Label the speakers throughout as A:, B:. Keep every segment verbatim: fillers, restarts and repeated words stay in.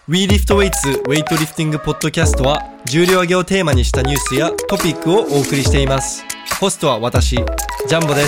A: We Lift Weights ウェイトリフティングポッドキャストは重量挙げをテーマにしたニュースやトピックをお送りしています。ホストは私、ジャンボです。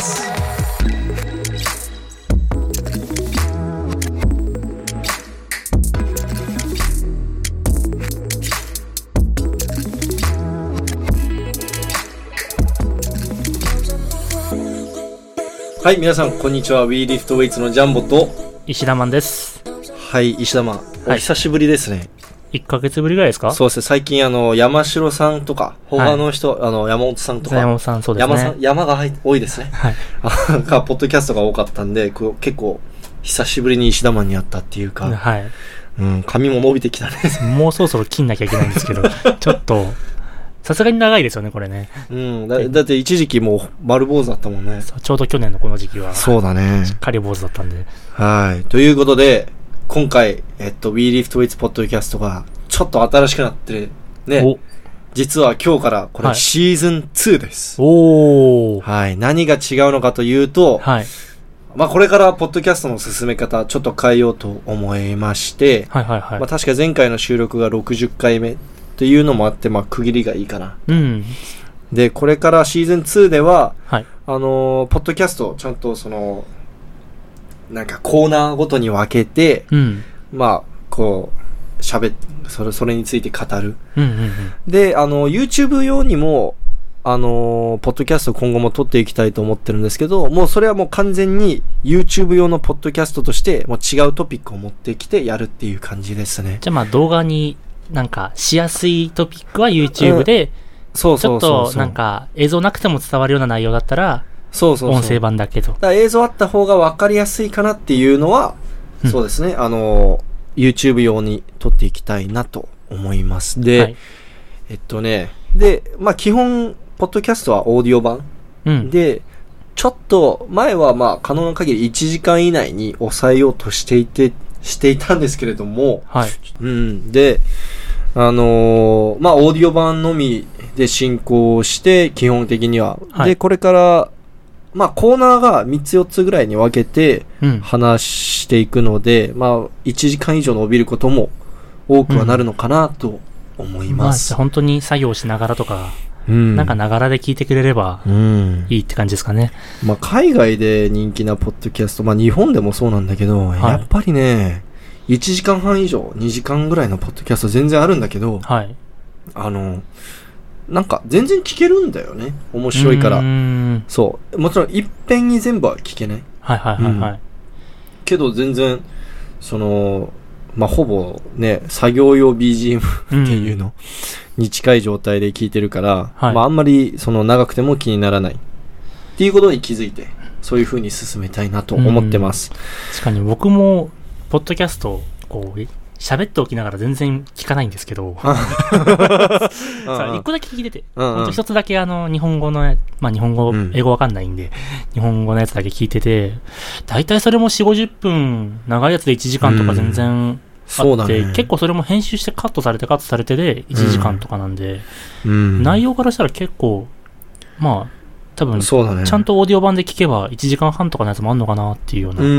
A: はい、皆さんこんにちは。 We Lift Weights のジャンボと
B: 石田マンです。
A: はい、石田マン、お久しぶりですね。
B: いっかげつぶりぐらいですか？
A: そうですね。最近あの山城さんとか他の人、はい、あの山本さんとか
B: 山本さん、そうですね。
A: 山さん、山が多いですね。はい。がポッドキャストが多かったんで、こう結構久しぶりに石田マンに会ったっていうか、はい。うん、髪も伸びてきたね。
B: もうそろそろ切んなきゃいけないんですけど、ちょっとさすがに長いですよねこれね。
A: うん。だ, だって一時期もう丸坊主だったもんね。
B: ちょうど去年のこの時期は。
A: そうだね。
B: しっかり坊主だったんで。
A: はい。ということで。今回、えっと、We Lift Weights ポッドキャストが、ちょっと新しくなってね。実は今日から、これシーズンツーです。
B: はい、おー。
A: はい。何が違うのかというと、はい。まあ、これから、ポッドキャストの進め方、ちょっと変えようと思いまして、はいはいはい。まあ、確か前回の収録がろくじゅっかいめっていうのもあって、まあ、区切りがいいかな。うん。で、これからシーズンツーでは、はい。あのー、ポッドキャスト、ちゃんとその、なんかコーナーごとに分けて、うん、まあ、こう、喋って、それ、それについて語る。うんうんうん、で、あの、YouTube 用にも、あの、ポッドキャスト今後も撮っていきたいと思ってるんですけど、もうそれはもう完全に YouTube 用のポッドキャストとして、もう違うトピックを持ってきてやるっていう感じですね。
B: じゃあまあ動画になんかしやすいトピックは YouTube で、うん、そうそうそうそう。ちょっとなんか映像なくても伝わるような内容だったら、そうそうそう。音声版だけど。
A: だから映像あった方が分かりやすいかなっていうのは、うん、そうですね。あの、YouTube 用に撮っていきたいなと思います。で、はい、えっとね、で、まあ基本、ポッドキャストはオーディオ版。うん、で、ちょっと、前はまあ可能な限りいちじかん以内に抑えようとしていて、していたんですけれども、はい。うん。で、あのー、まあオーディオ版のみで進行して、基本的には。はい、で、これから、まあコーナーがみっつよっつぐらいに分けて話していくので、うん、まあいちじかん以上伸びることも多くはなるのかなと思います。
B: うん、まあ本当に作業しながらとか、うん、なんかながらで聞いてくれればいいって感じですかね。
A: うん、まあ海外で人気なポッドキャスト、まあ日本でもそうなんだけど、はい、やっぱりね、いちじかんはん以上、にじかんぐらいのポッドキャスト全然あるんだけど、はい、あの、なんか全然聞けるんだよね。面白いから。そう。もちろんいっぺんに全部は聞けない。はいはいはいはい。うん、けど全然、その、まあ、ほぼね、作業用 ビージーエム っていうのに近い状態で聞いてるから、はい、まああんまりその長くても気にならない。っていうことに気づいて、そういう風に進めたいなと思ってます。
B: 確かに僕も、ポッドキャスト、こう、喋っておきながら全然聞かないんですけど、さあ一個だけ聞いてて、ほんと一つだけあの日本語の、まあ日本語、うん、英語わかんないんで、日本語のやつだけ聞いてて、だいたいそれもよんじゅうごじゅっぷん、長いやつでいちじかんとか全然あって、そうだね、結構それも編集してカットされてカットされてでいちじかんとかなんで、うん、内容からしたら結構、まあ、多分、そうだね、ちゃんとオーディオ版で聞けばいちじかんはんとかのやつもあんのかなっていうような。
A: うん、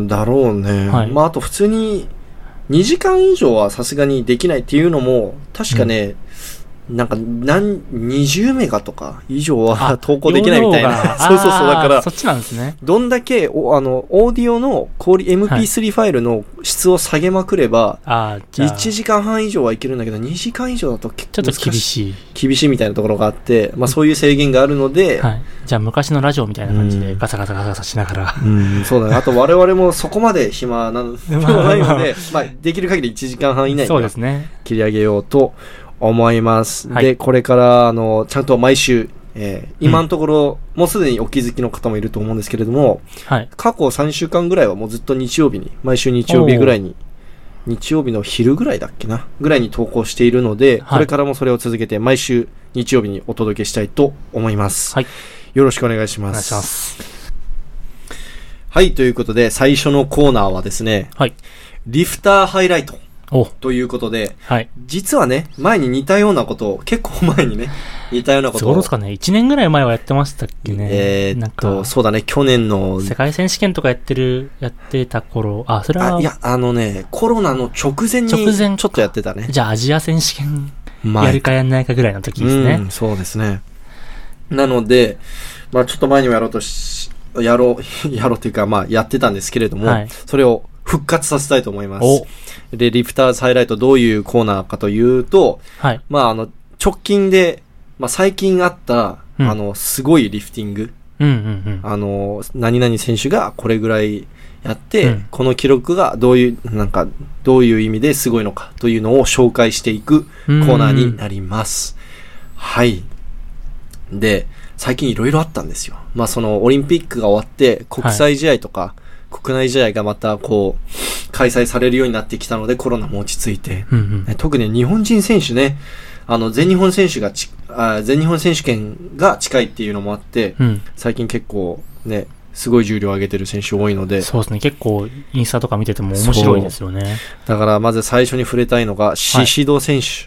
A: だろうね。はい、まああと普通に、にじかん以上はさすがにできないっていうのも、確かね、うん、なんか何、にじゅうメガとか以上は投稿できないみたいな。そうそうそう、だから、
B: そっちなんですね。
A: どんだけ、おあの、オーディオのクオリ エムピースリー ファイルの質を下げまくれば、はい、いちじかんはん以上はいけるんだけど、にじかん以上だと結構
B: ちょっと厳しい。
A: 厳しいみたいなところがあって、まあそういう制限があるので、
B: はい、じゃあ昔のラジオみたいな感じでガサガサガサガサしながら。
A: うん、そうだね。あと我々もそこまで暇なのではないので、まあできる限りいちじかんはん以内に切り上げようと思います。はい、で、これから、あの、ちゃんと毎週、えー、今のところ、うん、もうすでにお気づきの方もいると思うんですけれども、はい、過去さんしゅうかんぐらいはもうずっと日曜日に、毎週日曜日ぐらいに、日曜日の昼ぐらいだっけな、ぐらいに投稿しているので、はい、これからもそれを続けて毎週日曜日にお届けしたいと思います。はい、よろしくお願いします。お願いします。はい、ということで、最初のコーナーはですね、はい、リフターハイライトということで、はい、実はね、前に似たようなことを結構前にね、 似たようなことを。
B: いつ頃ですかね。いちねんぐらい前はやってましたっけね。
A: えー、っと、そうだね、去年の。
B: 世界選手権とかやってる、やってた頃、あ、それは。
A: あ、いや、あのね、コロナの直前に、直前ちょっとやってたね。
B: じゃあアジア選手権、やるかやんないかぐらいの時ですね。
A: うん、そうですね。なので、まあちょっと前にもやろうとし、やろう、やろうというか、まあやってたんですけれども、はい、それを復活させたいと思います。で、リフターズハイライトどういうコーナーかというと、はい、まああの、直近で、まあ最近あった、うん、あの、すごいリフティング、
B: うんうんうん、
A: あの、何々選手がこれぐらいやって、うん、この記録がどういう、なんか、どういう意味ですごいのかというのを紹介していくコーナーになります。はい。で、最近いろいろあったんですよ。まあそのオリンピックが終わって国際試合とか国内試合がまたこう開催されるようになってきたのでコロナも落ち着いて、うんうん、特に日本人選手ね、あの全日本選手がちあ全日本選手権が近いっていうのもあって、うん、最近結構ねすごい重量を上げてる選手多いので、
B: そうですね、結構インスタとか見てても面白いですよね。
A: だからまず最初に触れたいのがシシド選手。はい、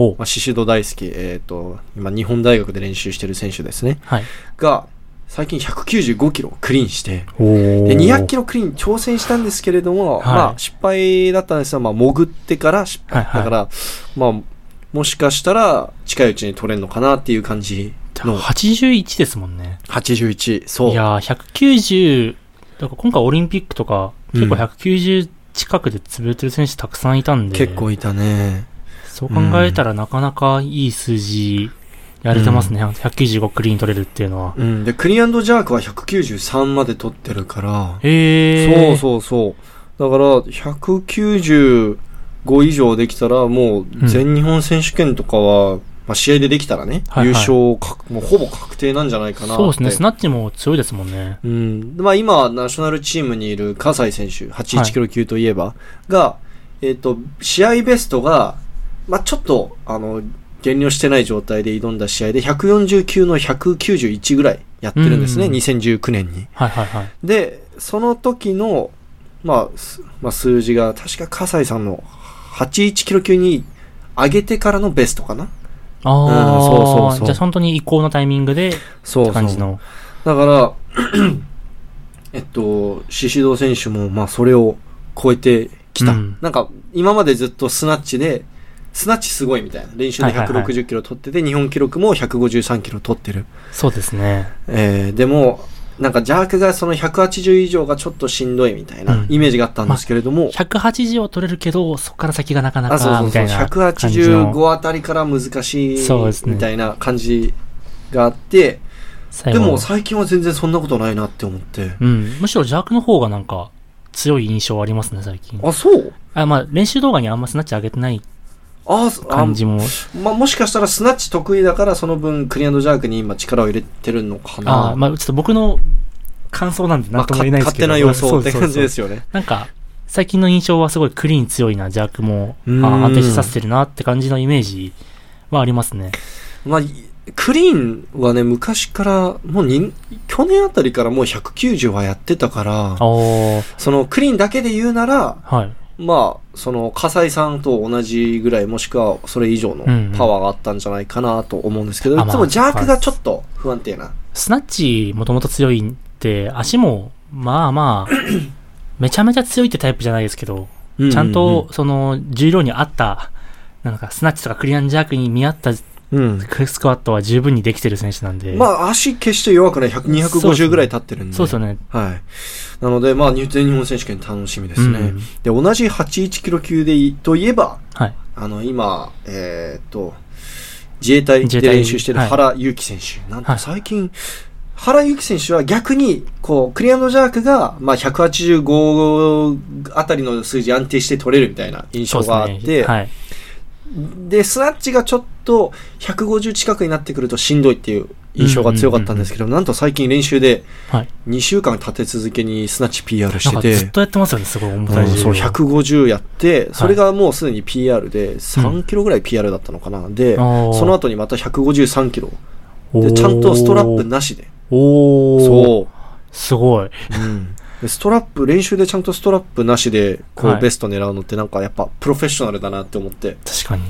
A: まあ、シシド大輔、えっと、今日本大学で練習してる選手ですね。はい。が、最近ひゃくきゅうじゅうごキロクリーンして、で、にひゃくキロクリーン挑戦したんですけれども、はい、まあ、失敗だったんですが、まあ、潜ってから失敗。はいはい、だから、まあ、もしかしたら、近いうちに取れるのかなっていう感じの。
B: はちじゅういちですもんね。
A: はちじゅういち、そう。
B: いやー、ひゃくきゅうじゅう、だから今回オリンピックとか、結構ひゃくきゅうじゅう近くで潰れてる選手たくさんいたんで。
A: 結構いたね。
B: そう考えたらなかなかいい数字やれてますね。うん、ひゃくきゅうじゅうごクリーン取れるっていうのは。
A: うん。で、クリーンジャークはひゃくきゅうじゅうさんまで取ってるから。
B: へ
A: ー。そうそうそう。だから、ひゃくきゅうじゅうご以上できたら、もう全日本選手権とかは、うん、まあ、試合でできたらね、はいはい、優勝か、もうほぼ確定なんじゃないかなって。
B: そうですね。スナッチも強いですもんね。
A: うん。まあ今、ナショナルチームにいる葛西選手、はちじゅういちキロ級といえば、はい、が、えっと、試合ベストが、まあ、ちょっと、あの、減量してない状態で挑んだ試合でひゃくよんじゅうきゅうのひゃくきゅうじゅういちぐらいやってるんですね。にせんじゅうきゅうねんに。
B: はいはいはい。
A: で、その時の、まあ、まあ、数字が確か葛西さんのはちじゅういちキロ級に上げてからのベストかな。
B: ああ、うん、そうそうそう。じゃあ本当に移行のタイミングで、そうって感じの。
A: だから、えっと、シシド選手も、まあ、それを超えてきた。うん、なんか、今までずっとスナッチで、スナッチすごいみたいな。練習でひゃくろくじゅっキロ取ってて、はいはいはい、日本記録もひゃくごじゅうさんキロ取ってる。
B: そうですね。
A: えー、でも、なんかジャークがそのひゃくはちじゅう以上がちょっとしんどいみたいなイメージがあったんですけれども。うんまあ、
B: ひゃくはちじゅうは取れるけど、そこから先がなかなかみたいな。あ、そうそうそう。
A: ひゃくはちじゅうごあたりから難しいみたいな感じがあって、で, でも最近は全然そんなことないなって思って。
B: うん。むしろジャークの方がなんか強い印象ありますね、最近。
A: あ、そう
B: あ、まあ練習動画にあんまスナッチ上げてない感じも。
A: あまあ、もしかしたらスナッチ得意だからその分クリアンドジャークに今力を入れてるのかな。
B: あまあちょっと僕の感想なんで何とも言えないですけど、
A: まあ、勝手な予想って感じですよね。そうそうそう
B: なんか最近の印象はすごいクリーン強いな、ジャークもあ安定させてるなって感じのイメージはありますね。
A: まあクリーンはね、昔から、もうに、去年あたりからもうひゃくきゅうじゅうはやってたから、そのクリーンだけで言うなら、はい、まあ、その、葛西さんと同じぐらい、もしくはそれ以上のパワーがあったんじゃないかなと思うんですけど、うんうん、いつもジャークがちょっと不安定な。
B: スナッチもともと強いって、足も、まあまあ、めちゃめちゃ強いってタイプじゃないですけど、うんうんうん、ちゃんと、その、重量に合った、なんか、スナッチとかクリアンジャークに見合った、うん、スクワットは十分にできてる選手なんで。
A: まあ、足決して弱くない。にひゃくごじゅうぐらい立ってるんで。
B: そうですよね。
A: はい。なので、まあ、全日本選手権楽しみですね。うん、で、同じはちじゅういちキロ級でといえば、はい。あの、今、えー、っと、自衛隊で練習してる原祐希選手。はい、なんと最近、はい、原祐希選手は逆に、こう、クリアンドジャークが、まあ、ひゃくはちじゅうごあたりの数字安定して取れるみたいな印象があって、はい。で、スナッチがちょっとひゃくごじゅう近くになってくるとしんどいっていう印象が強かったんですけど、うんうんうんうん、なんと最近練習でにしゅうかん立て続けにスナッチ ピーアール してて、なんか
B: ずっとやってますよね、すごい重たい重量、
A: うん、そう、ひゃくごじゅうやって、それがもうすでに ピーアール でさんキロぐらい ピーアール だったのかな。で、うん、その後にまたひゃくごじゅうさんキロ。で、ちゃんとストラップなしで。
B: おー。
A: そう。
B: すごい。
A: うんストラップ、練習でちゃんとストラップなしで、こう、ベスト狙うのってなんかやっぱプロフェッショナルだなって思って。
B: 確かに。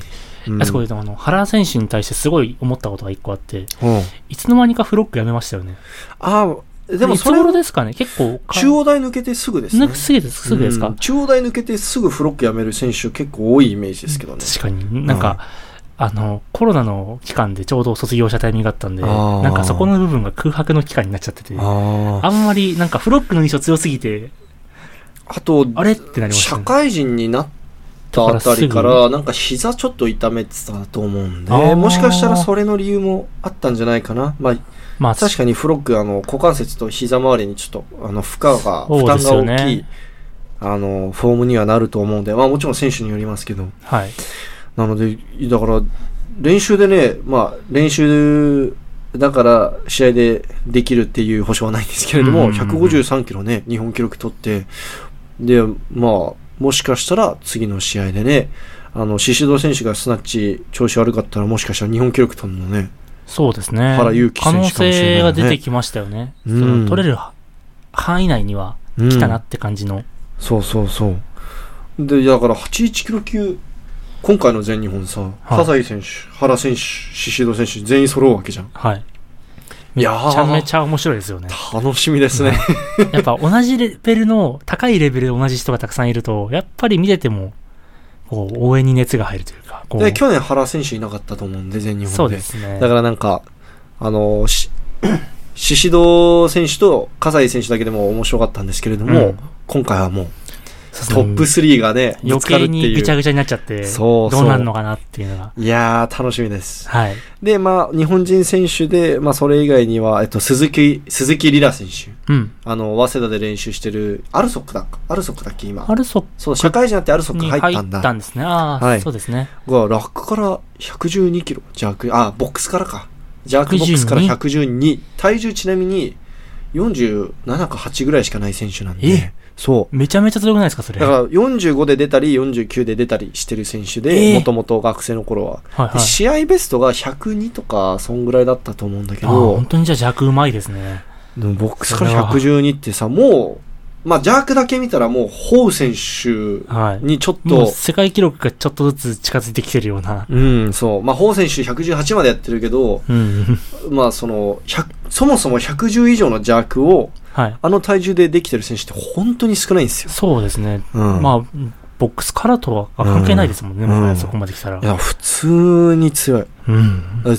B: うん、あそこであの原選手に対してすごい思ったことが一個あって、うん、いつの間にかフロックやめましたよね。
A: ああ、でもそれ
B: いつ頃ですかね。結構
A: 中央大抜けてすぐですね。
B: すぐです、すぐですか、うん、
A: 中央大抜けてすぐフロックやめる選手結構多いイメージですけどね。
B: 確かになんか、うん、あのコロナの期間でちょうど卒業したタイミングがあったんで、なんかそこの部分が空白の期間になっちゃってて、あ, あんまりなんかフロックの印象強すぎて、
A: あと
B: あれってなりましたね。
A: 社会人になったあたりからなんか膝ちょっと痛めてたと思うんで、もしかしたらそれの理由もあったんじゃないかな。まあ、まあ、確かにフロックあの股関節と膝周りにちょっとあの負荷が負担が大きい、ね、あのフォームにはなると思うんで、まあもちろん選手によりますけど、はい、なのでだから練習でね、まあ練習だから試合でできるっていう保証はないんですけれども、ひゃくごじゅうさんキロね日本記録取って、でまあもしかしたら次の試合でね、あの宍戸選手がスナッチ調子悪かったらもしかしたら日本記録取るのね。
B: そうですね。
A: 原勇輝選手かもしれない、ね、
B: 可能性が出てきましたよね。うん、その取れる範囲内には来たなって感じの。うん、
A: そうそうそう。でだからはちじゅういちキロ級今回の全日本さ、はい、葛西選手、原選手、宍戸選手全員揃うわけじゃん。はい。
B: めちゃめちゃ面白いですよね。
A: 楽しみですね。
B: やっぱ同じレベルの高いレベルで同じ人がたくさんいると、やっぱり見ててもこう応援に熱が入るというか。こう
A: で去年原選手いなかったと思うんで全日本で。
B: そうですね。
A: だからなんかあのし宍戸選手と葛西選手だけでも面白かったんですけれども、うん、今回はもう。トップスリーがね、
B: 余計にぐちゃぐちゃになっちゃって、そうそうどうなるのかなっていうのが。
A: いやー、楽しみです。はい。で、まあ、日本人選手で、まあ、それ以外には、えっと、鈴木、鈴木リラ選手。うん。あの、早稲田で練習してる、アルソックだっけアルソックだっけ今。
B: アルソック
A: そう、社会人になってアルソック入ったんだ。
B: 入ったんですね。ああ、はい、そうですね。
A: が、ラックからひゃくじゅうにキロ。ジャーク、あ、ボックスからか。ジャークボックスからひゃくじゅうに。体重ちなみに、よんじゅうななかはちぐらいしかない選手なんで。えそう。
B: めちゃめちゃ強くないですか、それ。
A: だからよんじゅうごで出たり、よんじゅうきゅうで出たりしてる選手で、もともと学生の頃は、はいはい。試合ベストがひゃくにとか、そんぐらいだったと思うんだけど。あ、
B: 本当にじゃあ弱うまいですね。
A: でもボックスからひゃくじゅうにってさ、もう、まあ、ジャークだけ見たらもう、ホウ選手にちょっと、はい、もう
B: 世界記録がちょっとずつ近づいてきてるような。
A: うん、そう。まあ、ホウ選手ひゃくじゅうはちまでやってるけど、うん、まあ、その、そもそもひゃくじゅう以上のジャークを、はい、あの体重でできてる選手って本当に少ないんですよ。
B: そうですね。うん、まあ、ボックスからとは関係ないですもんね、うん、もうそこまで来たら。
A: いや、普通に強い。うん。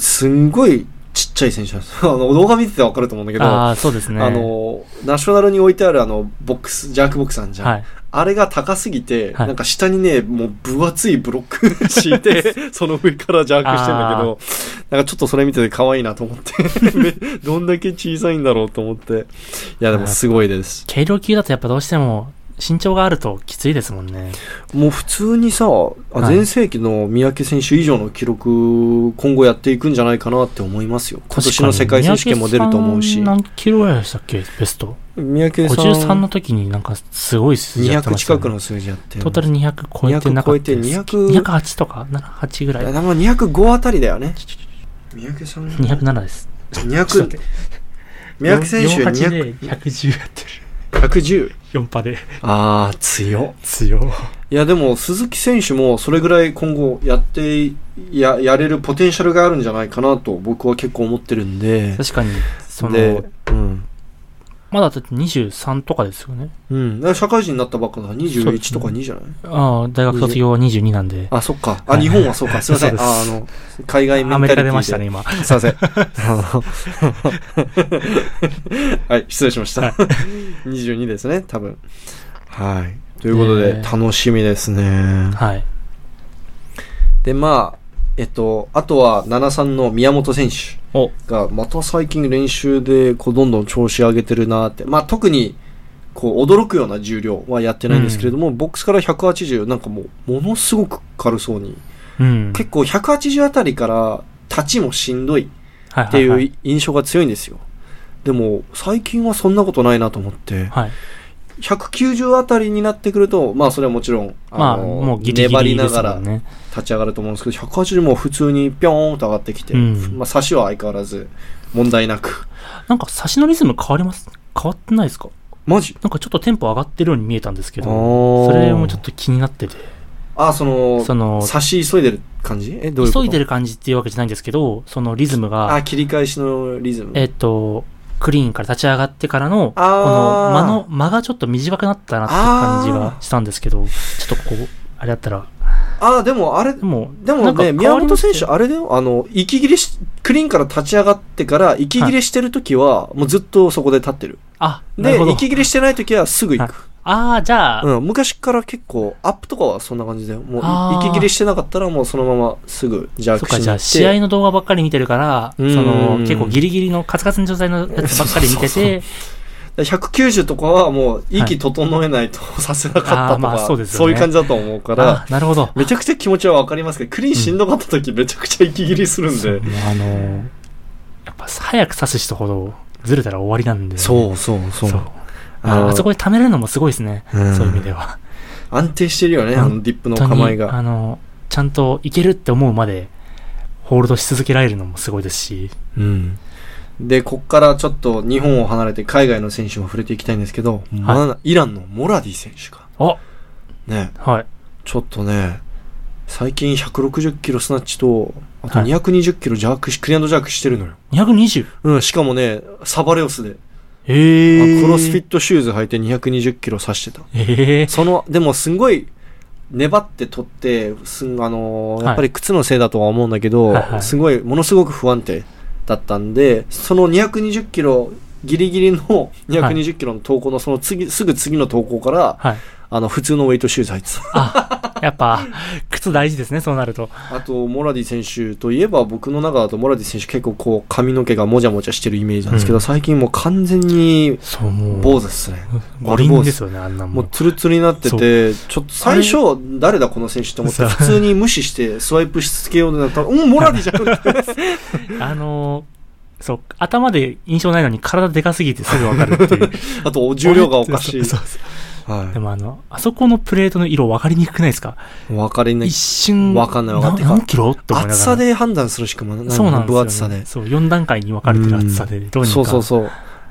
A: すんごいちっちゃい選手なんです。あの、動画見ててわかると思うんだけど、
B: ああ、そうですね。
A: あの、ナショナルに置いてあるあの、ボックス、ジャークボックスあるじゃん。はい、あれが高すぎて、はい、なんか下にね、もう分厚いブロック敷いて、その上からジャークしてんだけど、なんかちょっとそれ見てて可愛いなと思って、どんだけ小さいんだろうと思って、いやでもすごいです。
B: 軽量級だとやっぱどうしても、身長があるときついですもんね。
A: もう普通にさ、全盛期の三宅選手以上の記録、今後やっていくんじゃないかなって思いますよ。今年の世界選手権も出ると思うし。
B: 何キロぐらいでしたっけ、ベスト。
A: 三宅さん。
B: ごじゅうさんの時になんかすごい数字やってましたね。
A: にひゃく近くの数字やってる。
B: トータルにひゃく超えてなかったです。にひゃく超えてにひゃく。にひゃくはちとか、なな、はちぐらい。
A: まあにひゃくごあたりだよね。三宅さん。
B: にひゃくななです。
A: にひゃく。三宅選手
B: よんじゅうはちでひゃくじゅうやってる。
A: ひゃくじゅう
B: よんパで。
A: ああ、強。
B: 強。
A: いや、でも、鈴木選手もそれぐらい今後やって、や、やれるポテンシャルがあるんじゃないかなと僕は結構思ってるんで。
B: 確かに、その、うん。まだだってにじゅうさんとかですよね。
A: うん。だから社会人になったばっかだ。にじゅういちとかにじゃない、ね、
B: ああ、大学卒業はにじゅうになんで。
A: あ、そっか。あ、日本はそうか。すいません。あ、あの、海外メンタリティで。アメリカ出
B: ましたね、今。
A: すいません。はい、失礼しました。にじゅうにですね、多分。はい。ということで、楽しみですね。はい。で、まあ、えっと、あとは、ななさんの宮本選手が、また最近練習で、こう、どんどん調子上げてるなって。まあ、特に、こう、驚くような重量はやってないんですけれども、うん、ボックスからひゃくはちじゅう、なんかもう、ものすごく軽そうに。うん、結構、ひゃくはちじゅうあたりから、立ちもしんどいっていう印象が強いんですよ。でも、最近はそんなことないなと思って、はい、ひゃくきゅうじゅうあたりになってくると、まあそれはもちろん、あの、まあ、もうギリギリ粘りながら立ち上がると思うんですけど、ひゃくはちじゅうも普通にピョーンと上がってきて、うん、まあ差しは相変わらず問題なく。なん
B: か差しのリズム変わります変わってないですか？
A: マジ？
B: なんかちょっとテンポ上がってるように見えたんですけど、それもちょっと気になってて。
A: あ、その、
B: その、
A: 差し急いでる感じ？え、どういうこと？
B: 急いでる感じっていうわけじゃないんですけど、そのリズムが、
A: あ、切り返しのリズム。
B: えっと、クリーンから立ち上がってからの、この間の、間がちょっと短くなったなって感じがしたんですけど、ちょっとこう、あれだったら。
A: ああ、でもあれ、でも、でもね、宮本選手、あれだよ、あの、息切れし、クリーンから立ち上がってから、息切れしてるときは、もうずっとそこで立ってる。
B: あ、
A: で、息切れしてないときはすぐ行く。
B: ああ、じゃあ、
A: うん、昔から結構、アップとかはそんな感じだよ。もう、息切れしてなかったら、もうそのまますぐジャークしに行って。そっか、
B: じゃあ、試合の動画ばっかり見てるから、その、結構ギリギリのカツカツの状態のやつばっかり見てて、
A: ひゃくきゅうじゅうとかはもう息整えないとさせなかったとか、はい、そうですよね、そういう感じだと思うから、
B: なるほど。
A: めちゃくちゃ気持ちはわかりますけど、クリーンしんどかった時めちゃくちゃ息切りするんで。
B: うん、あのー、やっぱ早く刺す人ほどずれたら終わりなんで、ね。
A: そうそうそう。そう
B: あ, あそこで溜めれるのもすごいですね。うん、そういう意味では。
A: 安定してるよね、あのディップの構えが。
B: あの、ちゃんといけるって思うまでホールドし続けられるのもすごいですし。
A: うん。で、こっからちょっと日本を離れて海外の選手も触れていきたいんですけど、はいまあ、イランのモラディ選手が。
B: あ
A: ね。
B: はい。
A: ちょっとね、最近ひゃくろくじゅっキロスナッチと、あとにひゃくにじゅっキロジャークし、クリアンドジャークしてるのよ。
B: にひゃくにじゅう?
A: うん、しかもね、サバレオスで。
B: へー。
A: クロスフィットシューズ履いてにひゃくにじゅっキロ刺してた。
B: へー。
A: その、でもすんごい、粘って取って、すん、あのー、やっぱり靴のせいだとは思うんだけど、はいはい、すごい、ものすごく不安定だったんで、そのにひゃくにじゅっキロ、ギリギリのにひゃくにじゅっキロの投稿のその次、すぐ次の投稿から、はい、あの、普通のウェイトシューズ履いてた。
B: あ、やっぱ、靴大事ですね、そうなると。
A: あと、モラディ選手といえば、僕の中だとモラディ選手結構こう、髪の毛がもじゃもじゃしてるイメージなんですけど、うん、最近もう完全に、坊主ですね。
B: 五輪ですよね、あんなもん。
A: もうツルツルになってて、ちょっと最初、誰だこの選手と思って、普通に無視してスワイプしつけようとなったら、うん、モラディじゃんって。
B: あのー、そう、頭で印象ないのに体でかすぎてすぐわかるっていう。
A: あと、重量がおかしい。
B: そうそうはい、でもあの、あそこのプレートの色分かりにくくないですか？
A: 分かりにくい。
B: 一瞬、
A: 分かんない分かって
B: 何キロって思いながら。
A: 厚さで判断するしかもない。
B: そうなんですよ、ね。
A: 分厚さで。
B: そう、よん段階に分かれてる厚さで、どうにか。
A: そうそうそう。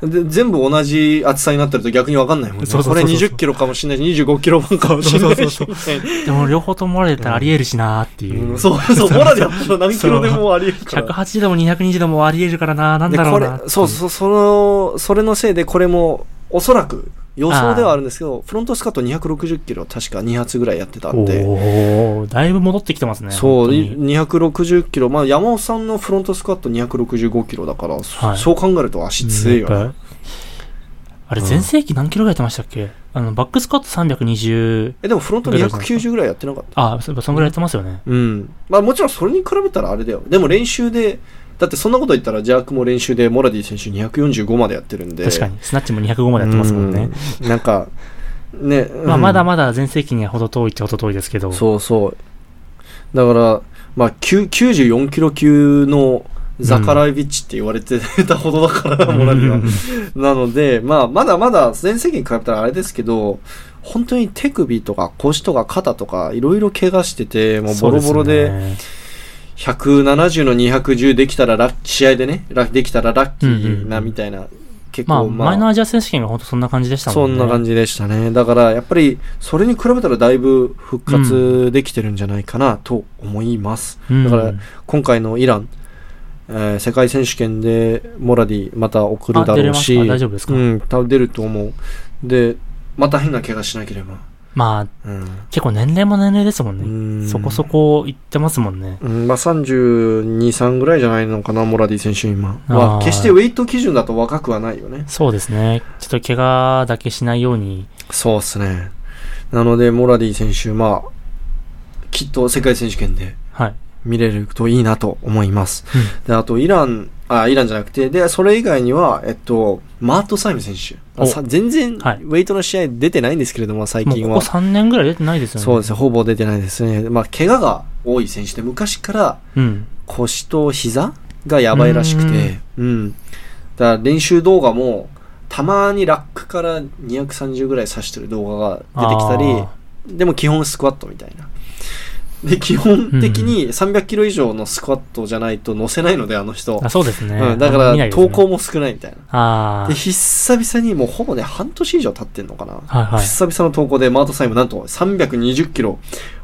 A: で、全部同じ厚さになってると逆に分かんないもんね。そうそうそうそう、これにじゅっキロかもしれないし、にじゅうごキロ分かもしれないし。そうそうそうそう
B: でも両方ともモラディだったらあり得るしなーっていう。
A: うん、そうそう、モラディだったら何キロでもあり得るから。
B: ひゃくはちじゅうでもにひゃくにじゅうでもあり得るからなー、なんだろうな。
A: これ、そうそう、その、それのせいでこれも、おそらく、予想ではあるんですけど、フロントスカットにひゃくろくじゅっキロ確かに発ぐらいやってたんで。
B: おー、だいぶ戻ってきてますね。
A: そう、にひゃくろくじゅっキロ。まあ山本さんのフロントスカットにひゃくろくじゅうごキロだから、はい、そう考えると足強いよね。
B: あれ、全盛期何キロぐらいやってましたっけ？あの、バックスカットさんびゃくにじゅう。
A: え、でもフロントにひゃくきゅうじゅうぐらいやってなかった。
B: ああ、そのぐらいやってますよね。
A: うん。まあもちろんそれに比べたらあれだよ。でも練習で、だってそんなこと言ったらジャークも練習でモラディ選手にひゃくよんじゅうごまでやってるんで。
B: 確かに。スナッチもにひゃくごまでやってますもんね。
A: んなんか、ね。
B: まあまだまだ全盛期には程遠いっちゃ程遠いですけど。
A: そうそう。だから、まあきゅうじゅうよんキロ級のザカライビッチって言われてたほどだから、モラディは。なので、まあまだまだ全盛期に比べたらあれですけど、本当に手首とか腰とか肩とかいろいろ怪我してて、もうボロボロで、ひゃくななじゅうのにひゃくじゅうできたらラッ試合でね、できたらラッキーなみたいな、うんうん、結構、
B: まあ、前のアジア選手権が本当そんな感じでしたもんね。
A: そんな感じでしたね。だからやっぱりそれに比べたらだいぶ復活できてるんじゃないかなと思います。うん、だから今回のイラン、えー、世界選手権でモラディまた送るだろうし、
B: 大丈夫ですか？
A: うん、多分出ると思う。で、また変な怪我しなければ。
B: まあ、うん、結構年齢も年齢ですもんね。んそこそこいってますもんね。
A: うん、まあさんじゅうに、さんぐらいじゃないのかな、モラディ選手今。まあ、決してウェイト基準だと若くはないよね。
B: そうですね。ちょっと怪我だけしないように。
A: そうですね。なので、モラディ選手、まあ、きっと世界選手権で見れるといいなと思います。はい、で、あと、イラン、あ、イランじゃなくて、で、それ以外には、えっと、マート・サイム選手。全然、ウェイトの試合出てないんですけれども、最近は。
B: もうここさんねんぐらい出てないですよね。
A: そうですね、ほぼ出てないですね。まあ、怪我が多い選手で、昔から、腰と膝がやばいらしくて、うん。うん、だから練習動画も、たまにラックからにひゃくさんじゅうぐらい刺してる動画が出てきたり、でも基本スクワットみたいな。で、基本的にさんびゃくキロ以上のスクワットじゃないと乗せないので、あの人。
B: あ、そうですね。
A: うん、だから、投稿も少ないみたいな。
B: あ
A: で、久々にもうほぼね、半年以上経ってんのかな。
B: はいはい、
A: 久々の投稿でマートサイムなんとさんびゃくにじゅっキロ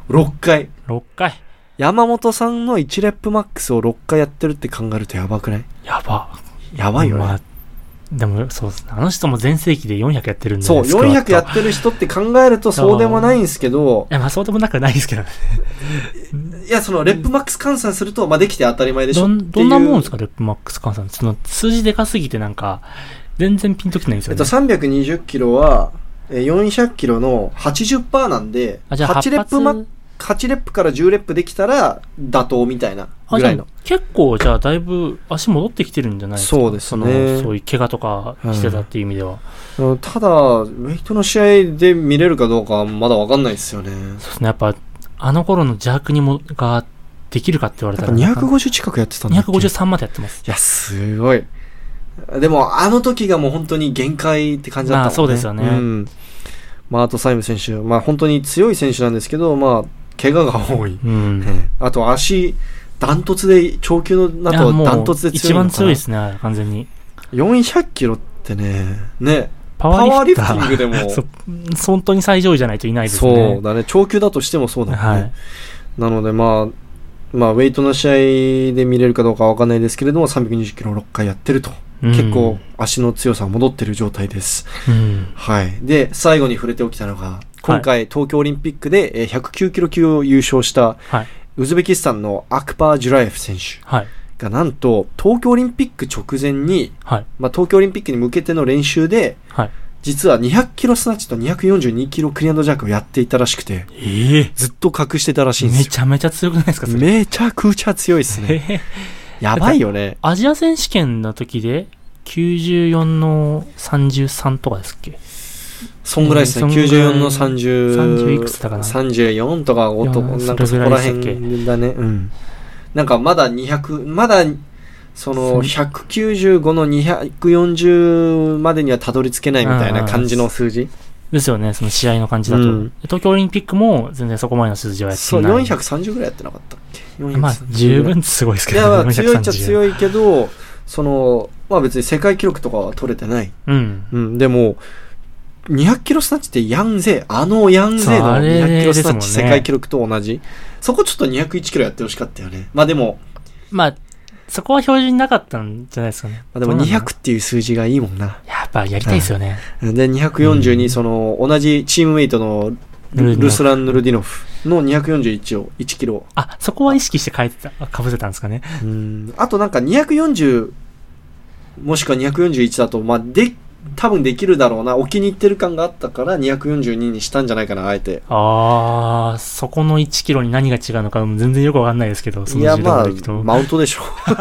A: ろっかい。
B: ろっかい。
A: 山本さんのいちレップマックスをろっかいやってるって考えるとやばくない？
B: やば。
A: やばいよね。まあ、
B: でもそうですね。あの人も全盛期でよんひゃくやってるんで、
A: そう、よんひゃくやってる人って考えるとそうでもないんですけど。
B: いや、まあそうでもなくはないですけどね。
A: いや、その、レップマックス換算すると、まあできて当たり前でしょ。
B: どん、どんなもんですか、レップマックス換算。その、数字でかすぎてなんか、全然ピンときてないんですよね。
A: えっと、さんびゃくにじゅっキロは、よんひゃくキロの はちじゅっパーセント なんで、
B: あ、じゃあはち
A: レップマッはちレップからじゅうレップできたら妥当みたいなぐらいの。
B: 結構じゃあだいぶ足戻ってきてるんじゃないですか。
A: そうですね。
B: そのそういう怪我とかしてたっていう意味では、
A: うん、ただウェイトの試合で見れるかどうかはまだ分かんないですよね。そう
B: ですね。やっぱあの頃の邪悪にもができるかって言われたら
A: にひゃくごじゅう近くやってたんだっけ。
B: にひゃくごじゅうさんまでやってます。
A: いやすごい。でもあの時がもう本当に限界って感じだったもんね。
B: あ、そうですよね。
A: うん、まああとサイム選手、まあ本当に強い選手なんですけど、まあ怪我が多い、
B: うん
A: ね、あと足ダントツで長級のだとダントツで強いのかな。
B: 一番強いですね、完全に。
A: よんひゃくキロってねね
B: パワーリフテ
A: ィングでも
B: 本当に最上位じゃないといないですね。
A: そうだね、長級だとしてもそうだね、
B: はい、
A: なのでまあまあウェイトの試合で見れるかどうかは分かんないですけれども、さんびゃくにじゅっキロをろっかいやってると、うん、結構足の強さが戻ってる状態です、
B: うん、
A: はい。で最後に触れておきたのが、今回東京オリンピックでひゃくきゅうキロ級を優勝した、
B: はい、
A: ウズベキスタンのアクパー・ジュラエフ選手がなんと東京オリンピック直前に、
B: はい、
A: まあ、東京オリンピックに向けての練習で、
B: はい、
A: 実はにひゃくキロスナッチとにひゃくよんじゅうにキロクリアンドジャークをやっていたらしくて、
B: えー、
A: ずっと隠してたらしいんですよ。
B: めちゃめちゃ強くないですかそれ。
A: めちゃくちゃ強いですね、えー、やばいよね。
B: アジア選手権の時できゅうじゅうよんのさんじゅうさんとかですっけ。
A: そんぐらいですね、えー、きゅうじゅうよんのさんじゅう、
B: さんじゅういくつだかな、
A: さんじゅうよんとか男、なんかそこら辺だね。うん。なんかまだにひゃく、まだそのひゃくきゅうじゅうごのにひゃくよんじゅうまでにはたどり着けないみたいな感じの数字
B: ですよね、その試合の感じだと、うん、東京オリンピックも全然そこまでの数字はやってない。
A: そう、よんひゃくさんじゅうぐらいやってなかったっけ。
B: まあ十分すごいですけど、ね、
A: いや、まあ強いっちゃ強いけど、そのまあ別に世界記録とかは取れてない。
B: うん。
A: うん、でもにひゃくキロスナッチってヤンゼあのヤンゼのにひゃくキロスナッチ世界記録と同じ。そこちょっとにひゃくいちキロやってほしかったよね。まあでも
B: まあそこは標準なかったんじゃないですかね。
A: まあ、でもにひゃくっていう数字がいいもんな。
B: やっぱやりたいですよね。
A: うん、でにひゃくよんじゅうに、うん、その同じチームメイトのルスラン・ヌルディノフのにひゃくよんじゅういちをいちキロ。
B: あ、そこは意識して変えてた、かぶせたんですかね。
A: うん。あとなんかにひゃくよんじゅうもしくはにひゃくよんじゅういちだとまあで多分できるだろうな、お気に入ってる感があったからにひゃくよんじゅうににしたんじゃないかな、あえて。
B: ああ、そこのいちキロに何が違うのか全然よくわかんないですけど、その
A: いやまあマウントでしょ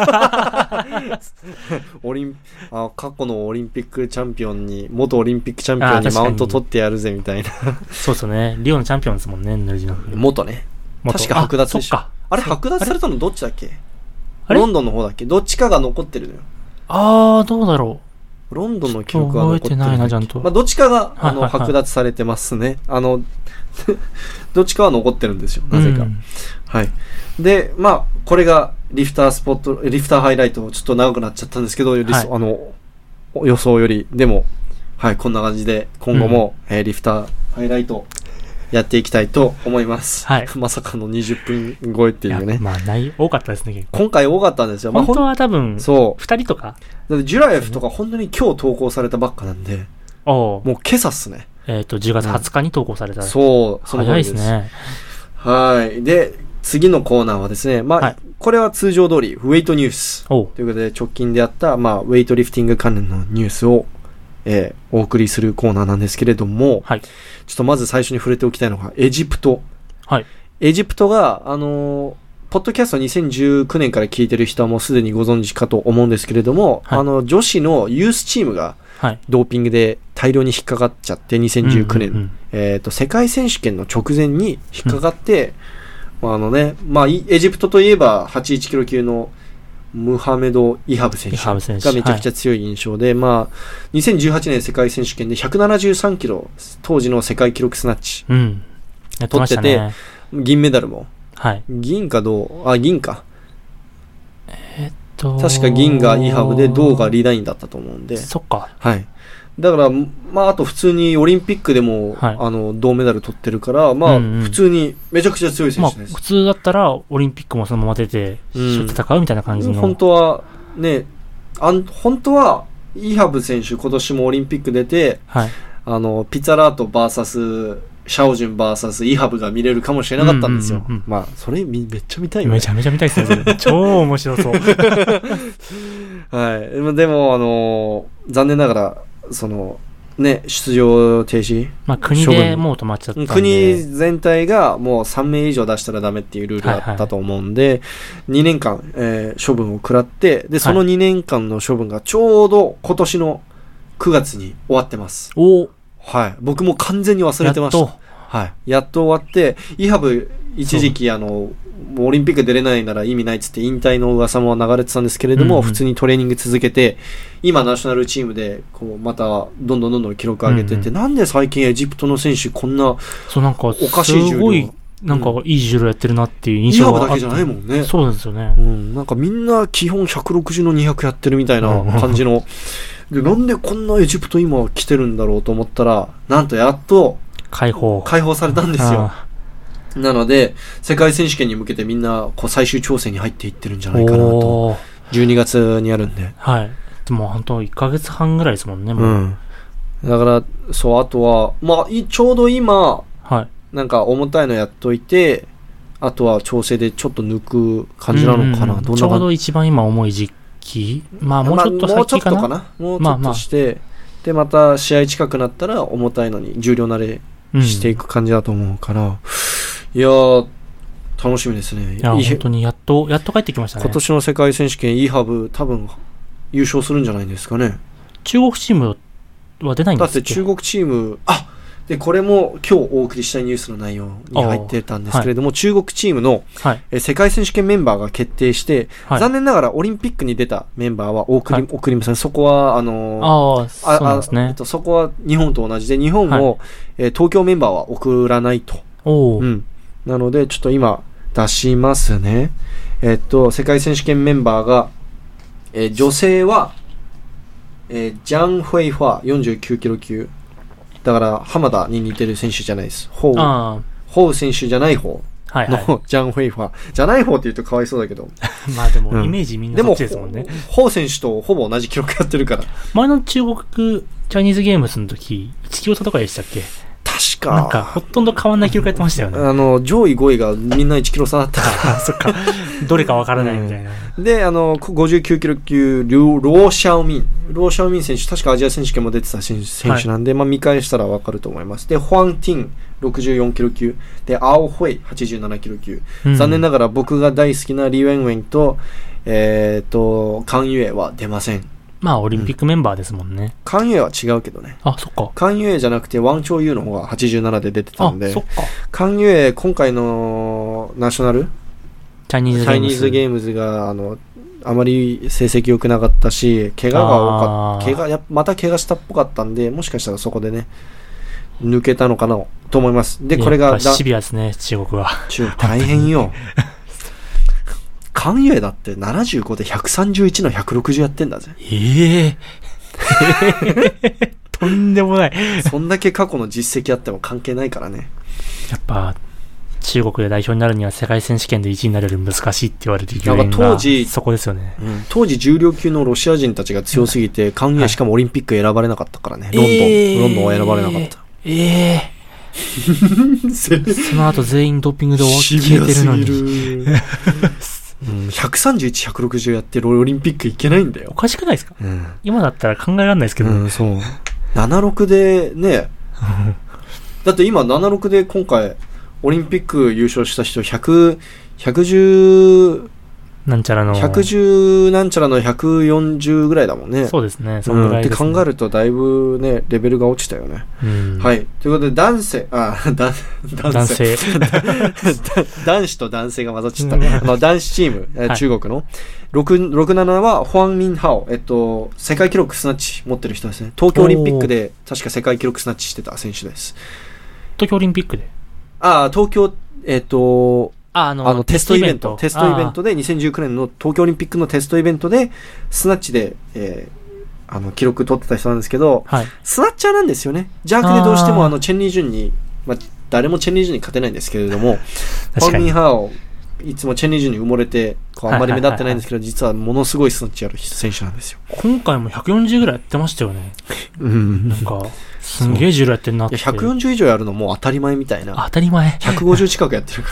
A: オリンあ過去のオリンピックチャンピオンに元オリンピックチャンピオンにマウント取ってやるぜみたいな。
B: そうですね、リオのチャンピオンですもんね、ヌルジノフ。
A: 元ね、確か剥奪でしょ。 あ, あれ剥奪されたのどっちだっけ。ロンドンの方だっけ、どっちかが残ってるのよ。
B: ああ、どうだろう。
A: ロンドンの記録は残ってる。
B: 覚えてないな、ちゃんと。
A: まあ、どっちかが、あの、はいはいはい、剥奪されてますね。あの、どっちかは残ってるんですよ、なぜか。うん、はい。で、まあ、これが、リフタースポット、リフターハイライト、ちょっと長くなっちゃったんですけど、はい、あの、予想より、でも、はい、こんな感じで、今後も、うん、えー、リフターハイライト、やっていきたいと思います。
B: はい。
A: まさかのにじゅっぷん超えっていうね。
B: まあ、ない、多かったですね、
A: 今回多かったんですよ。
B: 本当は多分、そう。ふたりとか。
A: だってジュラエフとか本当に今日投稿されたばっかなんで、
B: お
A: もう今朝っすね。
B: えっと、じゅうがつはつかに投稿された。
A: うん、そう、
B: その早いですね。
A: はい。で、次のコーナーはですね、まあ、はい、これは通常通り、ウェイトニュース。ということで、直近であった、まあ、ウェイトリフティング関連のニュースを、えー、お送りするコーナーなんですけれども、
B: はい、
A: ちょっとまず最初に触れておきたいのがエジプト。
B: はい、
A: エジプトが、あのー、ポッドキャストにせんじゅうきゅうねんから聞いてる人はもうすでにご存知かと思うんですけれども、はい、あの女子のユースチームがドーピングで大量に引っかかっちゃってにせんじゅうきゅうねん、うんうんうん、えーと、世界選手権の直前に引っかかって、うん、まああのね、まあ、エジプトといえばはちじゅういちキロ級のムハメド・イハブ選手がめちゃくちゃ強い印象で、はい、まあ、にせんじゅうはちねん世界選手権でひゃくななじゅうさんキロ、当時の世界記録スナッチ、
B: うん、やってましたね、
A: 取ってて、銀メダルも、
B: はい、
A: 銀か銅、あ、銀か。
B: えー、っと、
A: 確か銀がイハブで銅がリダインだったと思うんで、
B: そっか。
A: はい。 だから、まあ、あと普通にオリンピックでも、はい、あの、銅メダル取ってるから、まあ、うんうん、普通にめちゃくちゃ強い選手です。
B: まあ、普通だったら、オリンピックもそのまま出て、うん、戦うみたいな感じの。
A: 本当は、ね、あん本当は、イハブ選手、今年もオリンピック出て、はい、あの、ピザラート ブイエス シャオジュン ブイエス イハブが見れるかもしれなかったんですよ。うんうんうんうん、まあ、それめっちゃ見たいよね。
B: めちゃめちゃ見たいですね。超面白そう。
A: はい。でも、あの、残念ながら、その、ね、出場停止。
B: まあ、国でもう止まっちゃったんで。
A: 国全体がもうさん名以上出したらダメっていうルールだったと思うんで、はいはい、にねんかん、えー、処分を食らって、で、そのにねんかんの処分がちょうど今年のくがつに終わってます。
B: お
A: はい。僕も完全に忘れてました。やっと。はい。やっと終わって、イハブ一時期あの、オリンピック出れないなら意味ないっつって引退の噂も流れてたんですけれども、うんうん、普通にトレーニング続けて、今ナショナルチームでこうまたどんどんどんどん記録上げてて、うんうん、なんで最近エジプトの選手こんな
B: そうなんかおかしい重量、すごいなんかいい重量やってるなっていう印象があって、イハブだけじゃないもんね。
A: そう
B: ですよね。
A: うん、なんかみんな基本ひゃくろくじゅうのにひゃくやってるみたいな感じの、でなんでこんなエジプト今来てるんだろうと思ったら、なんとやっと
B: 解放
A: 解放されたんですよ。なので、世界選手権に向けてみんなこう最終調整に入っていってるんじゃないかなと。じゅうにがつにあるんで。
B: はい。でも本当いっかげつはんぐらいですもんね、もう。
A: うん。だから、そう、あとは、まあ、ちょうど今、はい。なんか重たいのやっといて、あとは調整でちょっと抜く感じなのかな。
B: うんうん、どんなちょうど一番今重い時期。まあ、もうちょっと先かな。まあ、もうちょっとかな。
A: もうちょっとして、まあまあ、で、また試合近くなったら重たいのに重量慣れしていく感じだと思うから、うんいやー、楽しみですね。
B: いや、本当にやっと、やっと帰ってきましたね。
A: 今年の世界選手権、イハブ、多分、優勝するんじゃないですかね。
B: 中国チームは出ないんですか？
A: だって中国チーム、あで、これも今日お送りしたいニュースの内容に入ってたんですけれども、はい、中国チームの、はい、え世界選手権メンバーが決定して、はい、残念ながらオリンピックに出たメンバーは送り、はい、送りません。そこは、あの
B: ー、あそうなんですね。
A: えっと、そこは日本と同じで、日本も、はいえー、東京メンバーは送らないと。
B: お
A: うん。なので、ちょっと今出しますね。えっと、世界選手権メンバーが、えー、女性は、えー、ジャン・フェイファーよんじゅうきゅうキロ級。だから、浜田に似てる選手じゃないです。ホウ、ホウ選手じゃない方の、はいはい、ジャン・フェイファー。じゃない方って言うとかわいそうだけど。
B: まあでも、イメージみんなそっちですもんね。
A: でも、ホウ選手とほぼ同じ記録やってるから。
B: 前の中国チャイニーズゲームスの時、いちキロ差とかでしたっけ？
A: 確か。
B: なんか、ほとんど変わんない記録やってましたよね。
A: あの、上位ごいがみんないちキロ差だったから。
B: そっか。どれかわからないみたいな。
A: うん、で、あの、ごじゅうきゅうキロ級、ロー・シャオミン。ロー・シャオミン選手、確かアジア選手権も出てた選手なんで、はい、まあ見返したらわかると思います。で、ホアン・ティン、ろくじゅうよんキロ級。で、アオ・ホイ、はちじゅうななキロ級。うん、残念ながら僕が大好きなリュウェンウェンと、えっ、ー、と、カン・ユエは出ません。
B: まあ、オリンピックメンバーですもんね。
A: カンユエは違うけどね。
B: あ、そっか。
A: カンユエじゃなくて、ワンチョウユーの方がはちじゅうななで出てたんで。
B: あ、そっか。
A: カンユエ、今回のナショナル
B: チャイニーズゲームズ。
A: チャイニーズゲームズが、あの、あまり成績良くなかったし、怪我が多かった。怪我、やまた怪我したっぽかったんで、もしかしたらそこでね、抜けたのかなと思います。で、これが。
B: シビアですね、中国は。
A: 中国大変よ。カンユエだってななじゅうごでひゃくさんじゅういちのひゃくろくじゅうやってんだぜ。
B: ええー、とんでもない。
A: そんだけ過去の実績あっても関係ないからね。
B: やっぱ、中国で代表になるには世界選手権でいちいになれる難しいって言われる理由が当時そこですよね、
A: うん。当時重量級のロシア人たちが強すぎて、カンユエしかもオリンピック選ばれなかったからね。ロンドン、えー、ロンドンは選ばれなかった。
B: ええー、その後全員ドーピングで消えてるのに。
A: うん、ひゃくさんじゅういち、ひゃくろくじゅうやってオリンピックいけないんだよ。
B: おかしくないですか、
A: うん、
B: 今だったら考えられないですけど、
A: うん、そう。ななじゅうろくでね、だって今ななじゅうろくで今回オリンピック優勝した人ひゃく、ひゃくじゅう
B: なんちゃらの
A: ひゃくじゅうなんちゃらのひゃくよんじゅうぐらいだもんね。
B: そうですね。そのぐらいですね。
A: うん、って考えるとだいぶねレベルが落ちたよね。
B: うん、
A: はい。ということで男性あだ
B: 男性
A: 男子と男性が混ざっちゃった。あの男子チーム、はい、中国のろくじゅうななはホアン・ミンハオ、えっと世界記録スナッチ持ってる人ですね。東京オリンピックで確か世界記録スナッチしてた選手です。
B: 東京オリンピックで。
A: ああ東京えっと。
B: あ, あ, の
A: あのテストイベントテストイベントでにせんじゅうきゅうねんの東京オリンピックのテストイベントでスナッチで、えー、 あの記録取ってた人なんですけど、
B: はい、
A: スナッチャーなんですよね。邪悪でどうしてもあのチェン・リー・ジュンに、まあ、誰もチェン・リー・ジュンに勝てないんですけれども、ファン・ミン・ハーをいつもチェン・リー・ジュンに埋もれてこうあんまり目立ってないんですけど、実はものすごいスナッチある選手なんですよ。
B: 今回もひゃくよんじゅうぐらいやってましたよね。うん、なんかすんげえ重量やってんなって。
A: いやひゃくよんじゅう以上やるのもう当たり前みたいな。
B: 当たり前。
A: ひゃくごじゅう近くやってるから。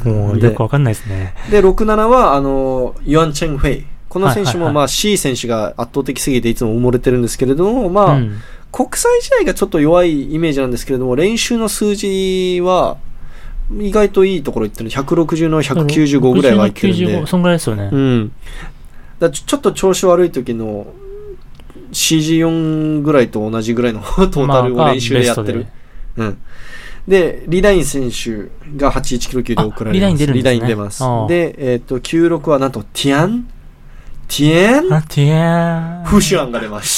B: もうよくわかんないですね。
A: で、ろく、ななは、あの、ユアン・チェン・フェイ。この選手も、まあ、C 選手が圧倒的すぎていつも埋もれてるんですけれども、まあ、うん、国際試合がちょっと弱いイメージなんですけれども、練習の数字は、意外といいところいってる。ひゃくろくじゅうのひゃくきゅうじゅうごぐらいはいってるんで。ひゃくきゅうじゅうご、
B: そんぐらいですよね。
A: うん。だちょっと調子悪い時の シージーよん ぐらいと同じぐらいのトータルを練習でやってる。まあ、うん。で、リダイン選手がはちじゅういちキロ級で送られます。
B: リダイン出るんですね。
A: リダイン出ます。で、えっ、ー、と、きゅうじゅうろくはなんとティアンティエン
B: ティエン
A: フシュアンが出ました。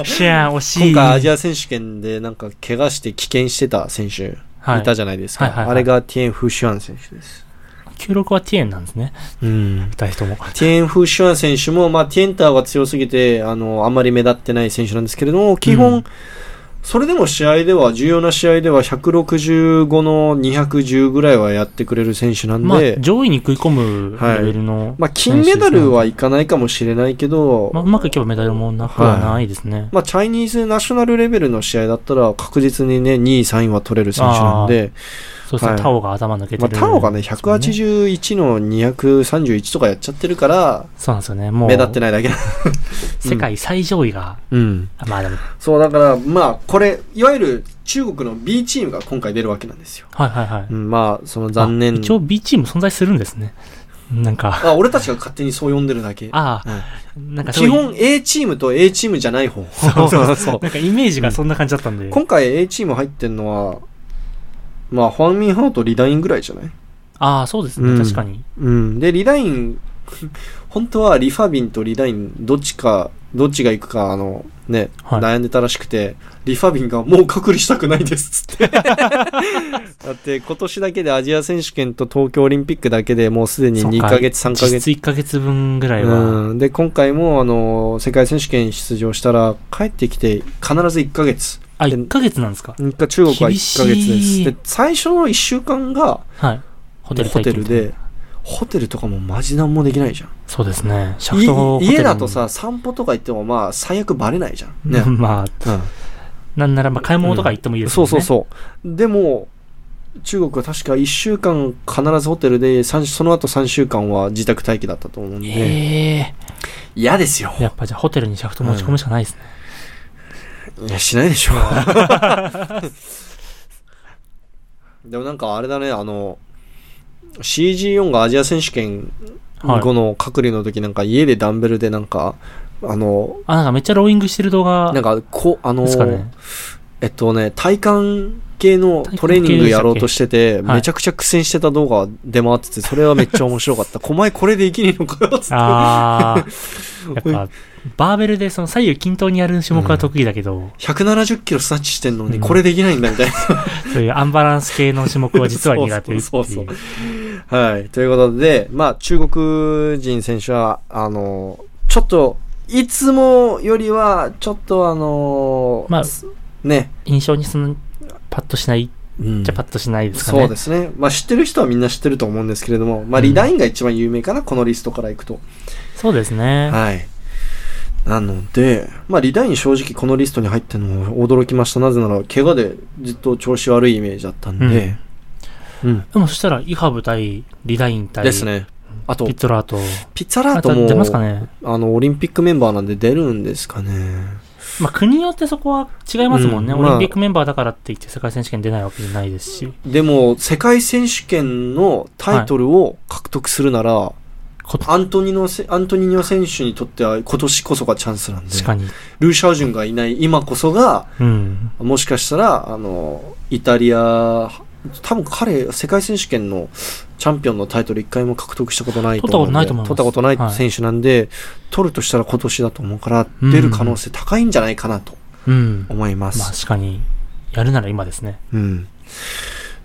B: シュアン惜しい。
A: 今回アジア選手権でなんか怪我して棄権してた選手いたじゃないですか。はいはいはいはい、あれがティエン・フシュアン選手です。
B: きゅうじゅうろくはティエンなんですね。うん。ふたりとも。
A: ティエン・フシュアン選手も、まあ、ティエンターが強すぎて、あの、あんまり目立ってない選手なんですけれども、基本、うん、それでも試合では、重要な試合ではひゃくろくじゅうごのにひゃくじゅうぐらいはやってくれる選手なんで、まあ、
B: 上位に食い込むレベルの、はい、
A: まあ、金メダルはいかないかもしれないけど、
B: まあ、うまくいけばメダルもなくはないですね。はい、
A: まあ、チャイニーズナショナルレベルの試合だったら、確実にね、にい、さんいは取れる選手なんで、
B: そうですね、はい、タオが頭抜けてる、
A: まあ、タオがね、ひゃくはちじゅういちのにひゃくさんじゅういちとかやっちゃってるから、
B: そうなんですよね、もう。
A: 目立ってないだけ
B: 世界最上位が、
A: うん。
B: まあでも。
A: そう、だから、まあ、これ、いわゆる中国の B チームが今回出るわけなんですよ。
B: はいはいはい。
A: うん、まあ、その残念。
B: 一応 B チーム存在するんですね。なんか。
A: あ、俺たちが勝手にそう呼んでるだけ。
B: ああ、うん、なんか
A: 基本 A チームと A チームじゃない方。
B: そうそうそう。なんかイメージがそんな感じだったんで。
A: うん、今回 A チーム入ってんのは、まあ、ファン・ミン・ハーとリダインぐらいじゃない？
B: ああ、そうですね、うん、確かに。
A: うん。で、リダイン、本当はリファビンとリダイン、どっちか、どっちが行くか、あの、ね、はい、悩んでたらしくて、リファビンがもう隔離したくないですっつって。だって今年だけでアジア選手権と東京オリンピックだけでもうすでににかげつ、さんかげつ。
B: 実質いっかげつぶんぐらいは。
A: うん。で、今回も、あの、世界選手権出場したら、帰ってきて必ずいっかげつ。
B: あ、いっかげつなんですか？
A: 中国はいっかげつです。で、最初のいっしゅうかんが、はい、ホテルホテルで、ホテルとかもマジなんもできないじゃん。
B: そうですね。シャフトホテル
A: 家だとさ、散歩とか行ってもまあ最悪バレないじゃん。ね。
B: まあ、うん、なんならまあ買い物とか行ってもいいですよね、うん。そうそう
A: そう。でも、中国は確かいっしゅうかん必ずホテルで、その後さんしゅうかんは自宅待機だったと思うんで。
B: え
A: ー、嫌ですよ。
B: やっぱじゃあホテルにシャフト持ち込むしかないですね。
A: うん、いや、しないでしょ。でもなんかあれだね、あの、シージーよん がアジア選手権後の隔離の時なんか家でダンベルでなんか、あの、
B: あ、なんかめっちゃローイングしてる動画。
A: なんか、こ、あの、ね、えっとね、体幹系のトレーニングやろうとしてて、めちゃくちゃ苦戦してた動画が出回ってて、それはめっちゃ面白かった。お前これで生きねえのかよっつって。
B: ああ。やっぱ、バーベルでその左右均等にやる種目は得意だけど、うん、
A: ひゃくななじゅっキロスナッチしてんのにこれできないんだみたいな、
B: うん、そういうアンバランス系の種目は実は苦手っていう。そうそうそう
A: そう。はい。ということで、まあ中国人選手は、あの、ちょっと、いつもよりは、ちょっとあのー、
B: まあ、ね。印象にその、パッとしない、うん、じゃパッとしないですかね。
A: そうですね。まあ知ってる人はみんな知ってると思うんですけれども、まあリダインが一番有名かな、うん、このリストからいくと。
B: そうですね。
A: はい。なので、まあリダイン正直このリストに入ってるのも驚きました。なぜなら、怪我でずっと調子悪いイメージだったんで。
B: うん。うん、でもそしたら、イハブ対リダイン対。
A: ですね。あと、
B: ピッツァラート。
A: ピッツァラートも、
B: 出ますかね、
A: あの、オリンピックメンバーなんで出るんですかね。
B: まあ、国によってそこは違いますもんね、うん、まあ。オリンピックメンバーだからって言って世界選手権出ないわけじゃないですし。
A: でも、世界選手権のタイトルを獲得するなら、はい、アントニノ、アントニニョ選手にとっては今年こそがチャンスなんで。
B: 確かに。
A: ルーシャオジュンがいない今こそが、
B: うん、
A: もしかしたら、あの、イタリア、多分彼、世界選手権のチャンピオンのタイトル一回も獲得したことないと思うんで。取ったことないと思います。取ったことない選手なんで、はい、取るとしたら今年だと思うから、出る可能性高いんじゃないかなと思います。
B: うん、まあ確かに、やるなら今ですね。
A: うん。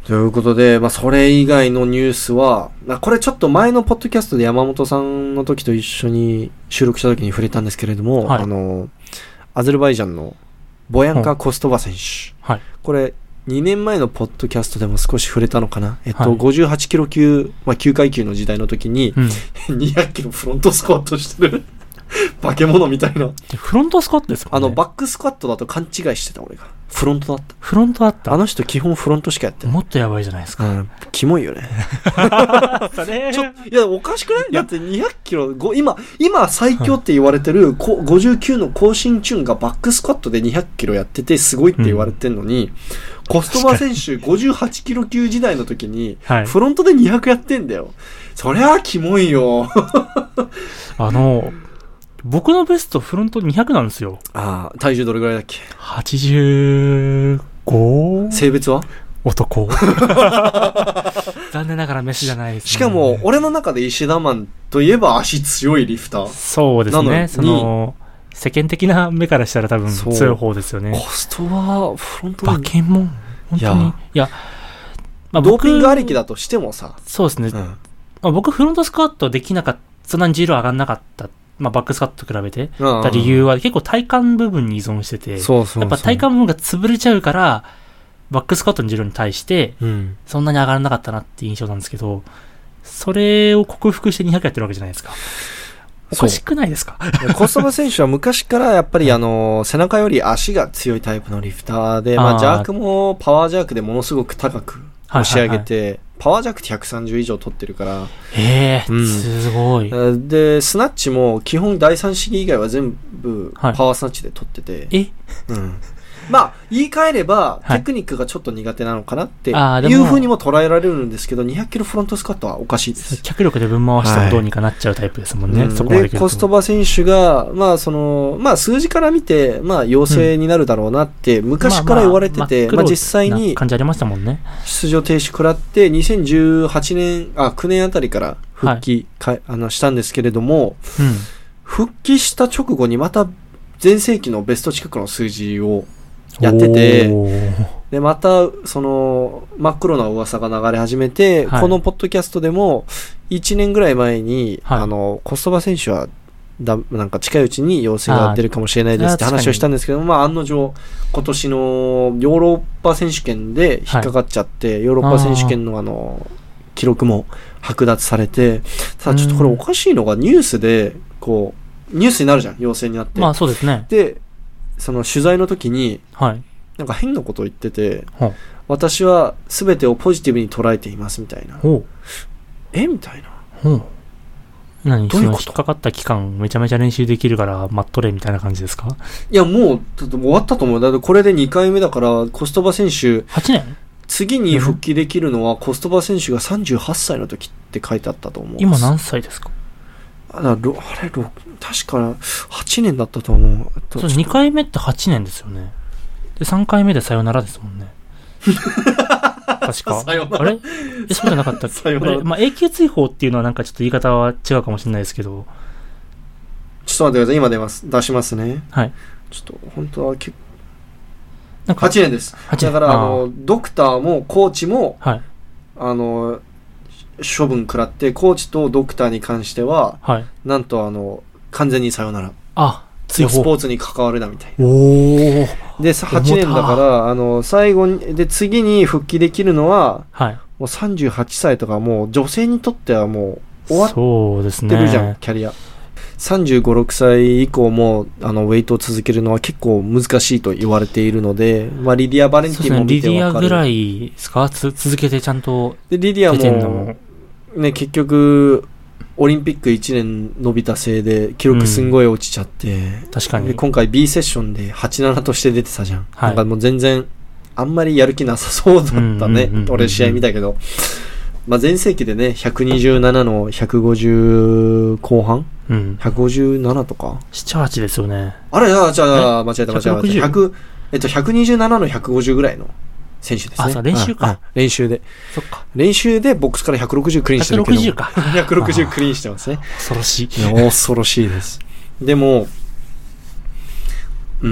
A: ということで、まあ、それ以外のニュースは、これちょっと前のポッドキャストで山本さんの時と一緒に収録した時に触れたんですけれども、はい、あの、アゼルバイジャンのボヤンカ・コストバ選手。はい、これ、にねんまえのポッドキャストでも少し触れたのかな。えっと、はい、ごじゅうはちキロ級、まあ、きゅうかい級の時代の時に、うん、にひゃくキロフロントスクワットしてる。化け物みたいな。
B: フロントスクワットですか、ね、
A: あの、バックスクワットだと勘違いしてた俺が。フロントだった。
B: フロントだった。
A: あの人基本フロントしかやってない。
B: もっとやばいじゃないですか。
A: うん。キモいよね。それちょいや、おかしくないだってにひゃくキロ、今、今最強って言われてる、はい、ごじゅうきゅうの高身チュンがバックスクワットでにひゃくキロやっててすごいって言われてんのに、うん、コストバ選手ごじゅうはちキロ級時代の時に、フロントでにひゃくやってんだよ。そりゃキモいよ。
B: あの、僕のベストフロントにひゃくなんですよ。
A: ああ、体重どれぐらいだっけ ?
B: はちじゅうご?
A: 性別は
B: 男。残念ながらメスじゃないです、ね。
A: しかも、俺の中で石田マンといえば足強いリフター。
B: そうですね。その、世間的な目からしたら多分強い方ですよね。
A: コストはフロント
B: バケモン。本当に。いや、いや
A: まあ、ドーピングありきだとしてもさ。
B: そうですね。うん、まあ、僕フロントスクワットできなかった、そんなに重量上がんなかった。まあ、バックスカットと比べてた理由は結構体幹部分に依存してて、
A: そうそうそう、
B: やっぱ体幹部分が潰れちゃうから、バックスカットの重量に対して、そんなに上がらなかったなっていう印象なんですけど、それを克服してにひゃくやってるわけじゃないですか。おかしくないですか？
A: コストバ選手は昔からやっぱりあの、背中より足が強いタイプのリフターで、まあ、ジャークもパワージャークでものすごく高く押し上げて、はいはいはい、パワージャークってひゃくさんじゅう以上取ってるから。
B: ええーうん、すごい。
A: で、スナッチも基本だいさん試技以外は全部パワースナッチで取ってて。はい、
B: え
A: うん。まあ、言い換えれば、テクニックがちょっと苦手なのかなっていう風にも捉えられるんですけど、にひゃくキロフロントスクワットはおかしいです。
B: 脚力で分回してもどうにかなっちゃうタイプですもんね。はい、そこ
A: までで、コストバ選手が、まあ、その、まあ、数字から見て、まあ、陽性になるだろうなって、昔から言われてて、まあ、実際に、
B: 感じありましたもんね。
A: 出場停止食らって、にせんじゅうはちねん、あ、きゅうねんあたりから復帰、はい、かあのしたんですけれども、うん、復帰した直後にまた、前世紀のベスト近くの数字を、やってて、で、また、その、真っ黒な噂が流れ始めて、はい、このポッドキャストでも、いちねんぐらい前に、はい、あの、コストバ選手は、だ、なんか近いうちに陽性が出るかもしれないですって話をしたんですけど、まあ、案の定、今年のヨーロッパ選手権で引っかかっちゃって、はい、ヨーロッパ選手権のあの、記録も剥奪されて、ただちょっとこれおかしいのが、ニュースで、こう、ニュースになるじゃん、陽性になって。
B: まあ、そうですね。
A: で、その取材の時に、はい、なんか変なことを言ってて、は私は全てをポジティブに捉えていますみたいな。えみたいな。ほう
B: 何どういうこと？引っかかった期間めちゃめちゃ練習できるから待っとれみたいな感じですか？
A: いやもう終わったと思う。だってこれでにかいめだからコストバ選手
B: はちねん
A: 次に復帰できるのはコストバ選手がさんじゅうはっさいの時って書いてあったと思う。
B: 今何歳ですか？
A: あれ、確かはちねんだったと思う。
B: そう、にかいめってはちねんですよね。で、さんかいめでさよならですもんね。確か。あれえ、そうじゃなかったっけ？これ、まあ、永久追放っていうのはなんかちょっと言い方は違うかもしれないですけど。
A: ちょっと待ってください。今出ます。出しますね。
B: はい。
A: ちょっと、本当は結構。はちねんです。はちねんだから、あの、ドクターもコーチも、はい、あの、処分食らってコーチとドクターに関しては、はい、なんとあの完全にさよなら。
B: あ、
A: スポーツに関わるなみたいな。
B: お
A: ではちねんだからあの最後にで次に復帰できるのは、はい、もうさんじゅうはっさいとかもう女性にとってはもう終わってるじゃん、ね、キャリア。さんじゅうご、ろくさい以降もあのウェイトを続けるのは結構難しいと言われているので、まあ、リディア・バレンティンも見て分かる。
B: そうですね、リディアぐらいですか？つ続けてちゃんと
A: でリディアも、ね、結局オリンピックいちねん伸びたせいで記録すんごい落ちちゃって、
B: うん、確かに
A: で今回 B セッションではちななとして出てたじゃん、はい、なんかもう全然あんまりやる気なさそうだったね、うんうんうんうん、俺試合見たけど、まあ、前世紀でねひゃくにじゅうななのひゃくごじゅう後半、うん、ひゃくごじゅうななとか なな、
B: はちですよね。
A: あれじゃあ間違えた間違えたひゃく、えっと、ひゃくにじゅうななのひゃくごじゅうぐらいの選手ですね。
B: あ、そう練習か。
A: 練習で。
B: そっか。
A: 練習でボックスからひゃくろくじゅうクリーンしてるけど。
B: ひゃくろくじゅうか。
A: ひゃくろくじゅうクリーンしてますね。
B: 恐ろしい。
A: 恐ろしいです。でも、うん。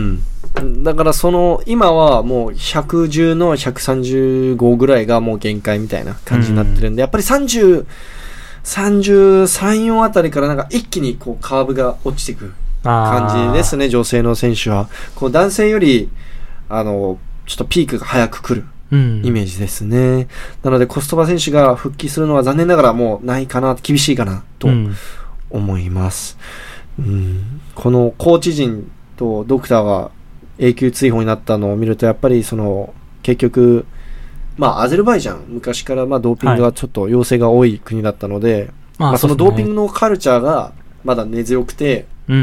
A: だからその、今はもうひゃくじゅうのひゃくさんじゅうごぐらいがもう限界みたいな感じになってるんで、うん、やっぱりさんじゅう、さんじゅうさん、よんあたりからなんか一気にこうカーブが落ちていく感じですね、女性の選手は。こう男性より、あの、ちょっとピークが早く来るイメージですね。うん、なのでコストバ選手が復帰するのは残念ながらもうないかな、厳しいかなと思います。うんうん、このコーチ陣とドクターが永久追放になったのを見ると、やっぱりその結局まあアゼルバイジャン昔からまあドーピングがちょっと要請が多い国だったので、はい、まあ、そのドーピングのカルチャーがまだ根強くて、うん、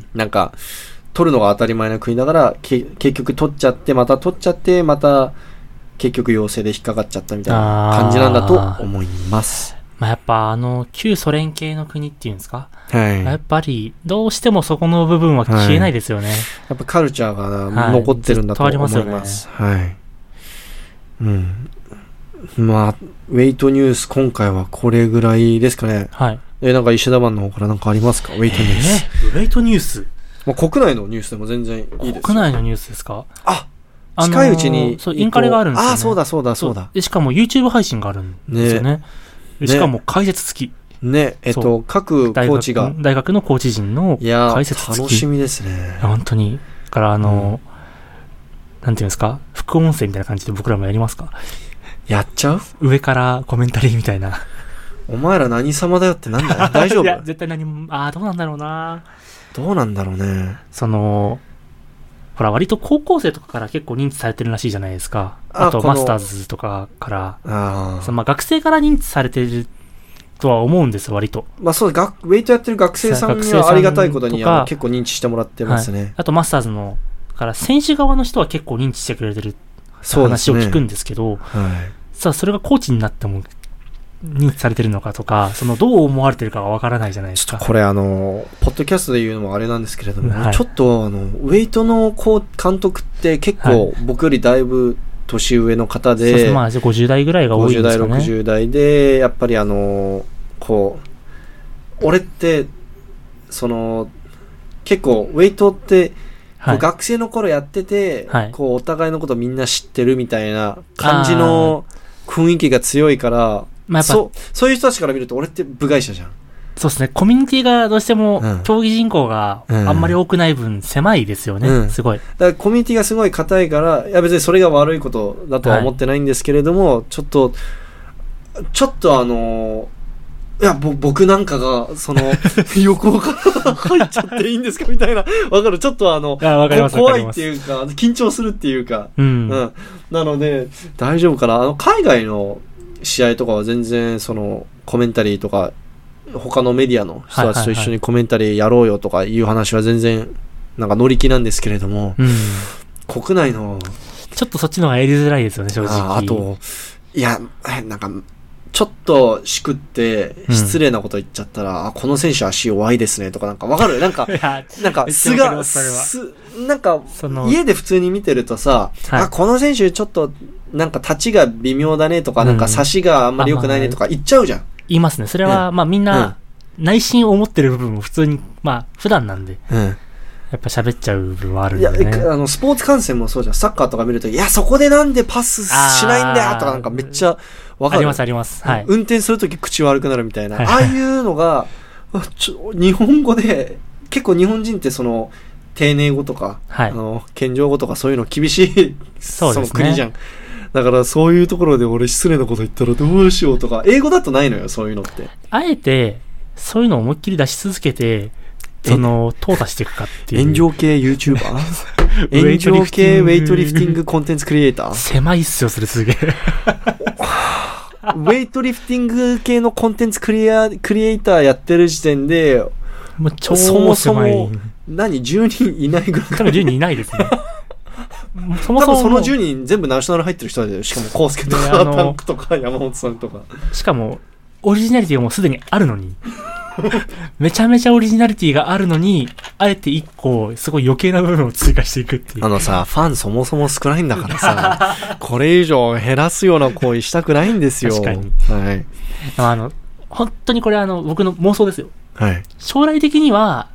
A: なんか取るのが当たり前な国だから結局取っちゃってまた取っちゃってまた結局要請で引っかかっちゃったみたいな感じなんだと思います。
B: まあ、やっぱあの旧ソ連系の国っていうんですか、はい、やっぱりどうしてもそこの部分は消えないですよね。はい、
A: やっぱカルチャーが残ってるんだと思います。はい、ますよね。はい。うん。まあウェイトニュース今回はこれぐらいですかね。はい。えなんか石田番の方から何かありますか？ウェイトニュース。
B: えー、ウェイトニュース。
A: まあ、国内のニュースでも全然いいです。
B: 国内のニュースですか？
A: あ。近いうちに、あのー、
B: そうインカレがあるんですよね。
A: あ、そうだそうだそうだ。
B: でしかも YouTube 配信があるんですよね。ねしかも解説付き。
A: ね、えっと、各コーチが。
B: 大学、大学のコーチ陣の解説付き。
A: 楽しみですね。
B: 本当に。だから、あの、うん、なんていうんですか、副音声みたいな感じで僕らもやりますか？
A: やっちゃう？
B: 上からコメンタリーみたいな。
A: お前ら何様だよってなんだよ。大丈夫？いや、
B: 絶対何も、ああ、どうなんだろうな。
A: どうなんだろうね。
B: その、ほら、割と高校生とかから結構認知されてるらしいじゃないですか。あと、マスターズとかから。あそのまあ、学生から認知されてるとは思うんです、割と。
A: まあそう、ウェイトやってる学生さんにはありがたいことに結構認知してもらってますね。はい、
B: あと、マスターズの、から選手側の人は結構認知してくれてる話を聞くんですけど、はい、さあ、それがコーチになっても認知されてるのかとか、そのどう思われてるかがわからないじゃないですか。
A: ちょっとこれあの、ポッドキャストで言うのもあれなんですけれども、はい、ちょっとあの、ウェイトのこう監督って結構僕よりだいぶ年上の方で、はい、そう
B: まあごじゅう代ぐらいが多いんですかね。
A: ごじゅう代、ろくじゅう代で、やっぱりあの、こう、俺って、その、結構ウェイトって、はい、学生の頃やってて、はい、こうお互いのことみんな知ってるみたいな感じの雰囲気が強いから、まあ、そ, そういう人たちから見ると俺って部外者じゃん。
B: そうですね。コミュニティがどうしても競技人口があんまり多くない分狭いですよね、うんうん、すごい。だ
A: からコミュニティがすごい硬いから、いや別にそれが悪いことだとは思ってないんですけれども、はい、ちょっとちょっとあのいやぼ僕なんかがその横から入っちゃっていいんですかみたいな、わかる、ちょっとあの
B: あ
A: 怖いっていうか緊張するっていうか、うんうん、なので大丈夫かな。あの海外の試合とかは全然そのコメンタリーとか他のメディアの人たちと一緒にコメンタリーやろうよとかいう話は全然なんか乗り気なんですけれども、うん、国内の
B: ちょっとそっちの方がやりづらいですよね正直。
A: あ, あといやなんかちょっとしくって失礼なこと言っちゃったら、うん、あこの選手足弱いですねとかなんかわかるなんかなんかすがすなんか家で普通に見てるとさ、はい、あこの選手ちょっとなんか立ちが微妙だねとか、うん、なんか差しがあんまり良くないねとか言っちゃうじゃん。
B: 言いますね。それは、うん、まあみんな内心思ってる部分も普通にまあ普段なんで、うん、やっぱ喋っちゃう部分はあるんでね。
A: いやあのスポーツ観戦もそうじゃん。サッカーとか見るといやそこでなんでパスしないんだよとかなんかめっちゃわかる。
B: ありますあります。はい。
A: 運転するとき口悪くなるみたいな、はい、ああいうのがちょ日本語で結構日本人ってその丁寧語とか、はい、あの謙譲語とかそういうの厳しいその国じゃん。だからそういうところで俺失礼なこと言ったらどうしようとか、英語だとないのよそういうのって。
B: あえてそういうのを思いっきり出し続けてその淘汰していくかっていう。
A: 炎上系 YouTuber 炎上系ウェイトリフティングコンテンツクリエイター。
B: 狭いっすよそれすげえ
A: ウェイトリフティング系のコンテンツクリアクリエイターやってる時点で
B: もう超狭い。そもそも
A: 何じゅうにんいないぐらい。
B: 多分じゅうにんいないですね
A: そもそも多分そのじゅうにん全部ナショナル入ってる人だよ。しかもコウスケとかタンクとか山本さんとか。
B: しかもオリジナリティがもうすでにあるのにめちゃめちゃオリジナリティがあるのにあえて一個すごい余計な部分を追加していくっていう。
A: あのさファンそもそも少ないんだからさこれ以上減らすような行為したくないんですよ。
B: 確かに、
A: はい、
B: あの本当にこれあの僕の妄想ですよ、
A: はい、
B: 将来的には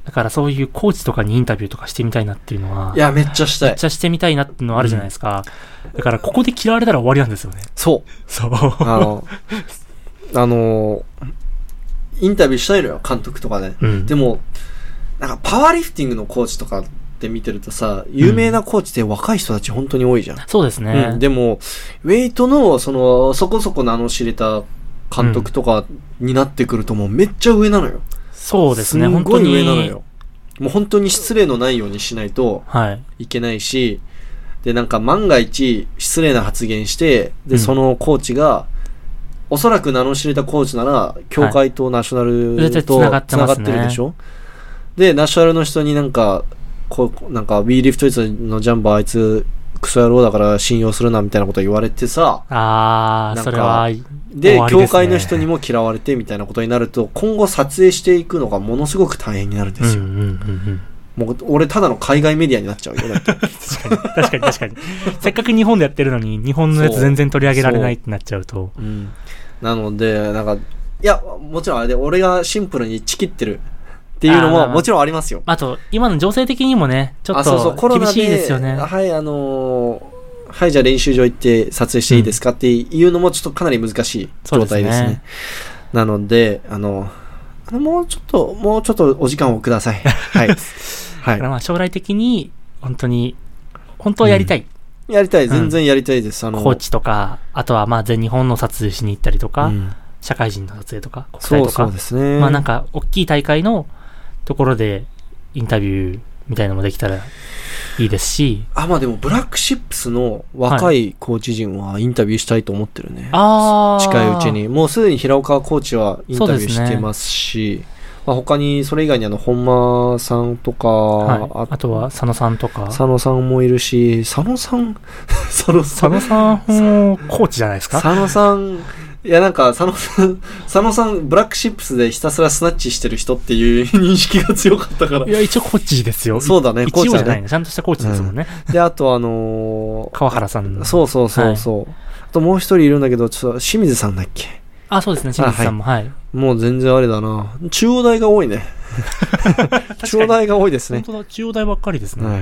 B: だからそういうコーチとかにインタビューとかしてみたいなっていうのは。
A: いや、めっちゃしたい。
B: めっちゃしてみたいなっていうのはあるじゃないですか。うん、だからここで嫌われたら終わりなんですよね。
A: そう。
B: そう。
A: あの、あの、インタビューしたいのよ、監督とかね。うん、でも、なんかパワーリフティングのコーチとかって見てるとさ、有名なコーチって若い人たち本当に多いじゃん。
B: うん、そうですね、
A: うん。でも、ウェイトの、その、そこそこ名の知れた監督とかになってくるともうめっちゃ上なのよ。
B: そうですね、
A: すごい上なのよ。もう本当に失礼のないようにしないといけないし、はい、で、なんか万が一失礼な発言して、で、うん、そのコーチが、おそらく名の知れたコーチなら、協会とナショナルと繋がってるでしょ、はい、で、ナショナルの人になんか、こう、なんか、We Lift Itのジャンボあいつ、クソ野郎だから信用するなみたいなこと言われてさ、
B: あー、それは、
A: で、協会の人にも嫌われてみたいなことになると、今後撮影していくのがものすごく大変になるんですよ。うんうんうんうん、もう俺ただの海外メディアになっちゃうよ。だって
B: 確かに確かに確かに。せっかく日本でやってるのに日本のやつ全然取り上げられないってなっちゃうと。
A: う、うん、なのでなんかいやもちろんあれで俺がシンプルにチキってるっていうのももちろんありますよ。
B: あと今の情勢的にもねちょっと厳しいですよね。
A: はいあのー。はいじゃあ練習場行って撮影していいですかっていうのもちょっとかなり難しい状態ですね。うん、ですねなのであのもうちょっともうちょっとお時間をください。はい。
B: はい。まあ将来的に本当に本当はやりたい。
A: うん、やりたい全然やりたいです。
B: うん、あのコーチとかあとはまあ全日本の撮影しに行ったりとか、うん、社会人の撮影とか国際とか
A: そうそうですね。
B: まあなんか大きい大会のところでインタビューみたいなのもできたらいいですし。
A: あ、まあでもブラックシップスの若いコーチ陣はインタビューしたいと思ってるね。
B: ああ。
A: 近いうちに。もうすでに平岡コーチはインタビューしてますし、まあ、他にそれ以外にあの本間さんとか、
B: はい、あ, あとは佐野さんとか
A: 佐野さんもいるし佐野さん
B: 佐野さん佐野さんもコーチじゃないですか。
A: 佐野さんいやなんか佐野さん佐野さんブラックシップスでひたすらスナッチしてる人っていう認識が強かったから。
B: いや一応コーチですよ。
A: そうだね
B: コーチじゃないね。ちゃんとしたコーチですもんね。
A: うん、であとあのー、
B: 川原さん
A: そうそうそうそう、はい、あともう一人いるんだけどちょっと清水さんだっけ。
B: あ、そうですね、清水さんも、はい、はい。
A: もう全然あれだな。中央大が多いね。中央大が多いですね。
B: 本当だ、中央大ばっかりですね。
A: はい。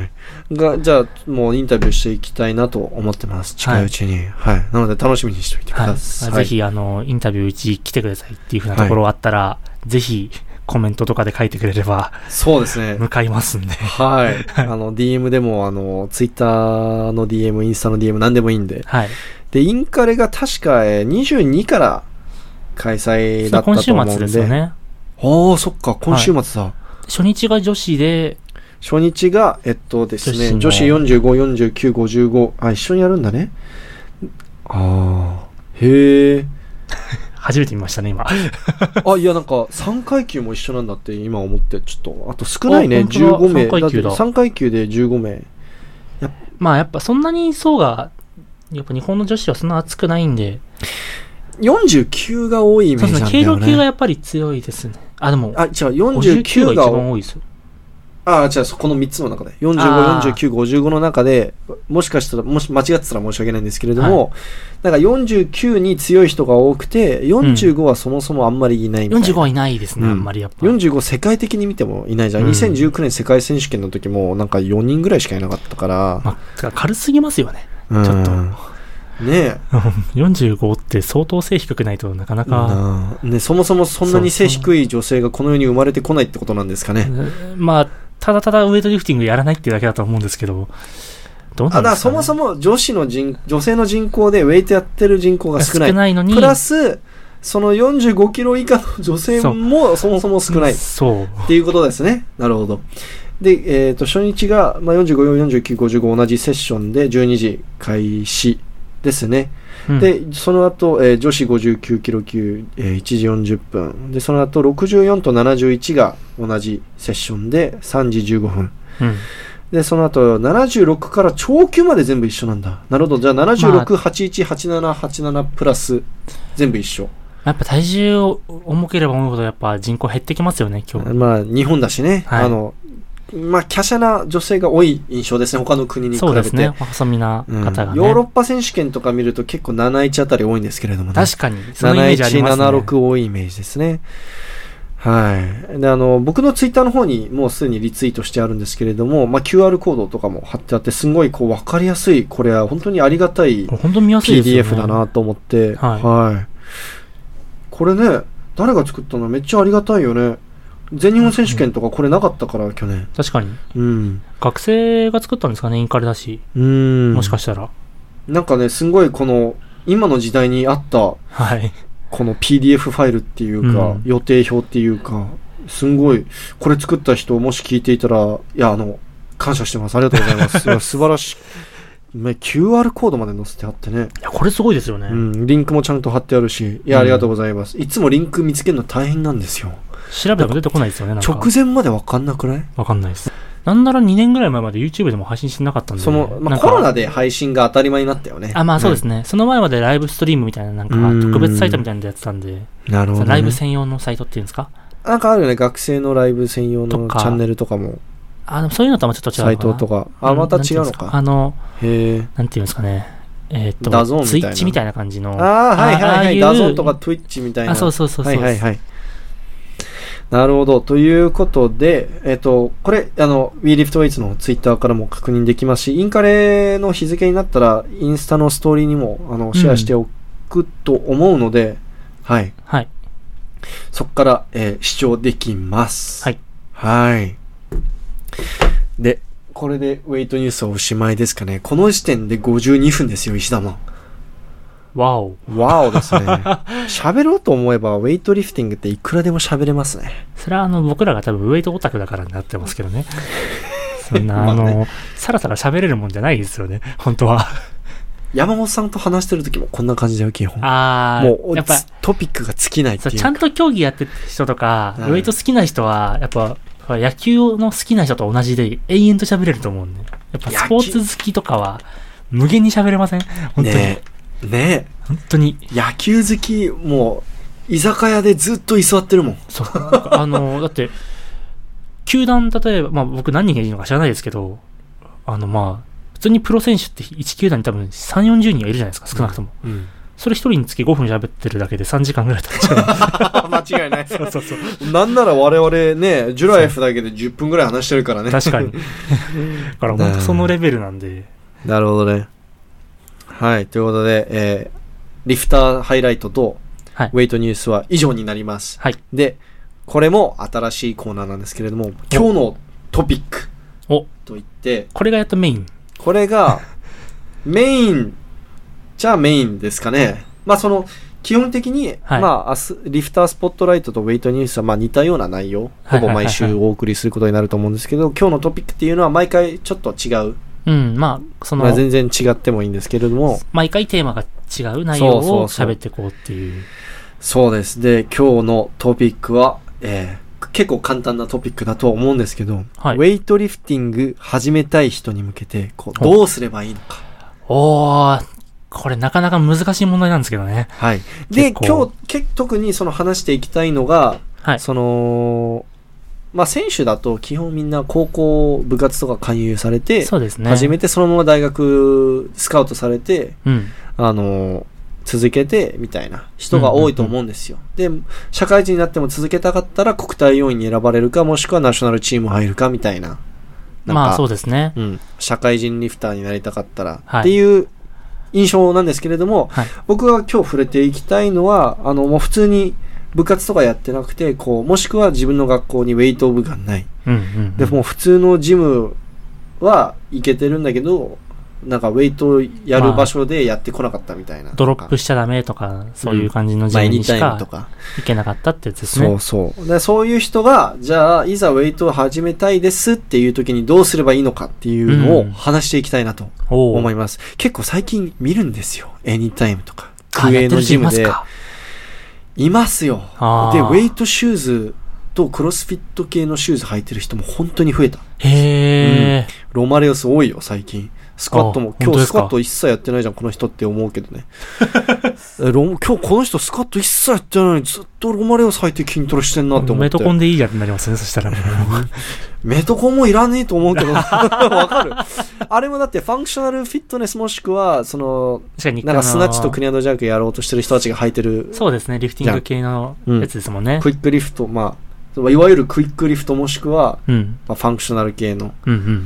A: が、じゃあ、もうインタビューしていきたいなと思ってます。近いうちに。はい。はい、なので楽しみにしておいてください。
B: はい、ぜひ、あの、インタビューうち来てくださいっていうふうなところあったら、はい、ぜひ、コメントとかで書いてくれれば。
A: そうですね。
B: 向かいますんで。
A: はい。あの、ディーエム でも、あの、ツイッターの ディーエム、インスタの ディーエム 何でもいいんで。
B: はい。
A: で、インカレが確かにじゅうにから開催だったと思うんで。
B: 今週末ですよね。
A: ああ、そっか、今週末だ、はい。
B: 初日が女子で、
A: 初日が、えっとですね、女子よんじゅうご、よんじゅうきゅう、ごじゅうご。あ、一緒にやるんだね。ああ、へえ。
B: 初めて見ましたね、今。
A: あ、いや、なんか、さんかい級も一緒なんだって今思って、ちょっと、あと少ないね、じゅうごめい。さんかい級だ。さんかい級でじゅうごめい。
B: やまあ、やっぱそんなに層が、やっぱ日本の女子はそんな厚くないんで。
A: よんじゅうきゅうが多いイメージなんだよね。
B: 軽量級がやっぱり強いですね。あ、でも、
A: あ、じゃあよんじゅうきゅうが
B: 一番多いですよ。
A: あ、じゃあこのみっつの中で。よんじゅうご、よんじゅうきゅう、ごじゅうごの中で、もしかしたら、もし間違ってたら申し訳ないんですけれども、はい、なんかよんじゅうきゅうに強い人が多くて、よんじゅうごはそもそもあんまりいないみたいな。
B: よんじゅうごはいないですね、うん、あんまりやっぱ。
A: よんじゅうご世界的に見てもいないじゃん。うん、にせんじゅうきゅうねん世界選手権の時もなんかよにんぐらいしかいなかったから。
B: まあ、軽すぎますよね。うん、ちょっと。
A: ねえ。
B: よんじゅうごって相当背低くないとなかなか。
A: ね、そもそもそんなに背低い女性がこの世に生まれてこないってことなんですかね。
B: まあ、ただただウエイトリフティングやらないっていうだけだと思うんですけど。どうなんですかね。あ、だから
A: そもそも女子の人、女性の人口でウェイトやってる人口が少ない。
B: 少ないのに。
A: プラス、そのよんじゅうごキロ以下の女性もそもそも少ない。
B: そう。
A: っていうことですね。なるほど。で、えっと、初日が、まあ、よんじゅうご、よんじゅうきゅう、ごじゅうご同じセッションでじゅうにじ開始。ですね。うん、で、その後、えー、女子ごじゅうきゅうキロ級、えー、いちじよんじゅっぷん。で、その後、ろくじゅうよんとななじゅういちが同じセッションでさんじじゅうごふん。うん、で、その後、ななじゅうろくから超級まで全部一緒なんだ。なるほど。じゃあ、ななじゅうろく、はちじゅういち、はちじゅうなな、はちじゅうななプラス、全部一緒。
B: やっぱ体重を重ければ重いほど、やっぱ人口減ってきますよね、今日。
A: まあ、日本だしね。はい、あの、まあ、華奢な女性が多い印象ですね、他の国に比べて。そうですね、
B: 細身な方がね、
A: うん。ヨーロッパ選手権とか見ると結構なないちあたり多いんですけれどもね。
B: 確かに。
A: そのイメージありますね。なないち、ななろく多いイメージですね。 はい。で、あの、僕のツイッターの方にもうすでにリツイートしてあるんですけれども、まあ、キューアール コードとかも貼ってあって、すごいこう分かりやすい、これは本当にありがたい ピーディーエフ だなと思って、はい。はい。これね、誰が作ったのめっちゃありがたいよね。全日本選手権とかこれなかったから、去年。
B: 確かに。
A: うん。
B: 学生が作ったんですかね、インカレだし。
A: うん。
B: もしかしたら。
A: なんかね、すごいこの、今の時代にあった、
B: はい。
A: この ピーディーエフ ファイルっていうか、うん、予定表っていうか、すんごい、これ作った人、もし聞いていたら、いや、あの、感謝してます。ありがとうございます。いや素晴らしい。キューアール コードまで載せてあってね。
B: いや、これすごいですよね。
A: うん、リンクもちゃんと貼ってあるし、いや、ありがとうございます。うん、いつもリンク見つけるの大変なんですよ。
B: 調べても出てこないですよね、なんか。
A: 直前までわかんなくない？
B: わかんないです。なんならにねんぐらい前まで YouTube でも配信してなかったんで。
A: その、まあ、コロナで配信が当たり前になったよね。
B: あ、まあそうですね。うん、その前までライブストリームみたいな、なんか特別サイトみたいなのやってたんで。
A: なるほど、ね。
B: ライブ専用のサイトっていうんですか？
A: なんかあるよね、学生のライブ専用のチャンネルとかも。
B: あ、でもそういうのとはちょっと違うのかな。
A: サイトとか。あ、また違うのか。
B: あの、
A: へー。
B: なんていうんですかね。えっと、
A: ダゾーンみたいな。
B: ツイッチみたいな感じの。
A: ああ、はいはいはい。ダゾーンとか Twitch みたいな。
B: あ、そうそうそうそう。
A: はいはいはい。なるほど。ということで、えっと、これ、あの、WeLiftWeights のツイッターからも確認できますし、インカレの日付になったら、インスタのストーリーにも、あの、シェアしておくと思うので、うん、はい。
B: はい。
A: そこから、えー、視聴できます。
B: はい。
A: はい。で、これでウェイトニュースはおしまいですかね。この時点でごじゅうにふんですよ、石田マン。
B: わお。
A: わおですね。喋ろうと思えば、ウェイトリフティングっていくらでも喋れますね。
B: それはあの、僕らが多分ウェイトオタクだからになってますけどね。そんな、あの、ね、さらさら喋れるもんじゃないですよね、本当は。
A: 山本さんと話してる時もこんな感じだよ、基本。
B: ああ、
A: もう、やっぱトピックが尽きないっていうか。
B: ちゃんと競技やってる人とか、はい、ウェイト好きな人は、やっぱ、野球の好きな人と同じで永遠と喋れると思うんで。やっぱスポーツ好きとかは無限に喋れません？本当に。
A: ねえ。ねえ。
B: 本当に。
A: 野球好き、もう、居酒屋でずっと居座ってるもん。
B: そう。あの、だって、球団、例えば、まあ僕何人がいるのか知らないですけど、あのまあ、普通にプロ選手っていち球団に多分さん、よんじゅうにんはいるじゃないですか、少なくとも。うんうん、それ一人につきごふん喋ってるだけでさんじかんぐらい経っちゃ
A: う。間違いない。
B: そうそうそう。
A: なんなら我々ね、ジュラエフだけでじゅっぷんぐらい話してるからね。
B: 確かに。だから本当そのレベルなんで。
A: なるほどね。はい。ということで、えー、リフターハイライトと、はい、ウェイトニュースは以上になります。
B: はい。
A: で、これも新しいコーナーなんですけれども、今日のトピックといって、
B: これがやっとメイン。
A: これが、メイン、じゃあメインですかね。まあその、基本的に、はい、まあ、明日、リフタースポットライトとウェイトニュースは、まあ似たような内容、ほぼ毎週お送りすることになると思うんですけど、今日のトピックっていうのは毎回ちょっと違う。
B: うん、まあ、その、
A: まあ、全然違ってもいいんですけれども。
B: 毎回テーマが違う内容を喋っていこうっていう。
A: そうです。で、今日のトピックは、えー、結構簡単なトピックだと思うんですけど、はい、ウェイトリフティング始めたい人に向けて、こう、どうすればいいのか。
B: おー、これなかなか難しい問題なんですけどね。
A: はい。で、今日、け特にその話していきたいのが、はい、その、まあ、選手だと基本みんな高校部活とか勧誘されて、
B: そうですね。
A: 始めてそのまま大学スカウトされて、
B: うん、
A: あの、続けてみたいな人が多いと思うんですよ。うんうんうん、で、社会人になっても続けたかったら国体要員に選ばれるか、もしくはナショナルチーム入るかみたいな。なんか
B: まあそうですね。
A: うん。社会人リフターになりたかったら、はい、っていう印象なんですけれども、はい、僕が今日触れていきたいのは、あの、もう普通に部活とかやってなくて、こう、もしくは自分の学校にウェイト部がない。
B: うんうんうん、
A: で、もう普通のジムは行けてるんだけど、なんかウェイトやる場所でやってこなかったみたいな。まあ、
B: ドロップしちゃダメとか、そういう感じのジムにしか行けなかったってやつですね。
A: そうそう。で、そういう人が、じゃあ、いざウェイトを始めたいですっていう時にどうすればいいのかっていうのを話していきたいなと思います。うん、結構最近見るんですよ。エニタイムとか。クエのジムで。いますよ。で、ウェイトシューズとクロスフィット系のシューズ履いてる人も本当に増えた。
B: へー。うん、
A: ロマレオス多いよ、最近。スクワットも、今日スクワット一切やってないじゃん、この人って思うけどね。ロ今日この人スクワット一切やってないのにずっとロマレオス履いて筋トレしてんなって思って。
B: メトコンでいいやってなりますね、そしたら。
A: メトコンもいらねえと思うけど、わかる。あれもだってファンクショナルフィットネスもしくは、その、なんかスナッチとクニアンドジャークやろうとしてる人たちが履いてる。
B: そうですね、リフティング系のやつですもんね。
A: うん、クイックリフト、まあ、 いわゆるクイックリフトもしくは、
B: うん
A: まあ、ファンクショナル系の、
B: うんうんうんうん、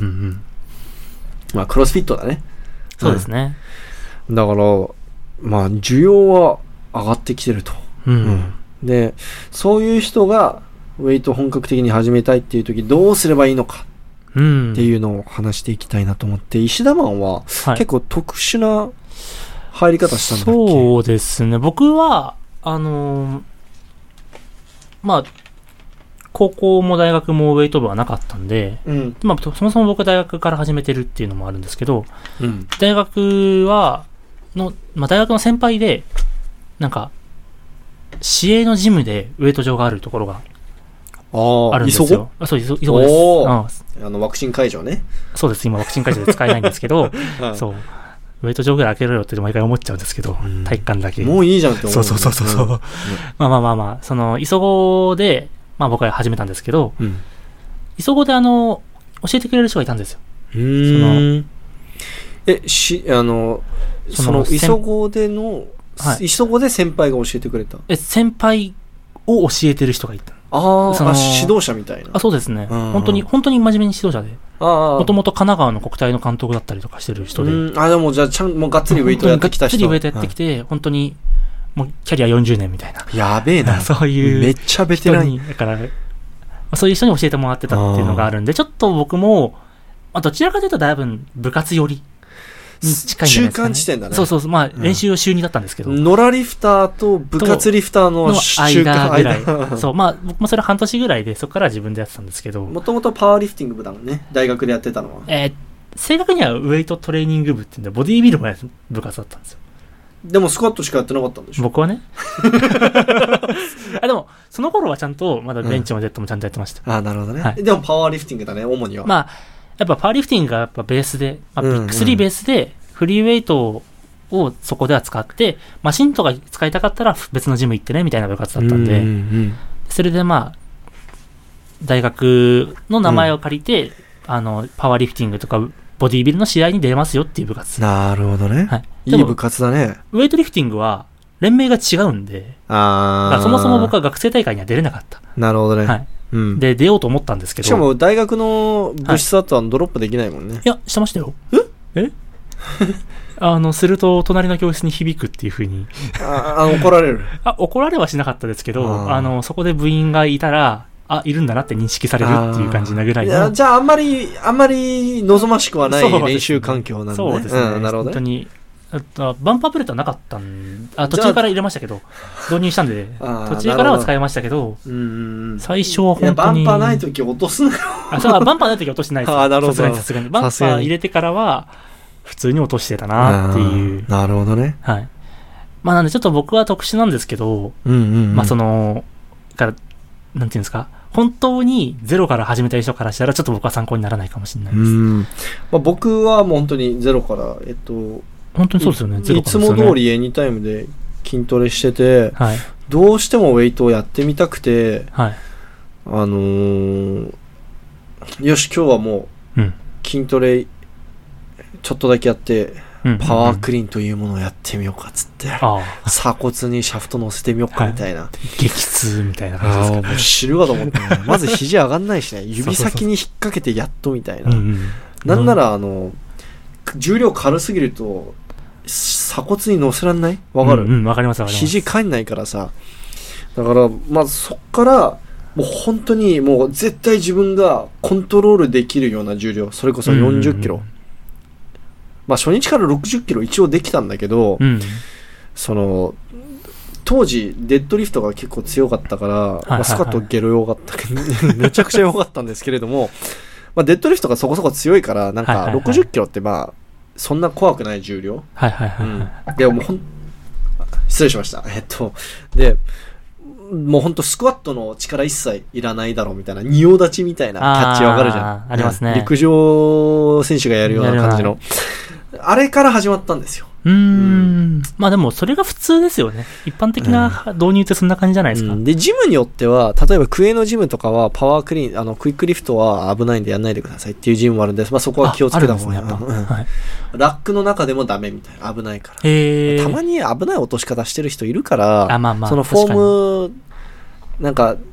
A: まあ、クロスフィットだね。
B: そうですね。
A: うん、だから、まあ、需要は上がってきてると。
B: うんうん、
A: で、そういう人がウェイト本格的に始めたいっていう時どうすればいいのかっていうのを話していきたいなと思って、石田マンは結構特殊な入り方したんだっけ？
B: はい、そうですね。僕は、あのー、まあ、高校も大学もウェイト部はなかったんで、うん、まあ、そもそも僕は大学から始めてるっていうのもあるんですけど、うん、大学はの、まあ、大学の先輩で、なんか、市営のジムでウェイト場があるところがあるんですよ。あ、そう、磯子です。
A: あの、ワクチン会場ね。
B: そうです。今、ワクチン会場で使えないんですけど、はい、そう。ウェイト場ぐらい開けろよって毎回思っちゃうんですけど、うん、体育館だけ。
A: もういいじゃんって思う。
B: そうそうそうそう。うん、まあまあまあまあ、その、磯子で、まあ僕は始めたんですけど、うん、磯子であの、教えてくれる人がいたんですよ。
A: うーん。え、し、あの、その、磯子での、はい、磯子で先輩が教えてくれた。
B: え、先輩を教えてる人がいた。
A: ああ、指導者みたいな。
B: あ、そうですね。本当に、本当に真面目に指導者で。もともと神奈川の国体の監督だったりとかしてる人で。
A: うん、あ、でもじゃあ、ちゃん、もうがっつりウェイトやってきた人。
B: がっつりウェイトやってきて、はい、本当に、もうキャリアよんじゅうねんみたいな。
A: やべえな。
B: そういう。
A: めっちゃベテラン。
B: だから、そういう人に教えてもらってたっていうのがあるんで、ちょっと僕も、まあ、どちらかというとだいぶ部活寄り。に近いんじゃないですかね。中間地点だね。そうそうそう。まあ、練習は週にだったんですけど。
A: 野良リフターと部活リフターの
B: 間ぐらい。そう。まあ、僕もそれ半年ぐらいで、そこから自分でやってたんですけど。
A: もともとパワーリフティング部だもんね。大学でやってたのは。
B: えー、正確にはウェイトトレーニング部っていうんで、ボディービルもやる部活だったんですよ。
A: でもスクワットしかやってなかったんでしょ？
B: 僕はね。あ、でも、その頃はちゃんと、まだベンチもデッドもちゃんとやってました。
A: うん、あ、なるほどね、はい。でもパワーリフティングだね、主には。
B: まあ、やっぱパワーリフティングがやっぱベースで、まあ、ビッグスリーベースで、フリーウェイトをそこでは使って、マシンとか使いたかったら別のジム行ってね、みたいな部活だったんで、うんうんうん、それでまあ、大学の名前を借りて、うん、あの、パワーリフティングとか、ボディービルの試合に出ますよっていう部活。
A: なるほどね。はい。いい部活だね。
B: ウェイトリフティングは、連盟が違うんで、
A: ああ。
B: そもそも僕は学生大会には出れなかった。
A: なるほどね。
B: はい。うん、で、出ようと思ったんですけど。
A: しかも大学の部室だとはドロップできないもんね。はい、
B: いや、してましたよ。
A: え
B: えあの、すると、隣の教室に響くっていう風に
A: ああ。怒られる
B: あ、怒られはしなかったですけど、あ, あの、そこで部員がいたら、あ、いるんだなって認識されるっていう感じなぐらいの。いや、
A: じゃあ、あんまり、あんまり望ましくはない練習環境なんで。
B: そうですね。うん、なるほど、ね。本当に。あバンパープレートはなかったんあ、途中から入れましたけど、導入したんで、途中からは使いましたけど、
A: うん
B: 最初は本当に。
A: バンパーないとき落とすなよ。
B: あ、そう、バンパーないとき落としてないです。
A: あ、なるほど。
B: さすがにさすがに。バンパー入れてからは、普通に落としてたなっていう。
A: なるほどね。
B: はい。まあなんでちょっと僕は特殊なんですけど、
A: うんうんうん、
B: まあその、から、なんていうんですか、本当にゼロから始めたい人からしたらちょっと僕は参考にならないかもしれないです。
A: うんまあ、僕はもう本当にゼロから、えっと、
B: 本当にそうですよね。ゼロ
A: からですよね。いつも通りエニタイムで筋トレしてて、はい、どうしてもウェイトをやってみたくて、
B: はい、
A: あのー、よし今日はもう筋トレちょっとだけやって、うん、パワークリーンというものをやってみようかっつって、うん、鎖骨にシャフト乗せてみようかみたいな、はい、
B: 激痛みたいな感じですかね。
A: もう知るかと思って、ね、まず肘上がんないしね、指先に引っ掛けてやっとみたいな。そうそうそう、うんうん、なんならあの重量軽すぎると鎖骨に乗せらんない？わかる？
B: うん、うん、わかりますわかります。
A: 肘帰んないからさ。だからまずそっからもう本当にもう絶対自分がコントロールできるような重量、それこそよんじゅっキロ、うんうんうん、まあ初日からろくじゅっキロ一応できたんだけど、うん、その当時デッドリフトが結構強かったから、はいはいはい、まあ、スカットゲロ弱かったけどめちゃくちゃ弱かったんですけれども、まあ、デッドリフトがそこそこ強いからなんかろくじゅっキロってまあそんな怖くない重量、
B: はいはいはい、
A: うん、でもうほん失礼しました。えっとでもうほんとスクワットの力一切いらないだろうみたいな仁王立ちみたいなキャッチわかるじゃん。
B: ありますね。
A: 陸上選手がやるような感じのあれから始まったんですよ。
B: うーん、うん、まあでもそれが普通ですよね。一般的な導入ってそんな感じじゃないですか、
A: うん、でジムによっては例えばクエのジムとかはパワークリーンあのクイックリフトは危ないんでやんないでくださいっていうジムもあるんです、まあ、そこは気をつけた方がいい、ねうんはい、ラックの中でもダメみたいな、危ないから。
B: へ
A: たまに危ない落とし方してる人いるから、
B: あ、まあまあ、
A: そのフォームなんか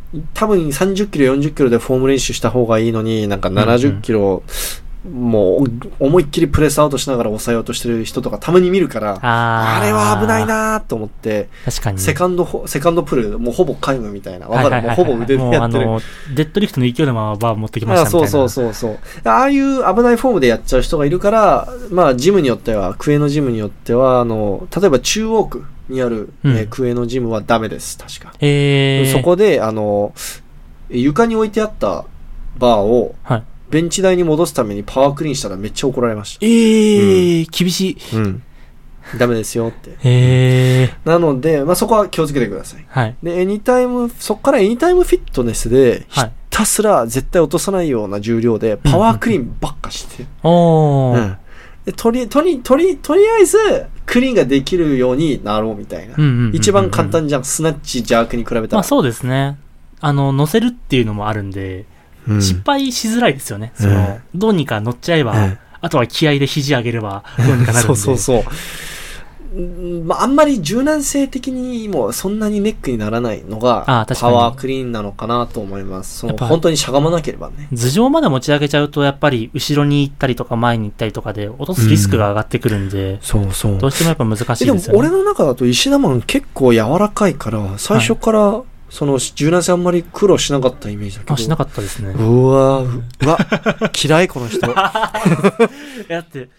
A: 多分さんじゅっキロ、よんじゅっキロでフォーム練習した方がいいのに、なんかななじゅっキロ、うんうんもう思いっきりプレスアウトしながら抑えようとしてる人とかたまに見るから、あ, あれは危ないなと思って、
B: 確かに
A: セカンドセカンドプルもうほぼ皆無みたいな、わかる、もうほぼ腕でやってる。
B: もうあのデッドリフトの勢いでままバー持ってきましたみたいな。
A: そうそうそうそう。ああいう危ないフォームでやっちゃう人がいるから、まあジムによってはクエのジムによってはあの例えば中央区にある、うんえー、クエのジムはダメです確か。
B: えー、
A: そこであの床に置いてあったバーを、はいベンチ台に戻すためにパワークリーンしたらめっちゃ怒られました。
B: えー、うん、厳しい。
A: うん。ダメですよって。
B: へー。
A: なので、まあ、そこは気をつけてください。
B: はい。
A: で、エニタイム、そこからエニタイムフィットネスで、ひたすら絶対落とさないような重量で、パワークリーンばっかして。
B: うん、おー。
A: うん。で、とり、とり、とり、とりあえず、クリーンができるようになろうみたいな。うんうんうんうん、一番簡単じゃん。スナッチ、ジャークに比べたら。
B: まあそうですね。あの、乗せるっていうのもあるんで、うん、失敗しづらいですよね。その、うん、どうにか乗っちゃえば、うん、あとは気合で肘上げれば、どうにかなるんで。
A: そうそうそう。まあ、あんまり柔軟性的にもそんなにネックにならないのが、パワークリーンなのかなと思います。その本当にしゃがまなければね。
B: 頭上まで持ち上げちゃうと、やっぱり後ろに行ったりとか前に行ったりとかで、落とすリスクが上がってくるんで、うん、
A: そうそう。
B: どうしてもやっぱ難しいですよね。
A: でも俺の中だと石田マン結構柔らかいから、最初から、はいその柔軟性あんまり苦労しなかったイメージだけど。
B: あ、しなかったですね。
A: うわうわ嫌いこの人。
B: だって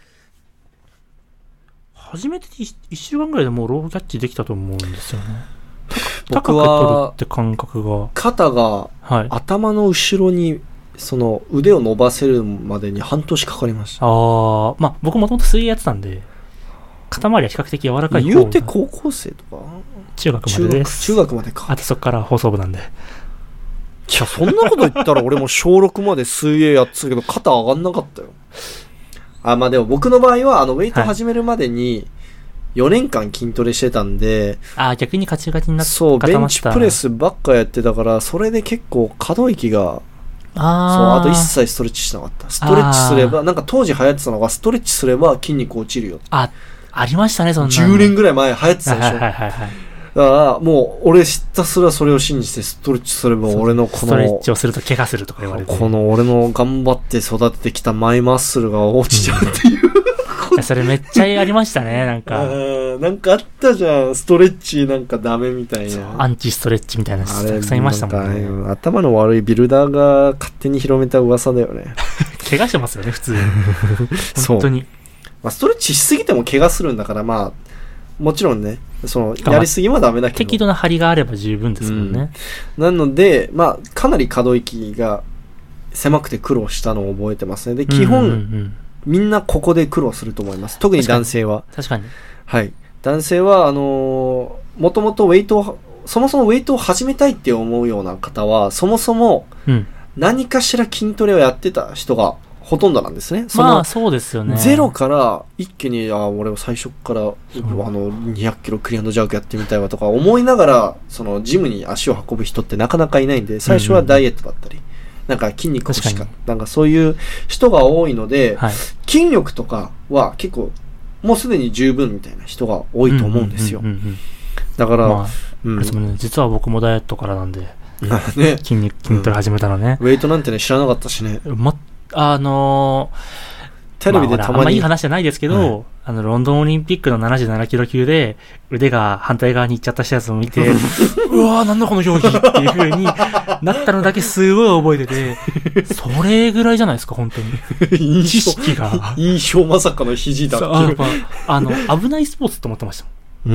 B: 初めていっしゅうかんぐらいでもうローキャッチできたと思うんですよね。
A: 僕は
B: 高く取るって感覚が
A: 肩が、はい、頭の後ろにその腕を伸ばせるまでに半年かかりました。
B: ああ、まあ僕もともと水泳やってたんで肩周りは比較的柔らかい方。
A: 言うて高校生とか。
B: 中学までです。
A: 中学、中学までか。
B: あとそこから放送部なんで。い
A: や、そんなこと言ったら俺も小ろくまで水泳やってたけど、肩上がんなかったよ。あ、まあでも僕の場合は、あの、ウェイト始めるまでに、よねんかん筋トレしてたんで、
B: はい、あ、逆にカチガチになって、
A: そう、ベンチプレスばっかやってたから、それで結構可動域が、
B: あ
A: そう、あと一切ストレッチしなかった。ストレッチすれば、なんか当時流行ってたのが、ストレッチすれば筋肉落ちるよ。
B: あ、ありましたね、そんな。
A: じゅうねんぐらい前流行ってたでしょ。
B: はいはいはいはい。
A: だからもう俺ひたすらそれを信じてストレッチすれば俺のこの
B: ストレッチをすると怪我するとか言われて、
A: この俺の頑張って育ててきたマイマッスルが落ちちゃうっていう、
B: うん、それめっちゃありましたね。なんか
A: なんかあったじゃん、ストレッチなんかダメみたいな、
B: アンチストレッチみたいな人たくさんいましたもんね。
A: んか頭の悪いビルダーが勝手に広めた噂だよね。
B: 怪我してますよね普通に。本当に、
A: まあ、ストレッチしすぎても怪我するんだから、まあもちろんね、そのやりすぎはダメだけど、
B: 適度な張りがあれば十分ですもんね。
A: うん、なので、まあかなり可動域が狭くて苦労したのを覚えてますね。で、基本、うんうんうん、みんなここで苦労すると思います。特に男性は。
B: 確かに。
A: はい。男性はあのー、もともとウェイトをそもそもウェイトを始めたいって思うような方は、そもそも何かしら筋トレをやってた人がほとんどなんですね。
B: そのまあそうですよね。
A: ゼロから一気に、あ、俺は最初からあのにひゃくキロクリアンドジャークやってみたいわとか思いながら、そのジムに足を運ぶ人ってなかなかいないんで、最初はダイエットだったり、うんうん、なんか筋肉欲しかった、なんかそういう人が多いので、はい、筋力とかは結構もうすでに十分みたいな人が多いと思うんですよ。だから、まあ
B: うん、実は僕もダイエットからなんで、ね、筋肉筋トレ始めたのね、
A: うん、ウェイトなんてね知らなかったしね。
B: まあのー、テレビでたまに、まあ、あんまいい話じゃないですけど、はい、あのロンドンオリンピックのななじゅうななキロ級で腕が反対側に行っちゃったやつを見てうわーなんだこの競技っていう風になったのだけすごい覚えてて、それぐらいじゃないですか本当に知識が
A: 印象まさかの肘だっていう、
B: あ, あの危ないスポーツと思ってました。
A: うん、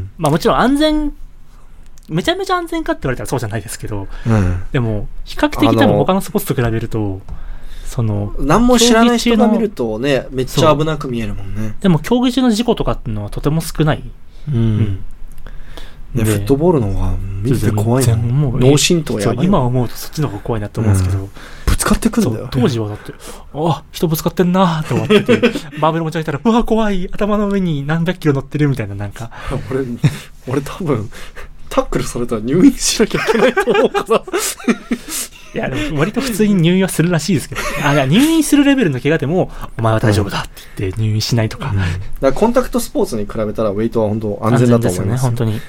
B: まあもちろん安全めちゃめちゃ安全かって言われたらそうじゃないですけど、うん、でも比較的多分他のスポーツと比べるとその
A: 何も知らない人が見るとねめっちゃ危なく見えるもんね。
B: でも競技中の事故とかっていうのはとても少ない、
A: うんうんね、フットボールの方が見てて怖いな。脳震盪や
B: 今思うとそっちの方が怖いなって思うんですけど、うん、
A: ぶつかってくるんだよ、ね、
B: 当時はだってあ人ぶつかってんなーって思っててバーベル持ち上げたらうわ怖い頭の上に何百キロ乗ってるみたいななんか
A: 俺俺多分タックルされたら入院しなきゃいけないと思うから
B: いやでも割と普通に入院はするらしいですけど、あいや入院するレベルの怪我でもお前は大丈夫だって言って入院しないとか、うん、だ
A: からコンタクトスポーツに比べたらウェイトは本当安全だと思います。
B: 安全ですよね本当に。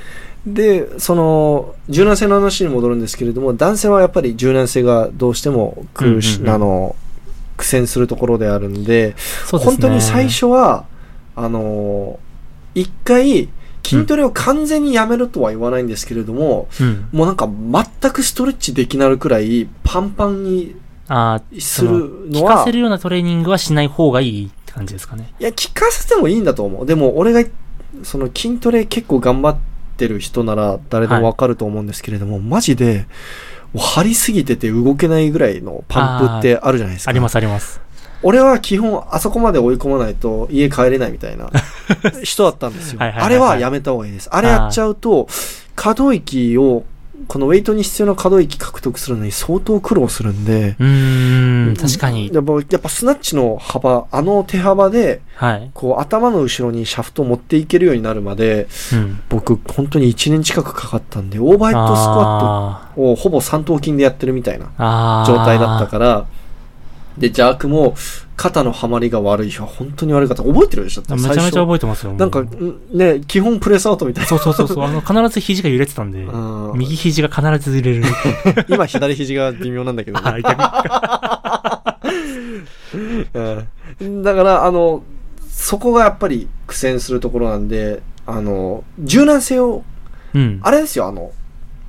A: でその柔軟性の話に戻るんですけれども、男性はやっぱり柔軟性がどうしても苦し、うんうんうん、あの苦戦するところであるん で, そうですね、本当に最初はあの一回筋トレを完全にやめるとは言わないんですけれども、うん、もうなんか全くストレッチできなるくらいパンパンにするのは、
B: 効かせるようなトレーニングはしない方がいいって感じですかね。
A: いや、効かせてもいいんだと思う。でも俺がその筋トレ結構頑張ってる人なら誰でもわかると思うんですけれども、はい、マジで張りすぎてて動けないぐらいのパンプってあるじゃないですか。
B: あ, ありますあります。
A: 俺は基本あそこまで追い込まないと家帰れないみたいな人だったんですよ。はいはいはいはい、あれはやめた方がいいです。あれやっちゃうと可動域をこのウェイトに必要な可動域獲得するのに相当苦労するんで、
B: うーん、確かに
A: やっぱ、やっぱスナッチの幅、あの手幅で、はい、こう頭の後ろにシャフトを持っていけるようになるまで、うん、僕本当にいちねん近くかかったんで、オーバーヘッドスクワットをほぼ三頭筋でやってるみたいな状態だったから、で、ジャークも肩の張りが悪い日は本当に悪かった。覚えてるでしょ？
B: めちゃめちゃ覚えてますよ。
A: なんかね、基本プレスアウトみたいな。
B: そうそうそうそう。あの必ず肘が揺れてたんで、右肘が必ず揺れる。
A: 今左肘が微妙なんだけど、ね。うん、だからあのそこがやっぱり苦戦するところなんで、あの柔軟性を、うん、あれですよ、あの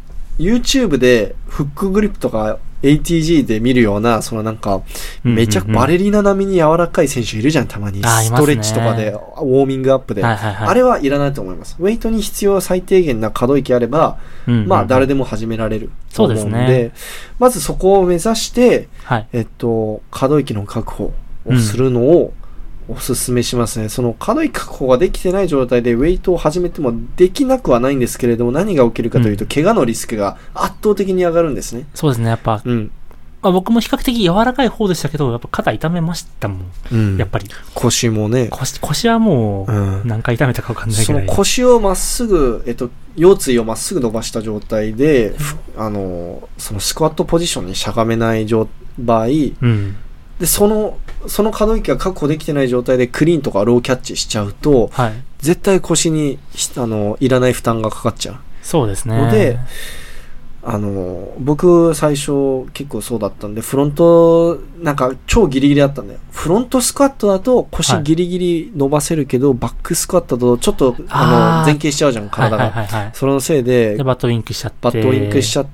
A: YouTube でフックグリップとかエーティージー で見るような、そのなんか、めちゃバレリーナ並みに柔らかい選手いるじゃん、たまに。ストレッチとかで、ウォーミングアップで、はいはいはい。あれはいらないと思います。ウェイトに必要最低限な可動域あれば、うんうんうん、まあ誰でも始められると思うんで、そうですね、まずそこを目指して、はい、えっと、可動域の確保をするのをおすすめしますね。うん、その可動域確保ができてない状態でウェイトを始めてもできなくはないんですけれども、何が起きるかというと、うん、怪我のリスクが圧倒的に上がるんですね。
B: そうですね、やっぱ。うん、まあ、僕も比較的柔らかい方でしたけど、やっぱ肩痛めましたもん。うん、やっぱり。
A: 腰もね。
B: 腰、腰はもう、何回痛めたか分かんないぐらい。
A: その腰をまっすぐ、えっと、腰椎をまっすぐ伸ばした状態で、あの、そのスクワットポジションにしゃがめない場合、うん、で、その、その可動域が確保できてない状態でクリーンとかローキャッチしちゃうと、はい、絶対腰に、あの、いらない負担がかかっちゃう。
B: そうですね。
A: ので、あの、僕最初結構そうだったんで、フロント、なんか超ギリギリだったんだよ。フロントスクワットだと腰ギリギリ伸ばせるけど、はい、バックスクワットだとちょっと、あの、前傾しちゃうじゃん、体が。はいはいはいはい、そのせいで、
B: で、バットウィンクしちゃって。
A: バットウィンクしちゃって、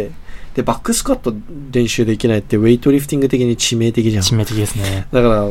A: で、バックスクワット練習できないってウェイトリフティング的に致命的じゃん。
B: 致命的ですね。
A: だから、うん。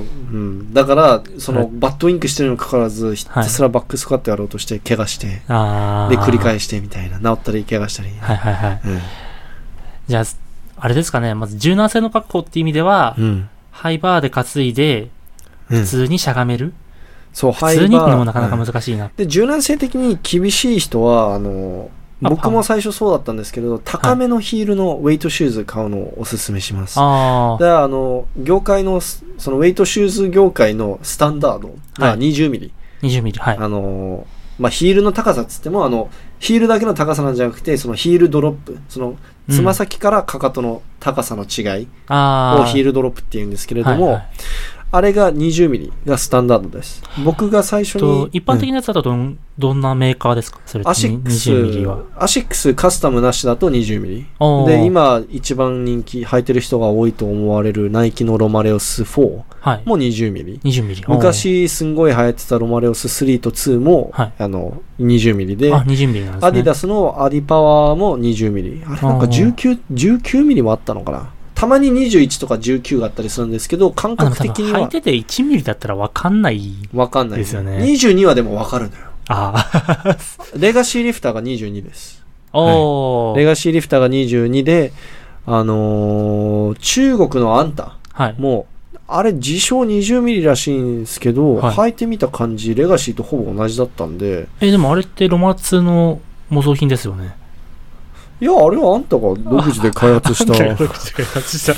A: だから、その、バットウィンクしてるにもかかわらず、ひたすらバックスクワットやろうとして、怪我して、はい、で、繰り返してみたいな。治ったり、怪我したり。
B: はいはいはい。うん、じゃあ、あれですかね。まず、柔軟性の確保っていう意味では、うん、ハイバーで担いで、普通にしゃがめる、うん、そう、ハイバー。普通にってのもなかなか難しいな。
A: で、柔軟性的に厳しい人は、あの、僕も最初そうだったんですけど、高めのヒールのウェイトシューズ買うのをおすすめします。はい、だからあの業界のそのウェイトシューズ業界のスタンダードがにじゅうミリ、
B: にじゅうミリ、はい。
A: あのまあヒールの高さっつってもあのヒールだけの高さなんじゃなくて、そのヒールドロップ、そのつま先からかかとの高さの違いをヒールドロップって言うんですけれども、はいはい、あれがにじゅうミリがスタンダードです。僕が最初に。
B: 一般的なやつだとどん、うん、どんなメーカーですか？それってにじゅうミリは。
A: アシックスカスタムなしだとにじゅうミリ。で、今一番人気、履いてる人が多いと思われるナイキのロマレオスフォーもにじゅうミリ。
B: にじゅうミリ。
A: 昔すんごい流行ってたロマレオススリーとツーも、はい、あの、にじゅうミリで。
B: あ、にじゅうミリなんですね。
A: アディダスのアディパワーもにじゅうミリ。あれなんかじゅうきゅう、じゅうきゅうミリもあったのかな。たまににじゅういちとかじゅうきゅうがあったりするんですけど、感覚的には。
B: 履いてていちミリだったら分かんないですよね。
A: 分かんないですよね。にじゅうにはでも分かるのよ。ああ。レガシーリフターがにじゅうにです。おー。はい、レガシーリフターがにじゅうにで、あのー、中国のアンタも、はい、あれ自称にじゅうミリらしいんですけど、はい、履いてみた感じ、レガシーとほぼ同じだったんで。
B: え、でもあれってロマツの模造品ですよね。
A: いや、あれはあんたが独自で開発した。独自で開発した。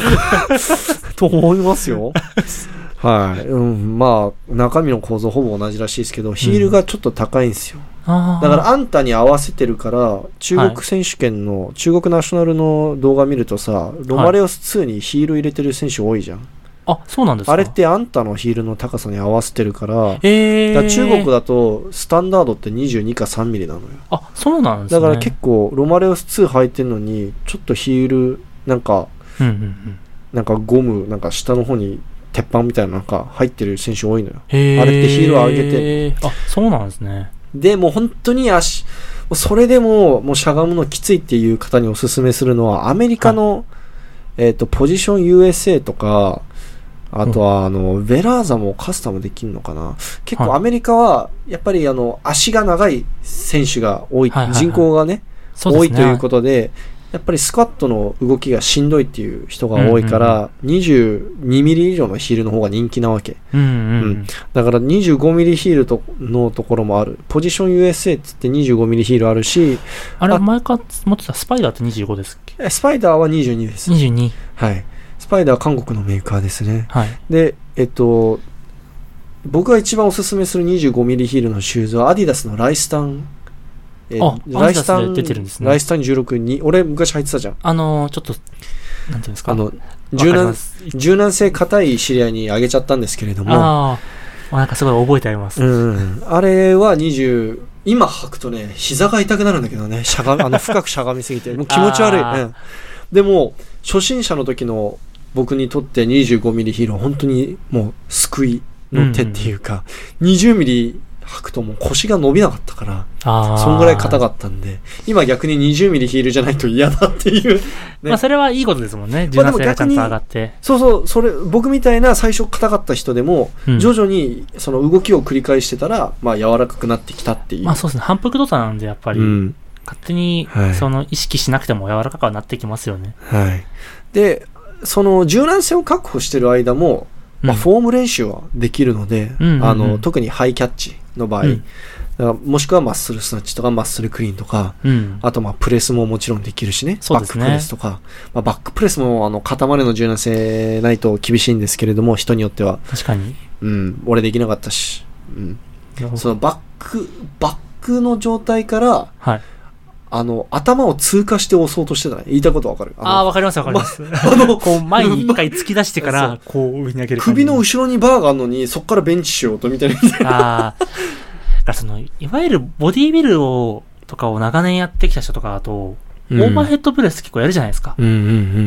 A: と思いますよ。はい。うん、まあ、中身の構造ほぼ同じらしいですけど、ヒールがちょっと高いんですよ。うん、だからあんたに合わせてるから、中国選手権の、はい、中国ナショナルの動画見るとさ、ロマレオスツーにヒール入れてる選手多いじゃん。
B: あ、そうなんですか。
A: あれってあんたのヒールの高さに合わせてるから、
B: えー、
A: だから中国だとスタンダードってにじゅうにかさんミリなのよ。
B: あ、そうなんですね。
A: だから結構ロマレオスツー履いてるのにちょっとヒールなんか、
B: うんうんうん、
A: なんかゴムなんか下の方に鉄板みたいななんか入ってる選手多いのよ。
B: へー、
A: あれってヒールを上げて、
B: あ、そうなんですね。
A: でもう本当に足、それでももうしゃがむのきついっていう方におすすめするのはアメリカの、はい、えっとポジション ユーエスエー とか、あとはあの、うん、ベラーザもカスタムできるのかな。結構アメリカはやっぱりあの足が長い選手が多い、はいはいはい、人口がね、多いということで、やっぱりスクワットの動きがしんどいっていう人が多いから、うんうんうん、にじゅうにミリ以上のヒールの方が人気なわけ、
B: うんうんうん、
A: だからにじゅうごミリヒールとのところもある。ポジション ユーエスエー っつってにじゅうごミリヒールあるし、
B: あれ前から持ってたスパイダーってにじゅうごですっけ？
A: スパイダーはにじゅうにです。
B: にじゅうに、
A: はい。スパイダーは韓国のメーカーですね、
B: はい、
A: で、えっと僕が一番おすすめするにじゅうごミリヒールのシューズはアディダスのライスタン、
B: えあ、ライスタン出てるんですね。
A: ライスタンじゅうろくに、俺昔入ってたじゃん。
B: あのー、ちょっとなんていうんですか、
A: あの柔軟柔軟性硬い知り合いにあげちゃったんですけれども、
B: ああ、なんかすごい覚えてあります。
A: うん、あれはにじゅう、今履くとね膝が痛くなるんだけどね、しゃがあの深くしゃがみすぎてもう気持ち悪い、うん、でも初心者の時の僕にとってにじゅうごミリヒールは本当にもう救いの手っていうか、うんうん、にじゅうミリ履くともう腰が伸びなかったから、あそんぐらい硬かったんで、今逆ににじゅうミリヒールじゃないと嫌だっていう、ね、
B: まあそれはいいことですもんね。柔軟性がちゃんと上がって、まあ、
A: そうそう、それ僕みたいな最初硬かった人でも、うん、徐々にその動きを繰り返してたらまあ柔らかくなってきたっていう。
B: まあそうですね、反復動作なんでやっぱり、うん、勝手にその意識しなくても柔らかくはなってきますよね。
A: はい。でその柔軟性を確保している間も、まあ、フォーム練習はできるので、うん、あの特にハイキャッチの場合、うん、だからもしくはマッスルスナッチとかマッスルクリーンとか、うん、あとまあプレスももちろんできるしね、
B: そうですね、
A: バックプレスとか、まあ、バックプレスもあの肩までの柔軟性ないと厳しいんですけれども、人によっては
B: 確かに、
A: うん、俺できなかったし、うん、そのバックバックの状態から、はい、あの頭を通過して押そうとしてたね。言いたいことわかる？
B: ああ、わかりますわかります。ま、あのこう前に一回突き出してからこう上に上げる。
A: 首の後ろにバーがあるのにそこからベンチしようとみたいな。
B: ああ、だからそのいわゆるボディービルをとかを長年やってきた人とかだと、うん、オーバーヘッドプレス結構やるじゃないですか。うんうんうん、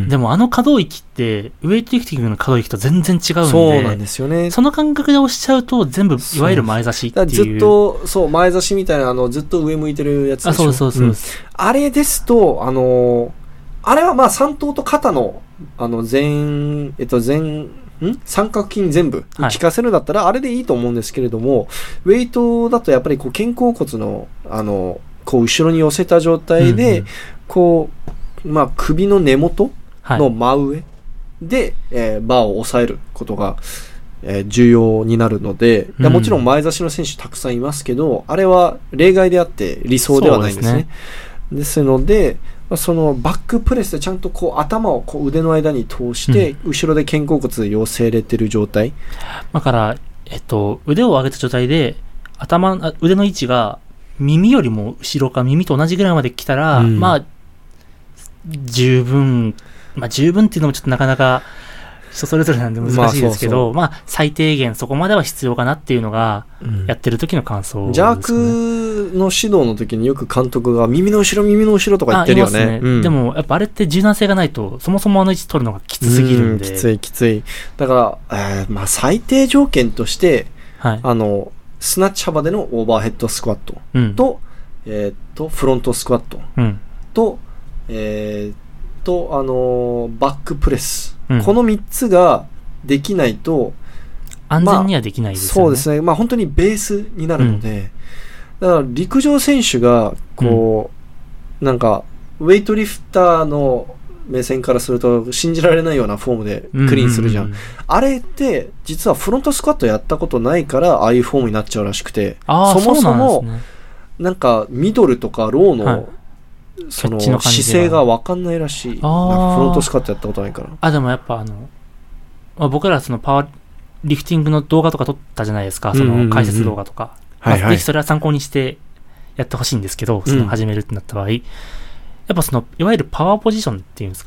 B: でもあの可動域ってウェイトリフティングの可動域と全然違うんで、
A: そうなんですよね。
B: その感覚で押しちゃうと全部いわゆる前差しっていう。
A: ずっとそう前差しみたいなあのずっと上向いてるやつでしょ。
B: あ、そうそうそう、うん。
A: あれですとあのあれはまあ三頭と肩のあの全えっと全ん三角筋全部に効かせるんだったらあれでいいと思うんですけれども、はい、ウェイトだとやっぱりこう肩甲骨のあのこう後ろに寄せた状態で、うんうん、こうまあ首の根元の真上で、はい、えー、バーを押さえることが、えー、重要になるので、うん、もちろん前差しの選手たくさんいますけど、あれは例外であって理想ではないんですね。ですね。ですのでそのバックプレスでちゃんとこう頭をこう腕の間に通して、うん、後ろで肩甲骨で寄せれてる状態
B: だから、えっと、腕を上げた状態で頭腕の位置が耳よりも後ろか耳と同じぐらいまで来たら、うん、まあ十分まあ十分っていうのもちょっとなかなか人それぞれなんで難しいですけど、まあ、そうそう、まあ最低限そこまでは必要かなっていうのが、うん、やってる時の感想ですね。
A: 邪悪の指導の時によく監督が耳の後ろ耳の後ろとか言ってるよね。
B: ね、うん、でもやっぱあれって柔軟性がないとそもそもあの位置取るのがきつすぎるんで、
A: うん、きついきつい。だから、えー、まあ最低条件として、はい、あのスナッチ幅でのオーバーヘッドスクワットと、うん、えー、っとフロントスクワット、うん、と、えー、とあのー、バックプレス、うん、このみっつができないと
B: 安全にはできないですよね。
A: まあ、そうですね。まあ本当にベースになるので、うん、だから陸上選手がこう、うん、なんかウェイトリフターの目線からすると信じられないようなフォームでクリーンするじゃん。うんうんうん、あれって実はフロントスクワットやったことないからああいうフォームになっちゃうらしくて、そもそもなんかミドルとかローの、はい、その姿勢が分かんないらしい。なんかフロントスクワットやったことないから。
B: あ、でもやっぱあの、まあ、僕らそのパワーリフティングの動画とか撮ったじゃないですか、その解説動画とか。うんうんうん、まあ、ぜひそれは参考にしてやってほしいんですけど、その始めるってなった場合、うん、やっぱそのいわゆるパワーポジションっていうんですか、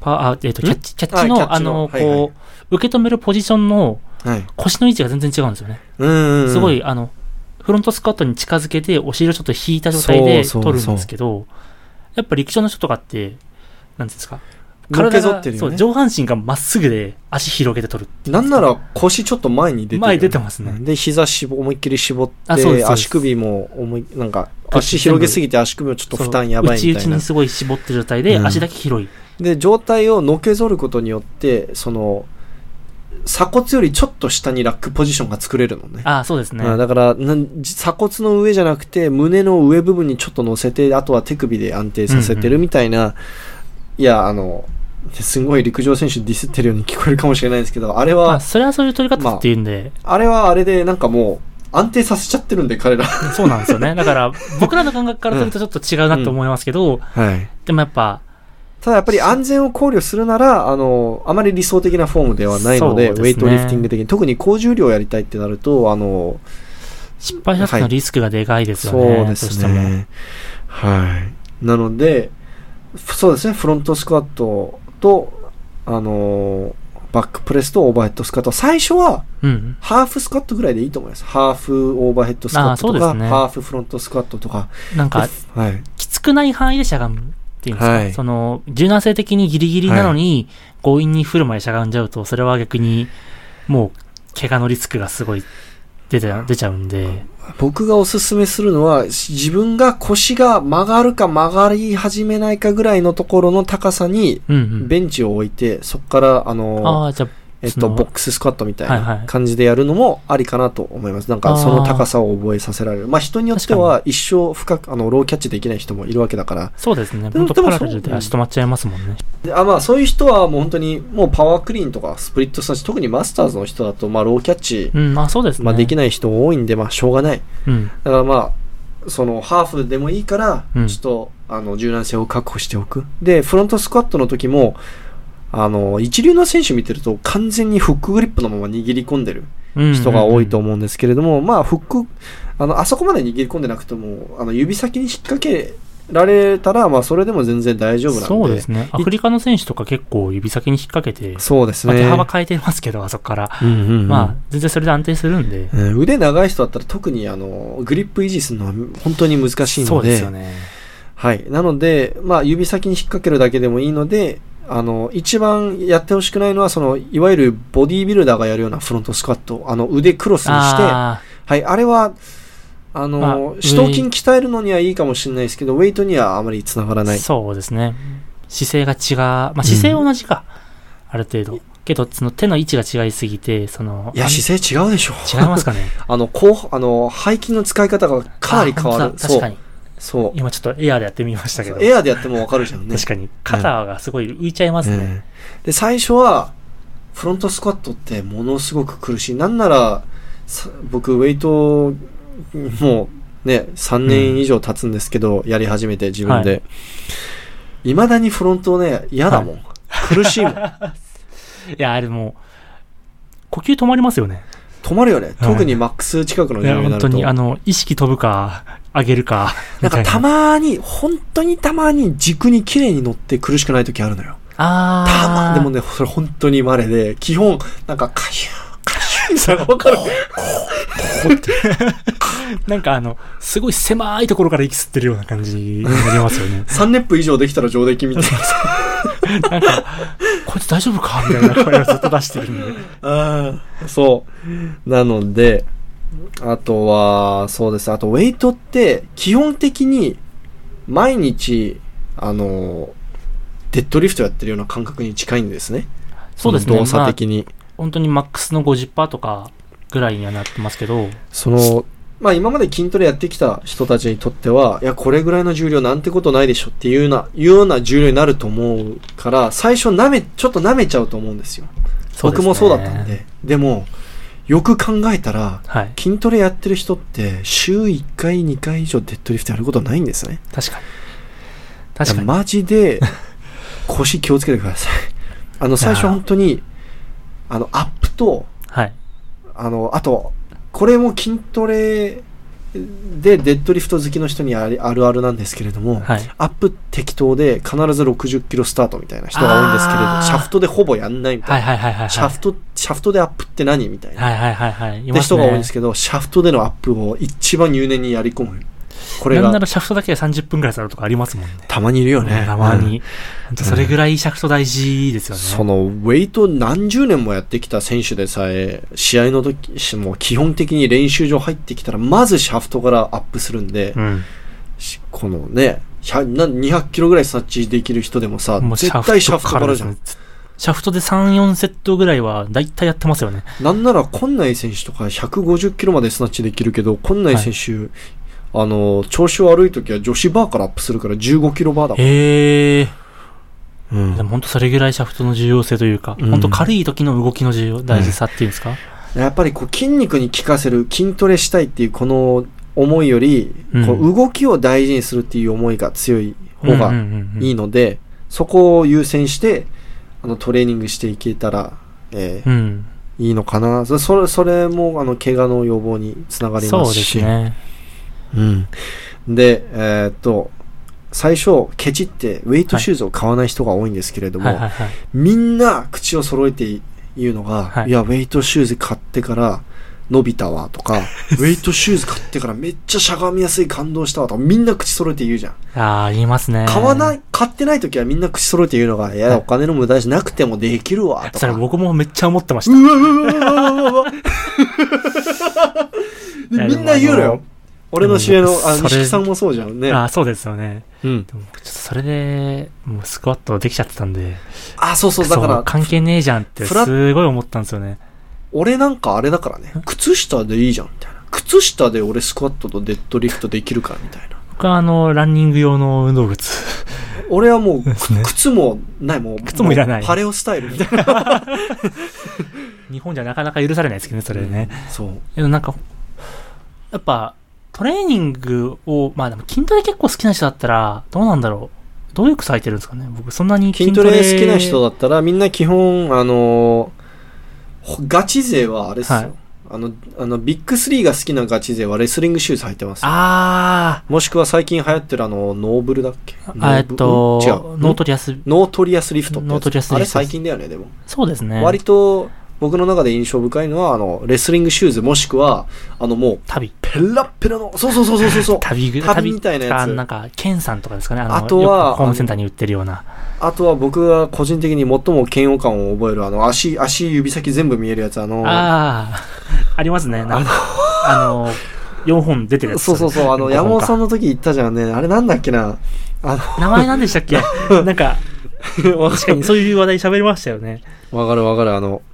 B: パあ、えっ、ー、と、キャッチ、キャッチの、あ, あの、はいはい、こう、受け止めるポジションの腰の位置が全然違うんですよね。うんうんうん、すごい、あの、フロントスクワットに近づけて、お尻をちょっと引いた状態で取るんですけど、そうそうそう、やっぱ陸上の人とかって、なんていうんですか、体が、ね、そう、上半身がまっすぐで足広げて取るっていう。
A: なんなら腰ちょっと前に出てる、ね。
B: 前出てますね。
A: で、膝しぼ思いっきり絞って、足首も思い、なんか、足広げすぎて足首もちょっと負担やばいみたいな。
B: 内々にすごい絞ってる状態で、足だけ広い。
A: うん、で、上体をのけぞることによって、その、鎖骨よりちょっと下にラックポジションが作れるのね。
B: ああ、そうですね。
A: だから、鎖骨の上じゃなくて、胸の上部分にちょっと乗せて、あとは手首で安定させてるみたいな、うんうん、いや、あの、すごい陸上選手ディスってるように聞こえるかもしれないですけど、あれは、まあ、
B: それはそういう取り方っていうんで、
A: まあ、あれはあれでなんかもう安定させちゃってるんで彼ら
B: そうなんですよね。だから僕らの感覚からするとちょっと違うなと思いますけど、うんうん、はい、でもやっぱ
A: ただやっぱり安全を考慮するならあのあまり理想的なフォームではないの で, で、ね、ウェイトリフティング的に特に高重量をやりたいってなるとあの
B: 失敗した時のリスクがでかいですよね、
A: はい、そうですね、はいなのでそうですねフロントスクワットとあのー、バックプレスとオーバーヘッドスクワット最初は、うん、ハーフスクワットぐらいでいいと思います。ハーフオーバーヘッドスクワットとか、ね、ハーフフロントスクワットとか
B: なんか、はい、きつくない範囲でしゃがむっていうんですか、はい、その柔軟性的にギリギリなのに、はい、強引にフルまでしゃがんじゃうとそれは逆にもう怪我のリスクがすごい出て出ちゃうんで
A: 僕がおすすめするのは自分が腰が曲がるか曲がり始めないかぐらいのところの高さにベンチを置いて、うんうん、そこからあの
B: あじゃ
A: えっとボックススクワットみたいな感じでやるのもありかなと思います。なんかその高さを覚えさせられる。まあ人によっては一生深くあのローキャッチできない人もいるわけだから。
B: そうですね。本当パラレルで足止まっちゃいますもんね。
A: であまあそういう人はもう本当にもうパワークリーンとかスプリットスタッチ特にマスターズの人だとまあローキャッチ、
B: うんまあそうですね、
A: まあできない人多いんでまあしょうがない。うん、だからまあそのハーフでもいいからちょっと、うん、あの柔軟性を確保しておく。でフロントスクワットの時もあの一流の選手見てると完全にフックグリップのまま握り込んでる人が多いと思うんですけれども、うんうんうん、まあフックあのあそこまで握り込んでなくてもあの指先に引っ掛けられたらまあそれでも全然大丈夫なんで。
B: そうですね。アフリカの選手とか結構指先に引っ掛けて
A: そうですね、
B: まあ、手幅変えてますけどあそこから、うんうんうん、まあ全然それで安定するんで、
A: うん、腕長い人だったら特にあのグリップ維持するのは本当に難しいので。
B: そうですよね。
A: はいなのでまあ指先に引っ掛けるだけでもいいのであの一番やってほしくないのはそのいわゆるボディービルダーがやるようなフロントスクワットあの腕クロスにしてあ,、はい、あれはあの、まあ、四頭筋鍛えるのにはいいかもしれないですけどウェイトにはあまりつながらない。
B: そうですね姿勢が違う、まあ、姿勢は同じか、うん、ある程度けどその手の位置が違いすぎてその
A: いや姿勢違うでしょ。
B: 違いますかね
A: あのこうあの背筋の使い方がかなり変わる。
B: 確かに
A: そう
B: 今ちょっとエアーでやってみましたけど
A: エアーでやっても分かるじゃんね
B: 確かに肩がすごい浮いちゃいますね、うん、
A: で最初はフロントスクワットってものすごく苦しい。なんなら僕ウェイトもうねさんねん以上経つんですけど、うん、やり始めて自分で、はいまだにフロントね嫌だもん、はい、苦しいもんい
B: やあれもう呼吸止まりますよね。
A: 止まるよね、はい、特にマックス近くの重量になると。
B: 本当にあの意識飛ぶか上げるか
A: なんかたまに本当にたまに軸に綺麗に乗って苦しくない時あるのよ。
B: あ
A: たまでもねそれ本当に稀で基本なんかカシューカシューさ分かる
B: なんかあのすごい狭いところから息吸ってるような感じになりますよね
A: さんネップ以上できたら上出来みたい
B: ななんかこいつ大丈夫かみたいな声をずっと出してるんで
A: ああそうなのであとはそうですあとウェイトって基本的に毎日あのデッドリフトやってるような感覚に近いんですね。
B: そうですね。
A: 動作的に、まあ、
B: 本当にマックスの ごじゅっパーセント とかぐらいにはなってますけど、
A: そのまあ今まで筋トレやってきた人たちにとってはいやこれぐらいの重量なんてことないでしょっていうようないうような重量になると思うから最初なめちょっと舐めちゃうと思うんですよ。そうですね、僕もそうだったんで。でもよく考えたら、はい、筋トレやってる人って週いっかいにかい以上デッドリフトやることないんですね。
B: 確かに確かに
A: マジで腰気をつけてください。あの最初本当にあのアップと、
B: はい、
A: あのあとこれも筋トレでデッドリフト好きの人にあるあるなんですけれども、はい、アップ適当で必ずろくじゅっキロスタートみたいな人が多いんですけれど、シャフトでほぼやんないみたいな、はいはいはいはい、シャフトシャフトでアップって何みたいな、はいはいはいはい、って人が多いんですけど、シャフトでのアップを一番入念にやり込む。これが
B: なんならシャフトだけでさんじゅっぷんぐらいするとかありますもんね。
A: たまにいるよね。
B: たまに。うん、それぐらいシャフト大事ですよね。
A: その、ウェイト何十年もやってきた選手でさえ、試合の時、もう基本的に練習場入ってきたら、まずシャフトからアップするんで、うん、このね、にひゃくキロぐらいスナッチできる人でもさ、もう絶対シャフトからじゃん。
B: シャフトでさん、よんセットぐらいはだいたいやってますよね。
A: なんなら、今内選手とかひゃくごじゅっキロまでスナッチできるけど、今内選手、はいあの調子悪い時は女子バーからアップするからじゅうごキロバーだもん。
B: へえ。うん。でも本当それぐらいシャフトの重要性というか、うん、本当軽い時の動きの重要大事さっていうんですか。
A: うん、やっぱりこう筋肉に効かせる筋トレしたいっていうこの思いより、うん、こう動きを大事にするっていう思いが強い方がいいので、うんうんうんうん、そこを優先してあのトレーニングしていけたら、えーうん、いいのかな。それそれもあの怪我の予防につながりますし。そうですね。うん、で、えー、っと最初ケチってウェイトシューズを買わない人が多いんですけれども、はいはいはいはい、みんな口を揃えて言うのが、はい、いやウェイトシューズ買ってから伸びたわとかウェイトシューズ買ってからめっちゃしゃがみやすい感動したわとかみんな口揃えて言うじゃん。
B: ああ言いますね。
A: 買わない買ってない時はみんな口揃えて言うのがいや、はい、お金の無駄じゃなくてもできるわとか。
B: それ僕もめっちゃ思ってました。
A: うわうわうわうわうわでみんな言うのよ。俺の試合の、あ、西木さんもそうじゃんね。
B: あ、そうですよね。うん。でもちょっとそれで、もうスクワットできちゃってたんで。
A: あ、そうそう、だから。
B: 関係ねえじゃんってすごい思ったんですよね。
A: 俺なんかあれだからね。靴下でいいじゃん、みたいな。靴下で俺スクワットとデッドリフトできるから、みたいな。
B: 僕はあの、ランニング用の運動靴。
A: 俺はもう、ね、靴もない、もう。
B: 靴もいらない。
A: パレオスタイルみたいな。
B: 日本じゃなかなか許されないですけどね、それね。
A: うん、そう。
B: でもなんか、やっぱ、トレーニングを、まあでも筋トレ結構好きな人だったら、どうなんだろう。どういう草履いてるんですかね。僕そんなに
A: 筋トレ。筋トレ好きな人だったら、みんな基本、あの、ガチ勢はあれですよ。はい、あの、あの、ビッグスリーが好きなガチ勢はレスリングシューズ履いてます。
B: ああ。
A: もしくは最近流行ってるあの、ノーブルだっけ
B: えっと、
A: 違う。
B: ノートリアス。
A: ノートリアスリフトって
B: ノートリアスリフト。
A: あれ最近だよね、でも。
B: そうですね。
A: 割と、僕の中で印象深いのは、あの、レスリングシューズもしくは、あのもう、
B: 旅。
A: ペラッペラの、そうそうそうそうそう。
B: 旅ぐ、
A: 旅みたいなやつ。
B: なんか、ケンさんとかですかね。あの、
A: あとは、
B: ホームセンターに売ってるような。
A: あとは僕が個人的に最も嫌悪感を覚える、あの、足、足、指先全部見えるやつ、あの、
B: ああ、ありますね。なんか、あの、よんほん出てるやつ。
A: そうそうそう、あの、山本さんの時言ったじゃんね。あれなんだっけな。
B: あの、名前なんでしたっけなんか、確かにそういう話題喋りましたよね。
A: わかるわかる、あの、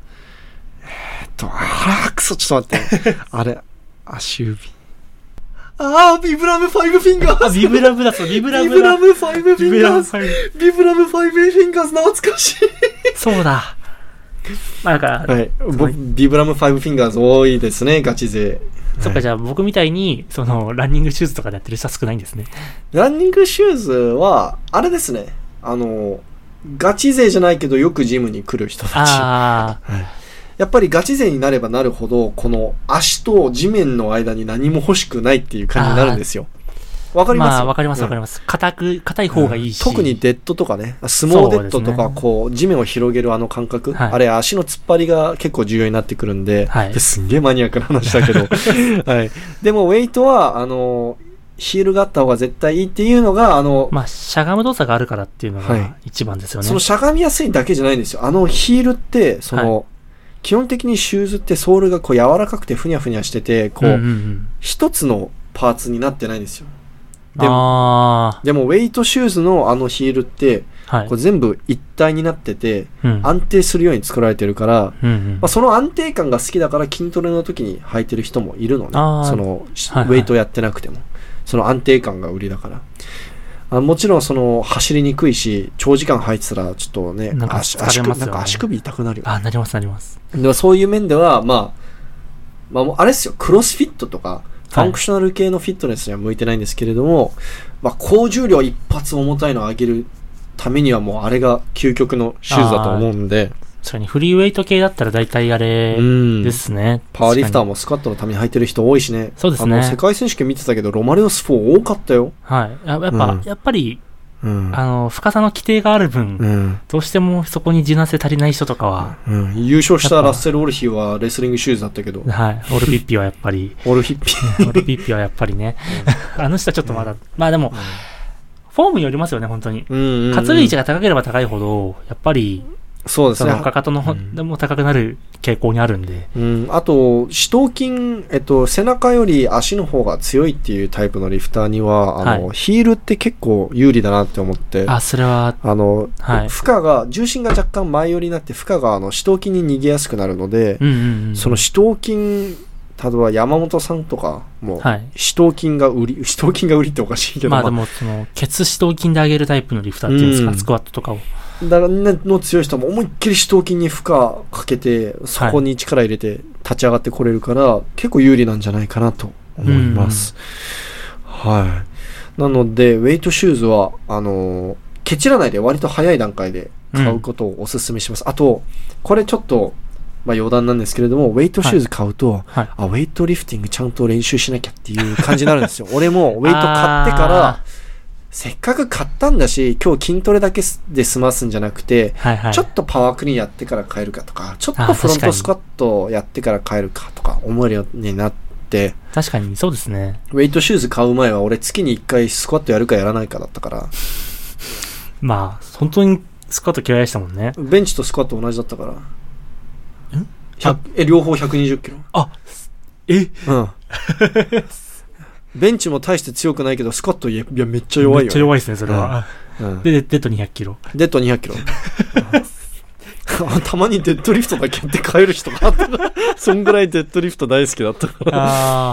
A: あら、くそ、ちょっと待って。あれ、足指。ああ、ビブラムファイブフィンガーズ。
B: あ、ビブラムだ、そう、ビブラムだ。
A: ビブラムファイブフィンガーズ。ビブラムファイブフィンガーズ、懐かしい。
B: そうだ。まあ、なんか、
A: はい。ビブラムファイブフィンガーズ多いですね、ガチ勢。
B: そっか、じゃあ僕みたいに、その、ランニングシューズとかでやってる人は少ないんですね。
A: ランニングシューズは、あれですね。あの、ガチ勢じゃないけど、よくジムに来る人たち。
B: ああ。はい
A: やっぱりガチ勢になればなるほど、この足と地面の間に何も欲しくないっていう感じになるんですよ。わかります
B: まあ、わかりますわかります。硬く、硬い方がいいし、
A: うん。特にデッドとかね、相撲デッドとか、こう、地面を広げるあの感覚、はい、あれ足の突っ張りが結構重要になってくるんで、はい、ですんげえマニアックな話だけど。はい。でも、ウェイトは、あの、ヒールがあった方が絶対いいっていうのが、あの、
B: まあ、しゃがむ動作があるからっていうのが一番ですよね。はい、
A: そのしゃがみやすいだけじゃないんですよ。あのヒールって、その、はい基本的にシューズってソールがこう柔らかくてふにゃふにゃしてて、こう、うんうんうん、一つのパーツになってないんですよ。でも、でもウェイトシューズのあのヒールって、はい、こう全部一体になってて、うん、安定するように作られてるから、うんうんまあ、その安定感が好きだから筋トレの時に履いてる人もいるのね。その、はいはい、ウェイトやってなくても。その安定感が売りだから。あもちろんその走りにくいし長時間履いてたらちょっとね
B: なんか
A: 足首、なんか足首痛くなるよ、ね、
B: あなりますなります
A: でそういう面ではまあまああれですよクロスフィットとかファンクショナル系のフィットネスには向いてないんですけれども、はいまあ、高重量一発重たいのを上げるためにはもうあれが究極のシューズだと思うんで
B: 確かにフリーウェイト系だったら大体あれですね。
A: パワーリフターもスクワットのために履いてる人多いしね。
B: そうですね。
A: あの世界選手権見てたけどロマリオスフォー多かったよ。
B: はい。やっぱ、うん、やっぱり、
A: うん、
B: あの深さの規定がある分、うん、どうしてもそこに柔軟性足りない人とかは、
A: うん、優勝したラッセル・オルヒはレスリングシューズだったけど、
B: はい、オルピッピはやっぱり
A: オルピッピ
B: オルピッピはやっぱりね、あの人はちょっとまだ、うん、まあでも、うん、フォームによりますよね本当に、うんうんうん、担ぐ位置が高ければ高いほどやっぱり
A: そうですね。
B: そのかかとの方でも高くなる傾向にあるんで。
A: うん。あと、四頭筋、えっと、背中より足の方が強いっていうタイプのリフターには、あの、はい、ヒールって結構有利だなって思って。
B: あ、それは。
A: あの、はい、負荷が、重心が若干前寄りになって、負荷があの、四頭筋に逃げやすくなるので、
B: うんうんうん、
A: その四頭筋、例えば山本さんとかも、はい、四頭筋が売り、四頭筋が売りっておかしいけど。
B: まあでも、その、ケツ四頭筋で上げるタイプのリフターっていうんですか、うん、スクワットとかを。
A: だからの強い人も思いっきり四頭筋に負荷かけてそこに力入れて立ち上がってこれるから、はい、結構有利なんじゃないかなと思います、うん、はいなのでウェイトシューズはあのー、ケチらないで割と早い段階で買うことをお勧めします、うん、あとこれちょっとまあ余談なんですけれどもウェイトシューズ買うと、はいはい、あウェイトリフティングちゃんと練習しなきゃっていう感じになるんですよ俺もウェイト買ってからせっかく買ったんだし、今日筋トレだけで済ますんじゃなくて、はいはい、ちょっとパワークリーンやってから変えるかとか、ちょっとフロントスクワットやってから変えるかとか思えるようになって、
B: 確かにそうですね。
A: ウェイトシューズ買う前は俺月にいっかいスクワットやるかやらないかだったから。
B: まあ、本当にスクワット嫌いでしたもんね。
A: ベンチとスクワット同じだったから。
B: ん
A: え、両方ひゃくにじゅっキロ。
B: あ、え
A: うん。ベンチも大して強くないけど、スクワットいやめっちゃ弱いよ、ね。
B: めっちゃ弱いですね、それは。うん、で、デッドにひゃっキロ。
A: デッドにひゃっキロ。たまにデッドリフトだけやって帰る人があったから、そんぐらいデッドリフト大好きだったから。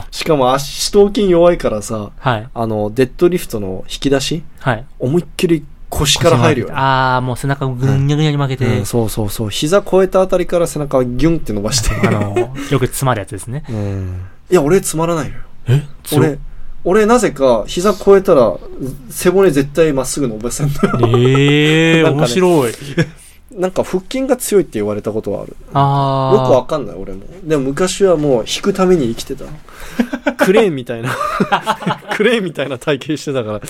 A: しかも足、四頭筋弱いからさ、はい、あの、デッドリフトの引き出し、はい、思いっきり腰から入るよね。
B: ああ、もう背中をぐんにゃぐにゃに曲げて、
A: うんうん。そうそうそう。膝超えたあたりから背中をギュンって伸ばして。
B: あの、よく詰まるやつですね。
A: うん、いや、俺詰まらないよ。
B: え
A: 俺、俺なぜか膝超えたら背骨絶対まっすぐ伸ばせんのよ。
B: ええーね、面白い。
A: なんか腹筋が強いって言われたことはある。
B: あ
A: よくわかんない俺も。でも昔はもう引くために生きてた。クレーンみたいなクレーンみたいな体型してたから。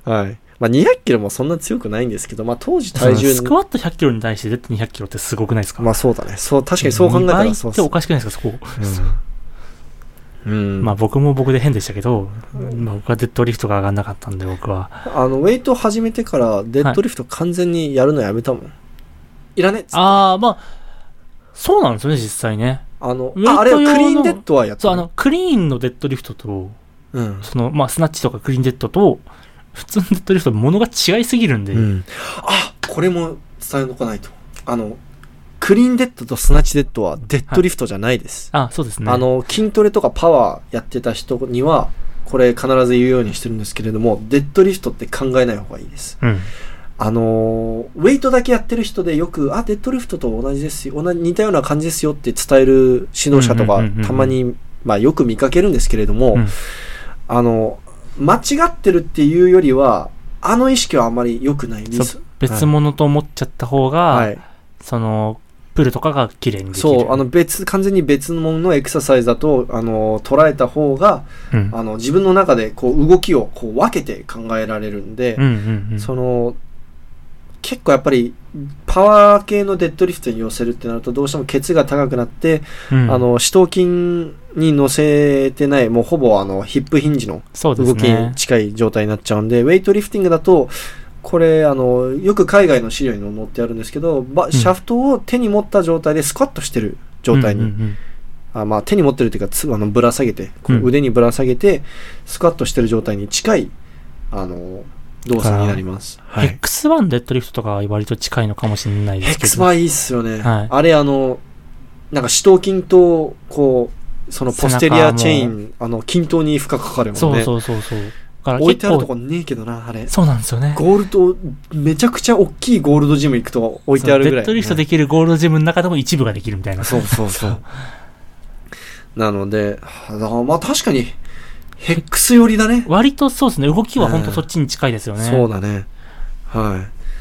A: はい。まあにひゃっキロもそんな強くないんですけど、まあ当時体重
B: スクワットひゃっキロに対してデッドにひゃっキロってすごくないですか？
A: まあそうだね。そう確かにそう考えたらそう。
B: にばいっておかしくないですかそこ。うんうん、まあ僕も僕で変でしたけど、まあ、僕はデッドリフトが上がんなかったんで僕は
A: あのウェイト始めてからデッドリフト完全にやるのやめたもん、はい、いらねっつって。
B: ああまあそうなんですよね実際ね。
A: あのああれはクリーンデッドはやった。
B: そうあのクリーンのデッドリフトと、うん、そのまあスナッチとかクリーンデッドと普通のデッドリフトものが違いすぎるんで、うん、
A: あこれも伝えとかないと。あのクリーンデッドとスナッチデッドはデッドリフトじゃないです。
B: はい、あ、そうですね。
A: あの、筋トレとかパワーやってた人には、これ必ず言うようにしてるんですけれども、デッドリフトって考えない方がいいです。
B: うん、
A: あの、ウェイトだけやってる人でよく、あ、デッドリフトと同じですよ、同じ似たような感じですよって伝える指導者とか、たまに、まあよく見かけるんですけれども、うん、あの、間違ってるっていうよりは、あの意識はあまり良くないです。
B: 別物と思っちゃった方が、はい、その、プールとかが綺麗にできる。
A: そう、あの別、完全に別のもののエクササイズだと、あの、捉えた方が、うん、あの、自分の中でこう動きをこう分けて考えられるんで、
B: うんうんうん、
A: その、結構やっぱり、パワー系のデッドリフトに寄せるってなると、どうしてもケツが高くなって、うん、あの、四頭筋に乗せてない、もうほぼあの、ヒップヒンジの動きに近い状態になっちゃうんで、ウェイトリフティングだと、これあのよく海外の資料に載ってあるんですけど、ばシャフトを手に持った状態でスクワットしてる状態に、うんうんうん、あまあ、手に持ってるというかつあのぶら下げてこう腕にぶら下げてスクワットしてる状態に近いあの動作になります、
B: はい、エックスワン デッドリフトとかは割と近いのかもしれないですけど
A: エックスワン いいっすよね、
B: はい、
A: あれあのなんか四頭筋とこうそのポステリアチェーンあの均等に負荷かかるもんね。
B: そうそうそうそう
A: 置いてあるとこねえけどなあれ。
B: そうなんですよね。
A: ゴールドめちゃくちゃ大きいゴールドジム行くと置いてあるぐらい、ね、
B: デッドリフトできるゴールドジムの中でも一部ができるみたいな。
A: そうそうそうなのでまあ確かにヘックス寄りだね。
B: 割とそうですね動きは本当そっちに近いですよね、
A: うん、そうだねはい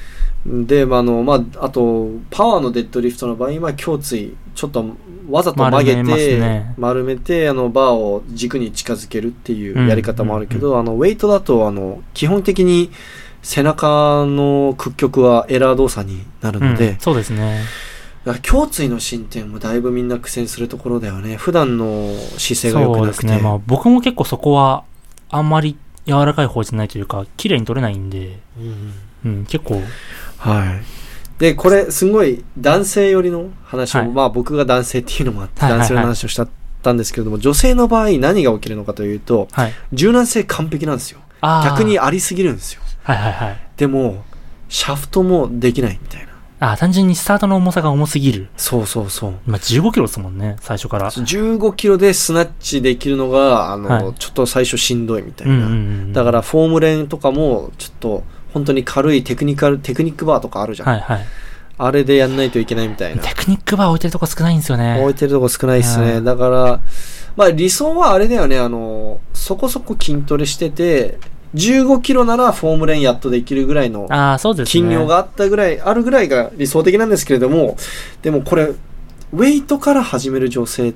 A: で、まあ、あの、まあ、あと、パワーのデッドリフトの場合は、胸椎、ちょっとわざと曲げて、丸め、ね、丸めて、あの、バーを軸に近づけるっていうやり方もあるけど、うんうんうん、あの、ウェイトだと、あの、基本的に背中の屈曲はエラー動作になるので、うん、
B: そうですね。
A: 胸椎の進展もだいぶみんな苦戦するところだよね。普段の姿勢が良くなくて。そうですね。
B: まあ、僕も結構そこは、あんまり柔らかい方じゃないというか、綺麗に取れないんで、うん、うん、結構。
A: はい。で、これ、すごい男性寄りの話を、はい、まあ僕が男性っていうのもあって、男性の話をしたたんですけれども、女性の場合何が起きるのかというと、はい、柔軟性完璧なんですよ。逆にありすぎるんですよ。
B: はいはいはい。
A: でも、シャフトもできないみたいな。
B: ああ、単純にスタートの重さが重すぎる。
A: そうそうそう。
B: まあ、じゅうごキロですもんね、最初から。
A: じゅうごキロでスナッチできるのが、あの、はい、ちょっと最初しんどいみたいな。うんうんうん、だから、フォームレンとかも、ちょっと、本当に軽いテクニカル、テクニックバーとかあるじゃん。はいはい。あれでやんないといけないみたいな。
B: テクニックバー置いてるとこ少ないんですよね。
A: 置いてるとこ少ないっすね。だから、まあ理想はあれだよね、あの、そこそこ筋トレしてて、じゅうごキロならフォームレンやっとできるぐらいの筋量があったぐらい、あるぐらいが理想的なんですけれども、でもこれ、ウェイトから始める女性って、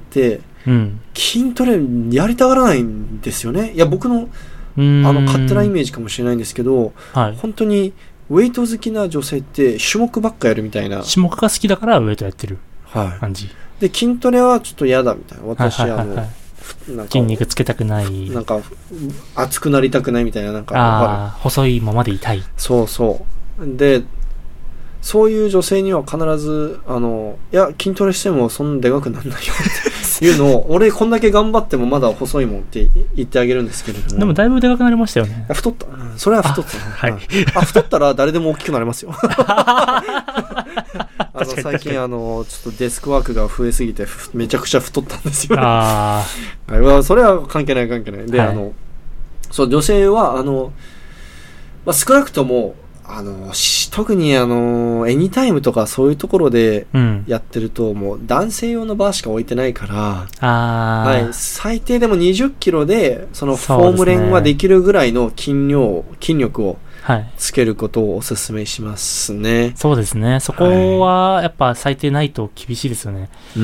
A: 筋トレやりたがらないんですよね。いや、僕の、あの、勝手なイメージかもしれないんですけど、はい、本当に、ウェイト好きな女性って種目ばっかやるみたいな。
B: 種目が好きだからウェイトやってる感じ。
A: はい、で、筋トレはちょっと嫌だみたいな。私、はいはいはいはい、あの、
B: なんか筋肉つけたくない。
A: なんか、熱くなりたくないみたいな。なんか、
B: ああ、細いままでいたい。
A: そうそう。で、そういう女性には必ず、あの、いや、筋トレしてもそんなでかくならないよっていうのを、俺こんだけ頑張ってもまだ細いもんって言ってあげるんですけれども。
B: でもだいぶでかくなりましたよね。
A: 太った。それは太った。はい。あ、太ったら誰でも大きくなれますよ。あの、最近あの、ちょっとデスクワークが増えすぎて、めちゃくちゃ太ったんですよ。ああ。それは関係ない関係ない。で、はい、あの、そう、女性は、あの、まあ、少なくとも、あの、特にあの、エニタイムとかそういうところでやってると、うん、もう男性用のバーしか置いてないから、あはい、最低でもにじゅっキロで、そのフォームレンはできるぐらいの筋量、筋力をつけることをお勧めしますね。
B: はい、そうですね。そこはやっぱ最低ないと厳しいですよね。うん、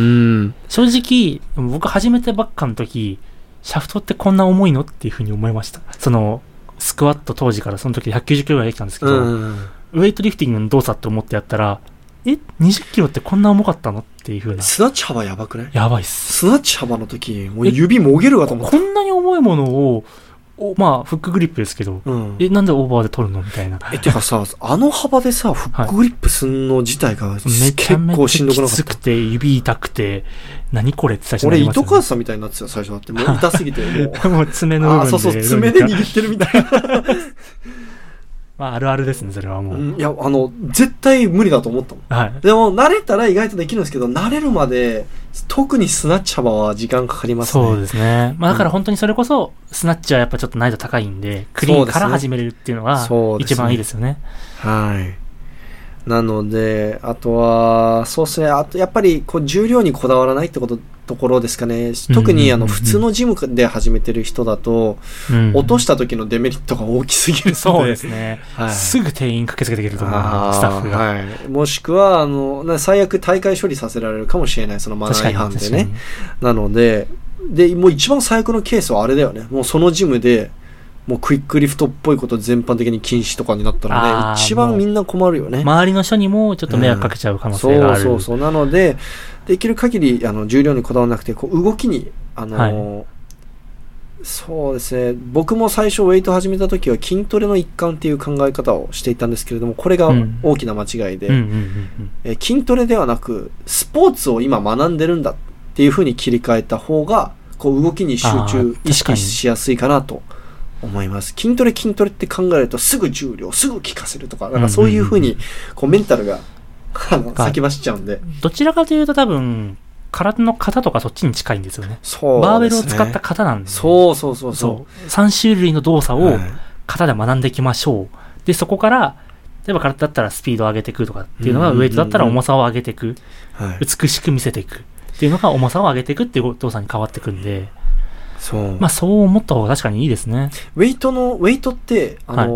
B: 正直、僕始めてばっかの時、シャフトってこんな重いのっていうふうに思いました。その、スクワット当時からその時ひゃくきゅうじゅっキロぐらいできたんですけど、うん、ウェイトリフティングの動作って思ってやったら、え、にじゅっキロってこんな重かったのっていう風な。
A: スナッチ幅やばくない？
B: やばいっす。
A: スナッチ幅の時、もう指もげるかと思った。
B: こんなに重いものを、おまあ、フックグリップですけど、うん、え、なんでオーバーで取るのみたいな。
A: え、てかさ、あの幅でさ、フックグリップすんの自体が、はい、結構しんどくなかった。めちゃめちゃきつくて、指痛くて、何これって最初になりますよね。 俺、糸川さんみたいになってたよ、最初だって。もう痛すぎて、も
B: う。もう爪の部分で。
A: あ、そうそう、爪で握ってるみたいな。
B: まあ、あるあるですね、それはもう。
A: いや、あの、絶対無理だと思ったもん。はい。でも、慣れたら意外とできるんですけど、慣れるまで、特にスナッチ幅は時間かかりますね。
B: そうですね。まあ、だから本当にそれこそ、スナッチはやっぱちょっと難易度高いんで、クリーンから始めれるっていうのが、一番いいですよね。
A: はい。なので、あとは、そうですね、あと、やっぱり、こう、重量にこだわらないってこと、ところですかね。特に、あの、普通のジムで始めてる人だと、うん、落とした時のデメリットが大きすぎるので。
B: そうですね。はい、すぐ店員駆けつけてくれると思う、スタッフが。
A: はい。もしくは、あの、最悪大会処理させられるかもしれない、そのマナー違反でね。なので、で、もう一番最悪のケースはあれだよね。もうそのジムで、もうクイックリフトっぽいこと全般的に禁止とかになったらね、一番みんな困るよね。
B: 周りの人にもちょっと迷惑かけちゃう可能性がある。
A: うん、そうそうそう。なので、できる限り、あの、重量にこだわらなくて、こう、動きに、あのーはい、そうですね、僕も最初ウェイト始めた時は筋トレの一環っていう考え方をしていたんですけれども、これが大きな間違いで、筋トレではなく、スポーツを今学んでるんだっていう風に切り替えた方が、こう、動きに集中、意識しやすいかなと。思います。筋トレ筋トレって考えるとすぐ重量すぐ効かせるとか、なんかそういう風にこうメンタルがあの先走っちゃうんで、
B: どちらかというと多分体の型とかそっちに近いんですよね。そうですね。バーベルを使った型なんで、ね、
A: そうそうそうそう。
B: さん種類の動作を型で学んでいきましょう。でそこから例えば体だったらスピードを上げていくとかっていうのが、ウェイトだったら重さを上げていく、はい、美しく見せていくっていうのが重さを上げていくっていう動作に変わっていくんで。そう。まあそう思った方が確かにいいですね。
A: ウェイトの、ウェイトって、あの、はい、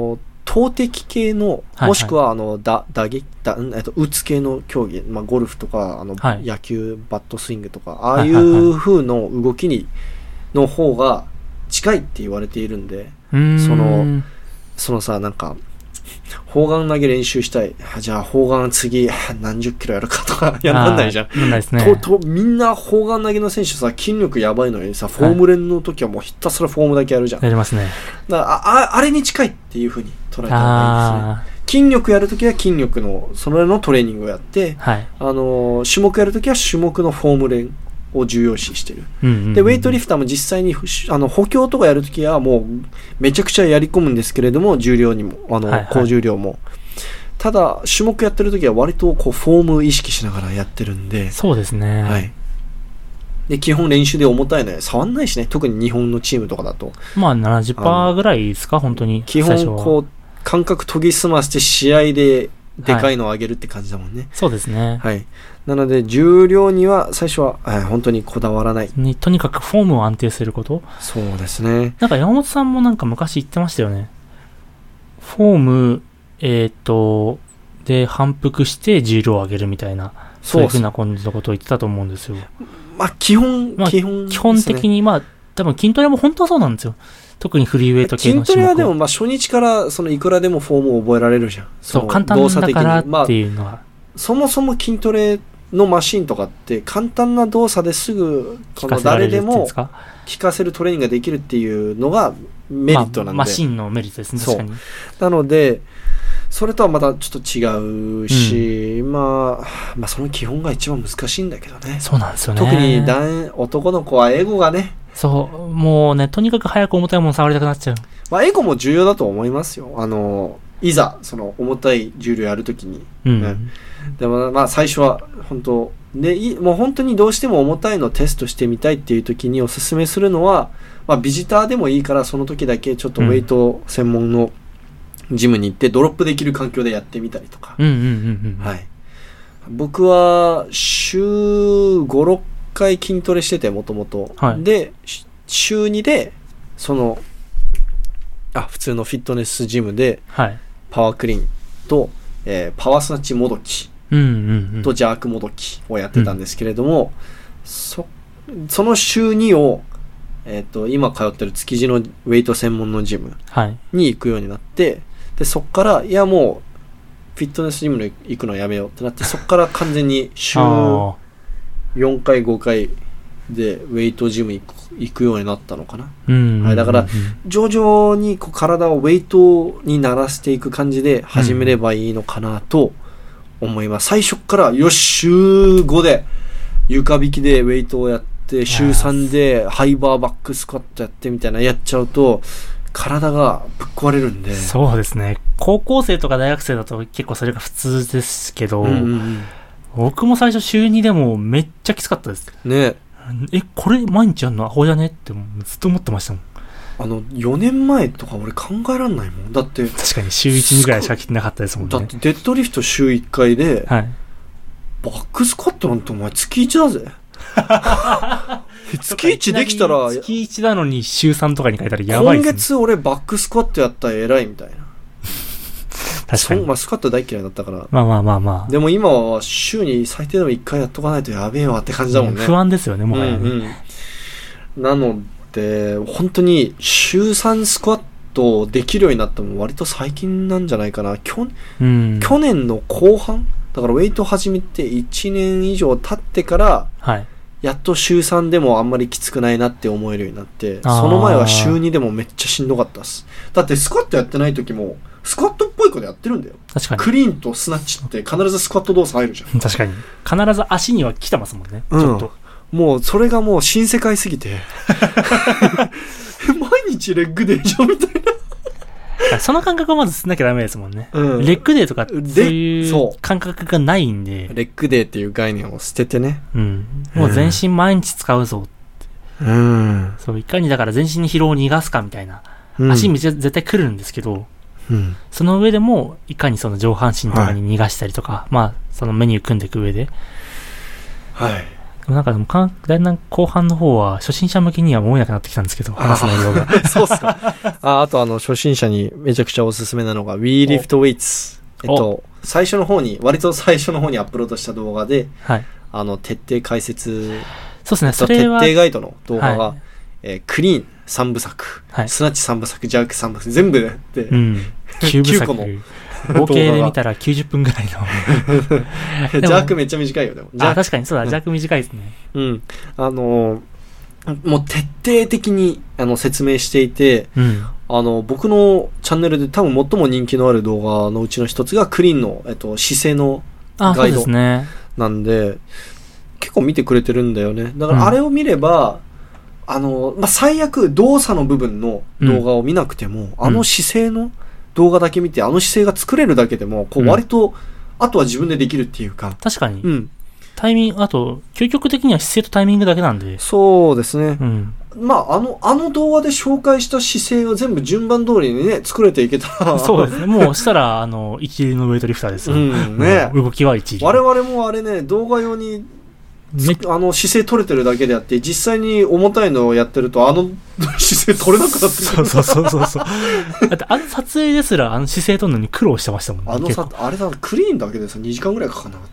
A: 投擲系の、もしくは、あの、だ、打撃、だ、えっと、打つ系の競技、まあ、ゴルフとか、あの、はい、野球、バットスイングとか、ああいう風の動きに、の方が近いって言われているんで、その、そのさ、なんか、砲丸投げ練習したい。じゃあ、砲丸次何十キロやるかとか、やらないじゃん。
B: なんないですね。
A: と、と、みんな砲丸投げの選手さ、筋力やばいのにさ、フォーム練の時はもうひたすらフォームだけやるじゃん。
B: やりますね。
A: だからあ、あれに近いっていう風に捉えた方がいいですね。筋力やるときは筋力の、それのトレーニングをやって、はい、あの、種目やるときは種目のフォーム練を重要視してる、うんうんうん。で、ウェイトリフターも実際に、あの、補強とかやるときはもう、めちゃくちゃやり込むんですけれども、重量にも、あの、はいはい、高重量も。ただ、種目やってるときは割と、こう、フォーム意識しながらやってるんで。
B: そうですね。
A: はい。で、基本練習で重たいのよ。触んないしね。特に日本のチームとかだと。
B: まあ、ななじゅっパーセント ぐらいですか、本当に。
A: 基本、こう、感覚研ぎ澄まして試合ででかいのを上げるって感じだもんね。はい、
B: そうですね。
A: はい。なので、重量には最初は、はい、本当にこだわらない。
B: にとにかくフォームを安定すること。
A: そうですね。
B: なんか山本さんもなんか昔言ってましたよね。フォーム、えっと、で反復して重量を上げるみたいな、そういうふうな感じのことを言ってたと思うんですよ。
A: まあ、基本、
B: まあ、基本、ね、基本的に、まあ、多分筋トレも本当はそうなんですよ。特にフリーウェイト系の
A: 種目。筋トレはでも、まあ、初日からそのいくらでもフォームを覚えられるじゃん。
B: そう、簡単だからっていうのは、まあ。
A: そもそも筋トレのマシンとかって簡単な動作ですぐこの誰でも効かせるトレーニングができるっていうのがメリットなんで、
B: まあ、マシンのメリットですね。確かに。
A: なのでそれとはまたちょっと違うし、うん、まあ、まあその基本が一番難しいんだけどね。
B: そうなんですよね。
A: 特に男男の子はエゴがね。
B: そう、もうね、とにかく早く重たいもの触りたくなっちゃう。
A: まあエゴも重要だと思いますよ。あのいざその重たい重量やるときに、うんね、でもまあ最初は本当でもう本当にどうしても重たいのをテストしてみたいっていうときにおすすめするのは、まあビジターでもいいからその時だけちょっとウェイト専門のジムに行ってドロップできる環境でやってみたりとか、
B: うんうんうんうん、
A: はい。僕は週ご、ろっかい筋トレしててもともとで週にでそのあ普通のフィットネスジムで、はい、パワークリーンと、えー、パワースナッチもどきとジャークもどきをやってたんですけれども、うん、そ, その週にを、えー、と今通ってる築地のウェイト専門のジムに行くようになって、はい、でそっからいやもうフィットネスジムに行くのやめようってなってそっから完全に週よんかいごかいでウェイトジム行く、行くようになったのかな、うんうんうん、はい、だから徐々にこう体をウェイトに慣らしていく感じで始めればいいのかなと思います、うん、最初からよし週ごで床引きでウェイトをやって週さんでハイバーバックスクワットやってみたいなやっちゃうと体がぶっ壊れるんで。
B: そうですね。高校生とか大学生だと結構それが普通ですけど、うんうんうん、僕も最初週にでもめっちゃきつかったです
A: ね。
B: え、これ毎日やんのアホじゃねってずっと思ってましたもん。
A: あのよねんまえとか俺考えらんないもん。だって
B: 確かに週いち、にぐらいしか切ってなかったですもんね。
A: だってデッドリフト週いっかいで、はい、バックスクワットなんてお前月いちだぜ月いちできたら
B: 月いちなのに週さんとかに書いたらやばいですね。
A: 今月俺バックスクワットやったら偉いみたいな確かに、まあ、スクワット大嫌いだったから。まあまあまあまあ。でも今は週に最低でもいっかいやっとかないとやべえわって感じだもんね。
B: 不安ですよね、もはやね。うん
A: うん、なので、本当に週さんスクワットできるようになったのも割と最近なんじゃないかな。去、うん、去年の後半だからウェイト始めていちねん以上経ってから、はい、やっと週さんでもあんまりきつくないなって思えるようになって、その前は週にでもめっちゃしんどかったっす。だってスクワットやってない時も、スクワットっぽいことやってるんだよ。確かに。クリーンとスナッチって必ずスクワット動作入るじゃん。
B: 確かに。必ず足には来てますもんね。うん、ちょっと。
A: もうそれがもう新世界すぎて。毎日レッグデーじゃんみたい
B: な。その感覚をまずしなきゃダメですもんね。うん、レッグデーとかそういう感覚がないんで。
A: レッグデーっていう概念を捨ててね。
B: うん。もう全身毎日使うぞって。うん。そう、いかにだから全身に疲労を逃がすかみたいな。うん、足めちゃ絶対来るんですけど、うん、その上でもいかにその上半身とかに逃がしたりとか、はい、まあそのメニュー組んでいく上で、はい、 なんかでもか、だんだん後半の方は、初心者向けには思えなくなってきたんですけど、話す内容が。
A: そうっすか。あ、あとあの、初心者にめちゃくちゃおすすめなのが、We Lift Weights。えっと、最初の方に、割と最初の方にアップロードした動画で、はい、あの、徹底解説、
B: そうですね、それは。
A: 徹底ガイドの動画が、
B: はい、
A: えー、クリーンさんぶさく、はい、スナッチさんぶさく、ジャークさんぶさく、全部で、
B: うん、きゅうぶさくの。合計で見たらきゅうじゅっぷんぐらいの
A: ジャークめっちゃ短いよ。でも
B: あ、確かにそうだ、ジャーク短いですね。
A: うん。あのー、もう徹底的にあの説明していて、うん、あの、僕のチャンネルで多分最も人気のある動画のうちの一つがクリーンの、えっと、姿勢のガイドなんで、ね、結構見てくれてるんだよね。だからあれを見れば、うん、あの、まあ、最悪動作の部分の動画を見なくても、うん、あの姿勢の動画だけ見て、あの姿勢が作れるだけでも、こう割と、うん、あとは自分でできるっていうか。
B: 確かに。
A: うん。
B: タイミング、あと、究極的には姿勢とタイミングだけなんで。
A: そうですね。
B: うん。
A: まあ、あの、あの動画で紹介した姿勢を全部順番通りにね、作れていけたら。
B: そうですね。もうしたら、あの、一流のウェイトリフターですよ。
A: うんね。
B: 動きは一流。
A: 我々もあれね、動画用に、あの姿勢取れてるだけであって、実際に重たいのをやってるとあの姿勢取れなくなってくる。
B: そうそうそうそうそう。だってあの撮影ですらあの姿勢取るのに苦労してましたもんね。
A: あのさ、あれだ、クリーンだけでさにじかんぐらいかかんなかった。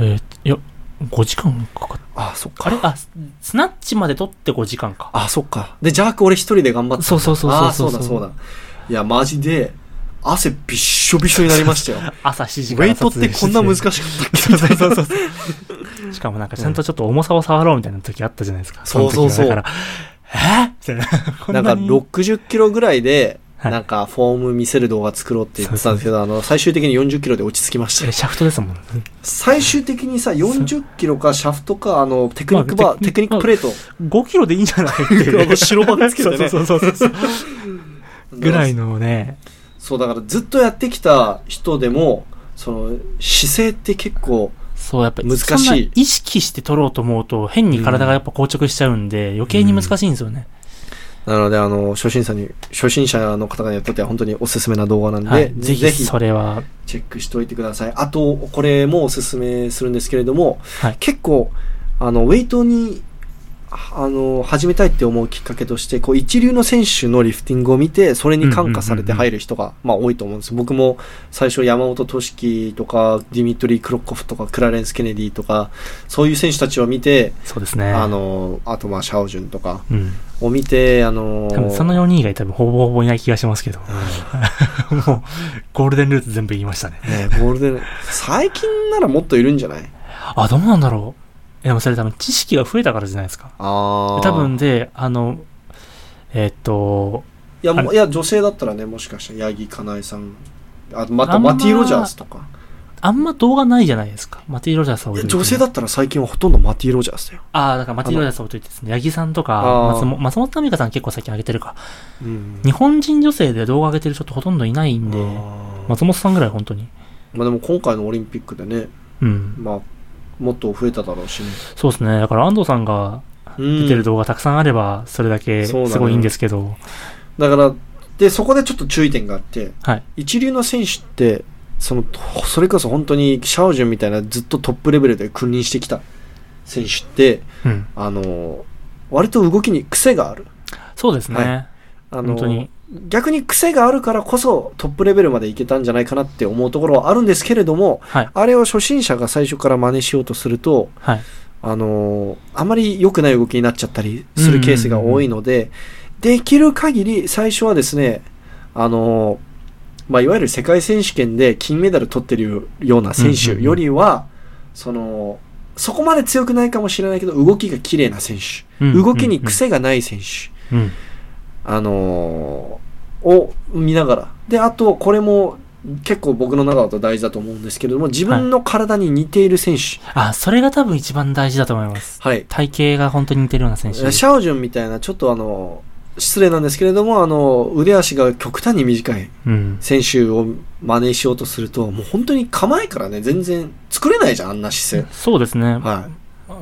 B: えー、いやごじかんかかった。
A: あ、そっか。
B: あれ、あ、スナッチまで取ってごじかんか。
A: あ、そっか。でジャーク俺一人で頑張って。
B: そうそうそうそうそう。
A: あ、そうだそうだ。いやマジで。汗びっしょびしょになりましたよ。
B: 朝しちじから
A: 撮影して。ウェイトってこんな難しかったっけ。そうそうそう
B: そう。しかもなんかちゃんとちょっと重さを触ろうみたいな時あったじゃないですか。
A: そうそうそう。
B: だから、えみたいな。
A: なんかろくじゅっキロぐらいで、なんかフォーム見せる動画作ろうって言ってたんですけど、あの、最終的によんじゅっキロで落ち着きました。
B: シャフトですもんね。
A: 最終的にさ、よんじゅっキロかシャフトか、あの、テクニックバー、テクニックプレート。
B: ごキロでいいんじゃないっていう。
A: あの、白バンつけてね。
B: そうそうそうそう。ぐらいのね。
A: そうだからずっとやってきた人でもその姿勢って結構
B: そうやっぱ
A: 難しい。
B: 意識して取ろうと思うと変に体がやっぱ硬直しちゃうんで、うん、余計に難しいんですよね。
A: なのであの初心者に初心者の方にとっては本当におすすめな動画なんで、はい、
B: ぜひそれは
A: チェックしておいてください。あとこれもおすすめするんですけれども、はい、結構あのウェイトにあの始めたいって思うきっかけとしてこう一流の選手のリフティングを見てそれに感化されて入る人が、まあ、多いと思うんです。僕も最初山本俊樹とかディミトリー・クロッコフとかクラレンス・ケネディとかそういう選手たちを見て、
B: そうですね、
A: あのあとまあシャオジュンとかを見て、うん、あの
B: 多分そのよにん以外多分ほぼほぼいない気がしますけど、うん、もうゴールデンルーツ全部言いましたね。
A: ねゴールデン最近ならもっといるんじゃない？
B: あ、どうなんだろう。でもそれ多分知識が増えたからじゃないですか。
A: あ
B: 多分で、あの、えー、っと、
A: いや、いや、女性だったらね、もしかしたら八木かなえさん、あまたマティ・ロジャースとか。
B: あんま動画ないじゃないですか。マティ・ロジャースは置いといて。
A: 女性だったら最近はほとんどマティ・ロジャースだよ。
B: ああ、だからマティ・ロジャースは置いといてですね。八木さんとか、松本、松本美香さん結構最近上げてるか。うん、日本人女性で動画上げてる人ってほとんどいないんで、松本さんぐらい本当に。
A: まあでも今回のオリンピックでね、
B: うん、
A: まあ、もっと増えただろうしね。
B: そうですね。だから安藤さんが出てる動画たくさんあれば、それだけすごいいいんですけど。うん、
A: だ, だから、で、そこでちょっと注意点があって、
B: はい、
A: 一流の選手って、その、それこそ本当にシャオジュンみたいなずっとトップレベルで君臨してきた選手って、うん、あの、割と動きに癖がある。
B: そうですね。はい、
A: あの
B: 本当に。
A: 逆に癖があるからこそトップレベルまでいけたんじゃないかなって思うところはあるんですけれども、はい、あれを初心者が最初から真似しようとすると、はい、あのー、あまり良くない動きになっちゃったりするケースが多いので、できる限り最初はですね、あのー、まあ、いわゆる世界選手権で金メダル取ってるような選手よりは、そのそこまで強くないかもしれないけど動きが綺麗な選手、うん、動きに癖がない選手、うん、あのーを見ながら。で、あと、これも結構僕の中だと大事だと思うんですけれども、自分の体に似ている選手。
B: はい、あ、それが多分一番大事だと思います。
A: はい。
B: 体型が本当に似てるような選手。
A: シャオジュンみたいな、ちょっとあの、失礼なんですけれども、あの、腕足が極端に短い選手を真似しようとすると、うん、もう本当に構えからね、全然作れないじゃん、あんな姿勢。
B: そうですね。
A: はい。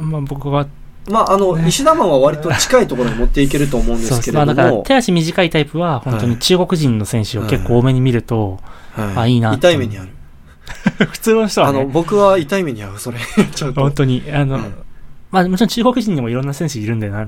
B: まあ僕は、
A: まあ、あの、ね、石田マンは割と近いところに持っていけると思うんですけれども。
B: そうそう、まあ、だから手足短いタイプは本当に中国人の選手を結構多めに見ると、はいはい、あ、いいなって。
A: 痛い目にある。
B: 普通の人は、ね、
A: あの、僕は痛い目に遭う、それ。ちょっと。
B: 本当に、あの、うん、 まあもちろん中国人にもいろんな選手いるんでな、うん、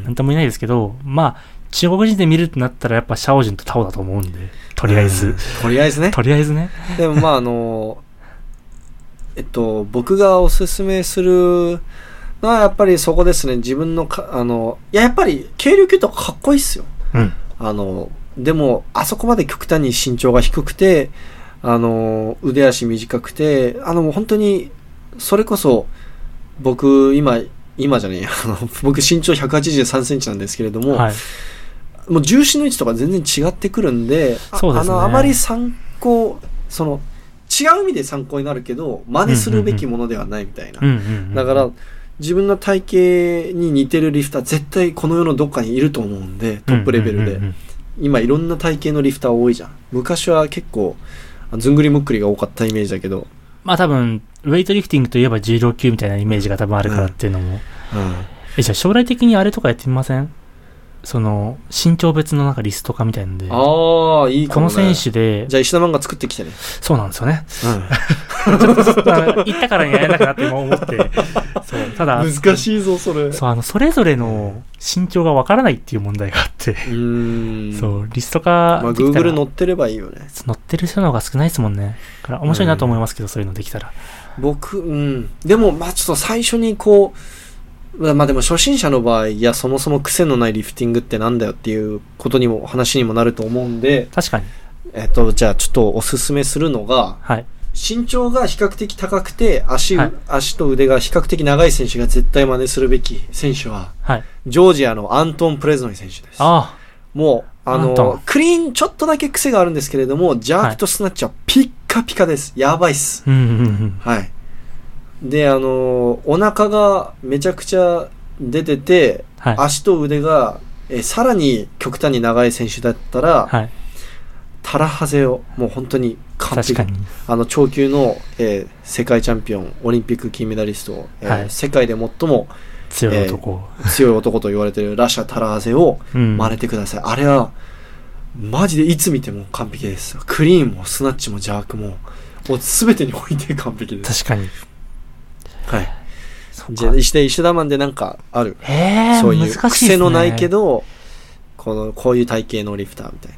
B: なんとも言えないですけど、まあ中国人で見るってなったらやっぱシャオジュンとタオだと思うんで、とりあえず、うん、
A: とりあえずね
B: とりあえずね
A: でもまああのえっと僕がおすすめするのはやっぱりそこですね。自分のかあのいややっぱり軽量級とかかっこいいっすよ、うん、あのでもあそこまで極端に身長が低くて、あの腕足短くて、あの本当にそれこそ僕今今じゃねえや僕身長ひゃくはちじゅうさんセンチなんですけれども、はい、もう重心の位置とか全然違ってくるんで、
B: そうですね、
A: あのあまり参考その違う意味で参考になるけど真似するべきものではないみたいな、だから自分の体型に似てるリフター絶対この世のどっかにいると思うんで、トップレベルで、今いろんな体型のリフター多いじゃん。昔は結構ずんぐりむっくりが多かったイメージだけど、
B: まあ多分ウェイトリフティングといえば重量級みたいなイメージが多分あるからっていうのも、うんうん、えじゃあ将来的にあれとかやってみません？その身長別のなんかリスト化みたいなんで、
A: ああいいかもね。
B: この選手で
A: じゃあ石田マンが作ってきてね。
B: そうなんですよね、うん、ちょっとちょっと言ったからにやれなくなって今思ってそうただ
A: 難しいぞそれ。
B: そうあのそれぞれの身長がわからないっていう問題があって、う
A: ーん
B: そうリスト化
A: まあ Google 載ってればいいよね。
B: 載ってる人の方が少ないですもんね。だから面白いなと思いますけど、そういうのできたら。
A: 僕うんでもまあちょっと最初にこうまあでも初心者の場合、いやそもそも癖のないリフティングってなんだよっていうことにも話にもなると思うんで、
B: 確かに
A: えっとじゃあちょっとおすすめするのが、
B: はい、
A: 身長が比較的高くて 足,、はい、足と腕が比較的長い選手が絶対真似するべき選手は、はい、ジョージアのアントン・プレズノイ選手です。
B: ああ
A: もうあのクリーンちょっとだけ癖があるんですけれども、ジャークとスナッチはピッカピカです。やばいっす、
B: うんうんうん、
A: はいであのお腹がめちゃくちゃ出てて、はい、足と腕がえさらに極端に長い選手だったら、はい、タラハゼをもう本当に完璧、
B: 確かに
A: あの超級の、えー、世界チャンピオンオリンピック金メダリスト、えーはい、世界で最も
B: 強い男、
A: えー、強い男と言われているラシャ・タラハゼを真似てください、うん、あれはマジでいつ見ても完璧です。クリーンもスナッチもジャークももう全てにおいて完璧です。
B: 確かに
A: はい。じゃあ石田石田マンでなんかある？
B: えー、
A: そういう癖のないけど、このこういう体型のリフターみたいな。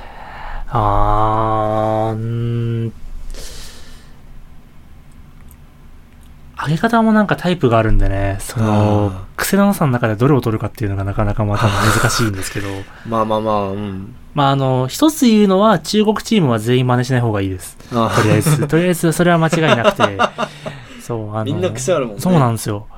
B: あー、ん上げ方もなんかタイプがあるんでね、その癖のなさの中でどれを取るかっていうのがなかなかまた難しいんですけど。
A: まあまあまあ、うん。
B: まああの一つ言うのは中国チームは全員真似しない方がいいです。とりあえずとりあえずそれは間違いなくて。そうあの
A: みんな癖あるもんね。
B: そうなんですよ。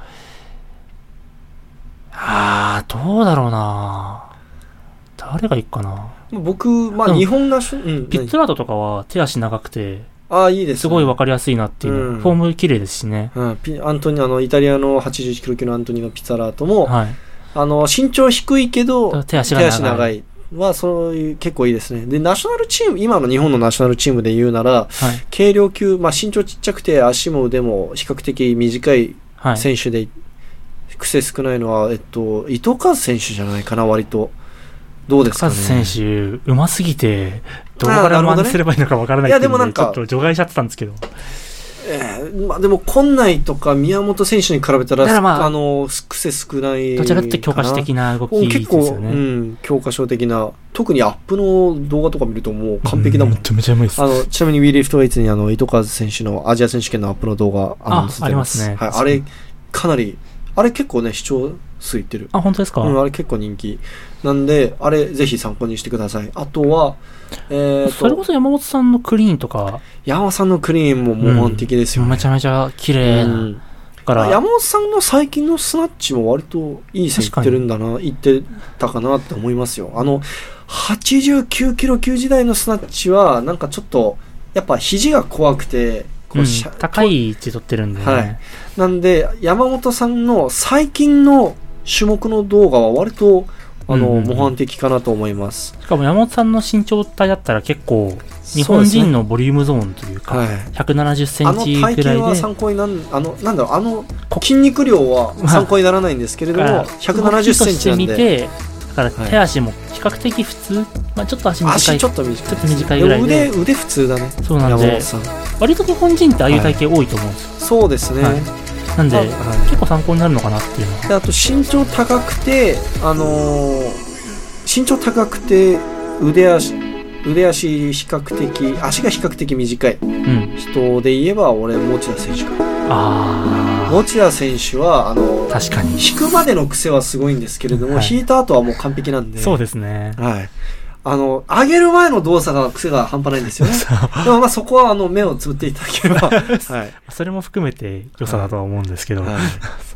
B: あーどうだろうな。誰がいいかな。
A: 僕まあ日本が、うん、
B: ピッツラートとかは手足長くて、
A: ああいいですね、
B: すごい分かりやすいなっていう、うん、フォーム綺麗ですしね。
A: うん、アントニあのイタリアのはちじゅういちキロ級のアントニのピッツァラートも、はい、あの身長低いけど
B: 手足が長い。
A: 手足長いはそういう結構いいですね。でナショナルチーム今の日本のナショナルチームで言うなら、はい、軽量級、まあ、身長ちっちゃくて足も腕も比較的短い選手で、はい、癖少ないのは、えっと、伊藤和選手じゃないかな。割とどうですかね。
B: 伊藤和選手うますぎてどこから真似すればいいのかわからないっていうのでちょっと除外しちゃってたんですけど、
A: えーまあ、でも今内とか宮本選手に比べたら、らまあ、あの癖少ない
B: どちらかというと教科書的な動きですよね。
A: 結構、うん、教科書的な、特にアップの動画とか見るともう完璧だもん。
B: めちゃめちゃうまいです。
A: あのちなみに We Lift Weights にあの伊藤和選手のアジア選手権のアップの動画
B: あのありますね、
A: はい、あれかなりあれ結構ね視聴数いってる。
B: あ本当ですか、
A: うん、あれ結構人気なんであれぜひ参考にしてください。あとはえー、
B: それこそ山本さんのクリーンとか、
A: 山本さんのクリーンも模範的ですよね、
B: うん、めちゃめちゃ綺麗な、うん、
A: から山本さんの最近のスナッチも割といい線いってるんだな、いってたかなって思いますよ。あのはちじゅうきゅうキロ級時代のスナッチはなんかちょっとやっぱ肘が怖くてこう、うん、
B: 高い位置取ってるんでね、
A: はい、なんで山本さんの最近の種目の動画は割とあの、うんうん、模範的かなと思います。
B: しかも山本さんの身長帯だったら結構日本人のボリュームゾーンというか、ね、はい、ひゃくななじゅっセンチぐらいで、あの体型は
A: 参考になんあのなんだろうあの筋肉量は参考にならないんですけれども、まあ、ひゃくななじゅっセンチなんで、見てだから手足も比較的普通、まあ、ちょっと足短い、 足ちょっと短い、
B: ちょっと短いぐらいで、
A: 腕腕普通だね。
B: そうなんで割と日本人ってああいう体型多いと思うんですよ、
A: はい、そうですね、はい、
B: なんで、はい、結構参考になるのかなっていうのは。
A: であと身長高くて、あのー、身長高くて腕足腕足比較的足が比較的短い人で言えば、うん、俺持田選手かな。あ持田選手はあの
B: 確かに
A: 引くまでの癖はすごいんですけれども、はい、引いた後はもう完璧なんで。
B: そうですね。
A: はい。あの上げる前の動作が癖が半端ないんですよね。でもまあそこはあの目をつぶっていただければ、はい、
B: それも含めて良さだとは思うんですけど、はいはい、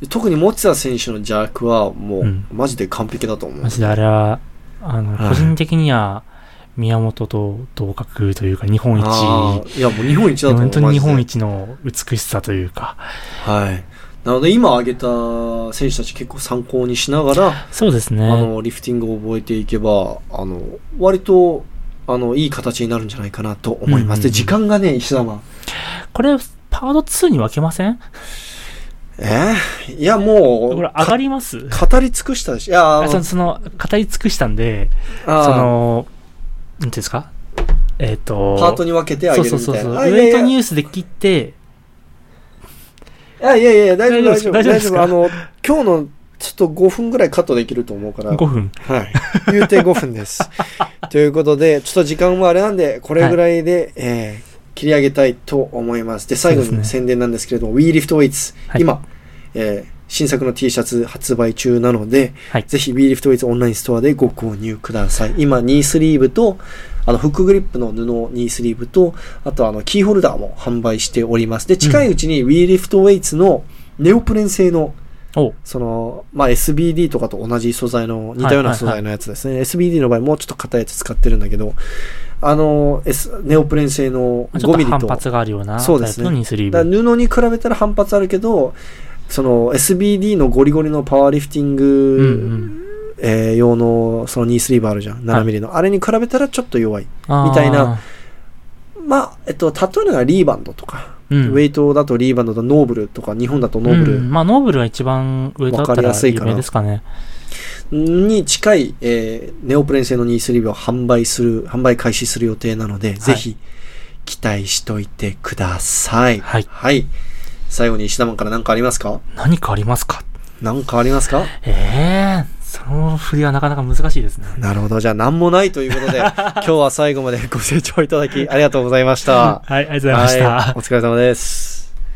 A: 特に持田選手のジャークはもう、うん、マジで完璧だと思う。
B: マジであれはあの、はい、個人的には宮本と同格というか日本一。
A: いやもう日本一だと思う。
B: 本当に日本一の美しさというか。
A: はい。なので今挙げた選手たち結構参考にしながら、
B: そうですね。
A: あのリフティングを覚えていけば、あの割とあのいい形になるんじゃないかなと思います。うんうんうん、で時間がね、石田
B: これパートツーに分けません？
A: えー、いやもう
B: これ上がります？
A: 語り尽くしたし、いや
B: そのその語り尽くしたんで、そのなんていうんですか、えっ、ー、と
A: パートに分けてあげるみたいな。そうそうそうそう。
B: ウェイトニュースで切って。
A: いやいやいや、大丈夫大丈夫。大丈夫です。あの、今日のちょっとごふんぐらいカットできると思うから。
B: ごふん。
A: はい。言うてごふんです。ということで、ちょっと時間もあれなんで、これぐらいで、はい、えー、切り上げたいと思います。で、最後に宣伝なんですけれども、ね、WeLiftWeights、はい、今、えー、新作の T シャツ発売中なので、はい、ぜひ WeLiftWeights オンラインストアでご購入ください。今、ニースリーブと、あの、フックグリップの布ニースリーブと、あとあの、キーホルダーも販売しております。で、近いうちに WeLiftWeights のネオプレン製の、うん、その、まあ、エスビーディー とかと同じ素材の、似たような素材のやつですね。はいはいはい、エスビーディー の場合もうちょっと硬いやつ使ってるんだけど、あの、S、ネオプレン製のごミリと。
B: 反発があるようなタイプのニースリーブ。
A: だから布に比べたら反発あるけど、その エスビーディー のゴリゴリのパワーリフティング、うんうんえー、用のそのニースリーブあるじゃん。ななミリの、はい。あれに比べたらちょっと弱い。みたいな。まあ、えっと、例えるのはリーバンドとか、うん、ウェイトだとリーバンドとノーブルとか、日本だとノーブル。うん、
B: まあ、ノーブルは一番上だったら有名ですかね。
A: に近い、えー、ネオプレン製のニースリーブを販売する、販売開始する予定なので、はい、ぜひ期待しといてください。はい。はい。最後に石田マンから何かありますか？
B: 何かありますか？
A: 何かありますか？
B: ええー。その振りはなかなか難しいですね。
A: なるほど。じゃあ何もないということで、今日は最後までご清聴いただきありがとうございました。
B: はい、ありがとうございました。
A: はい、お疲れ様です。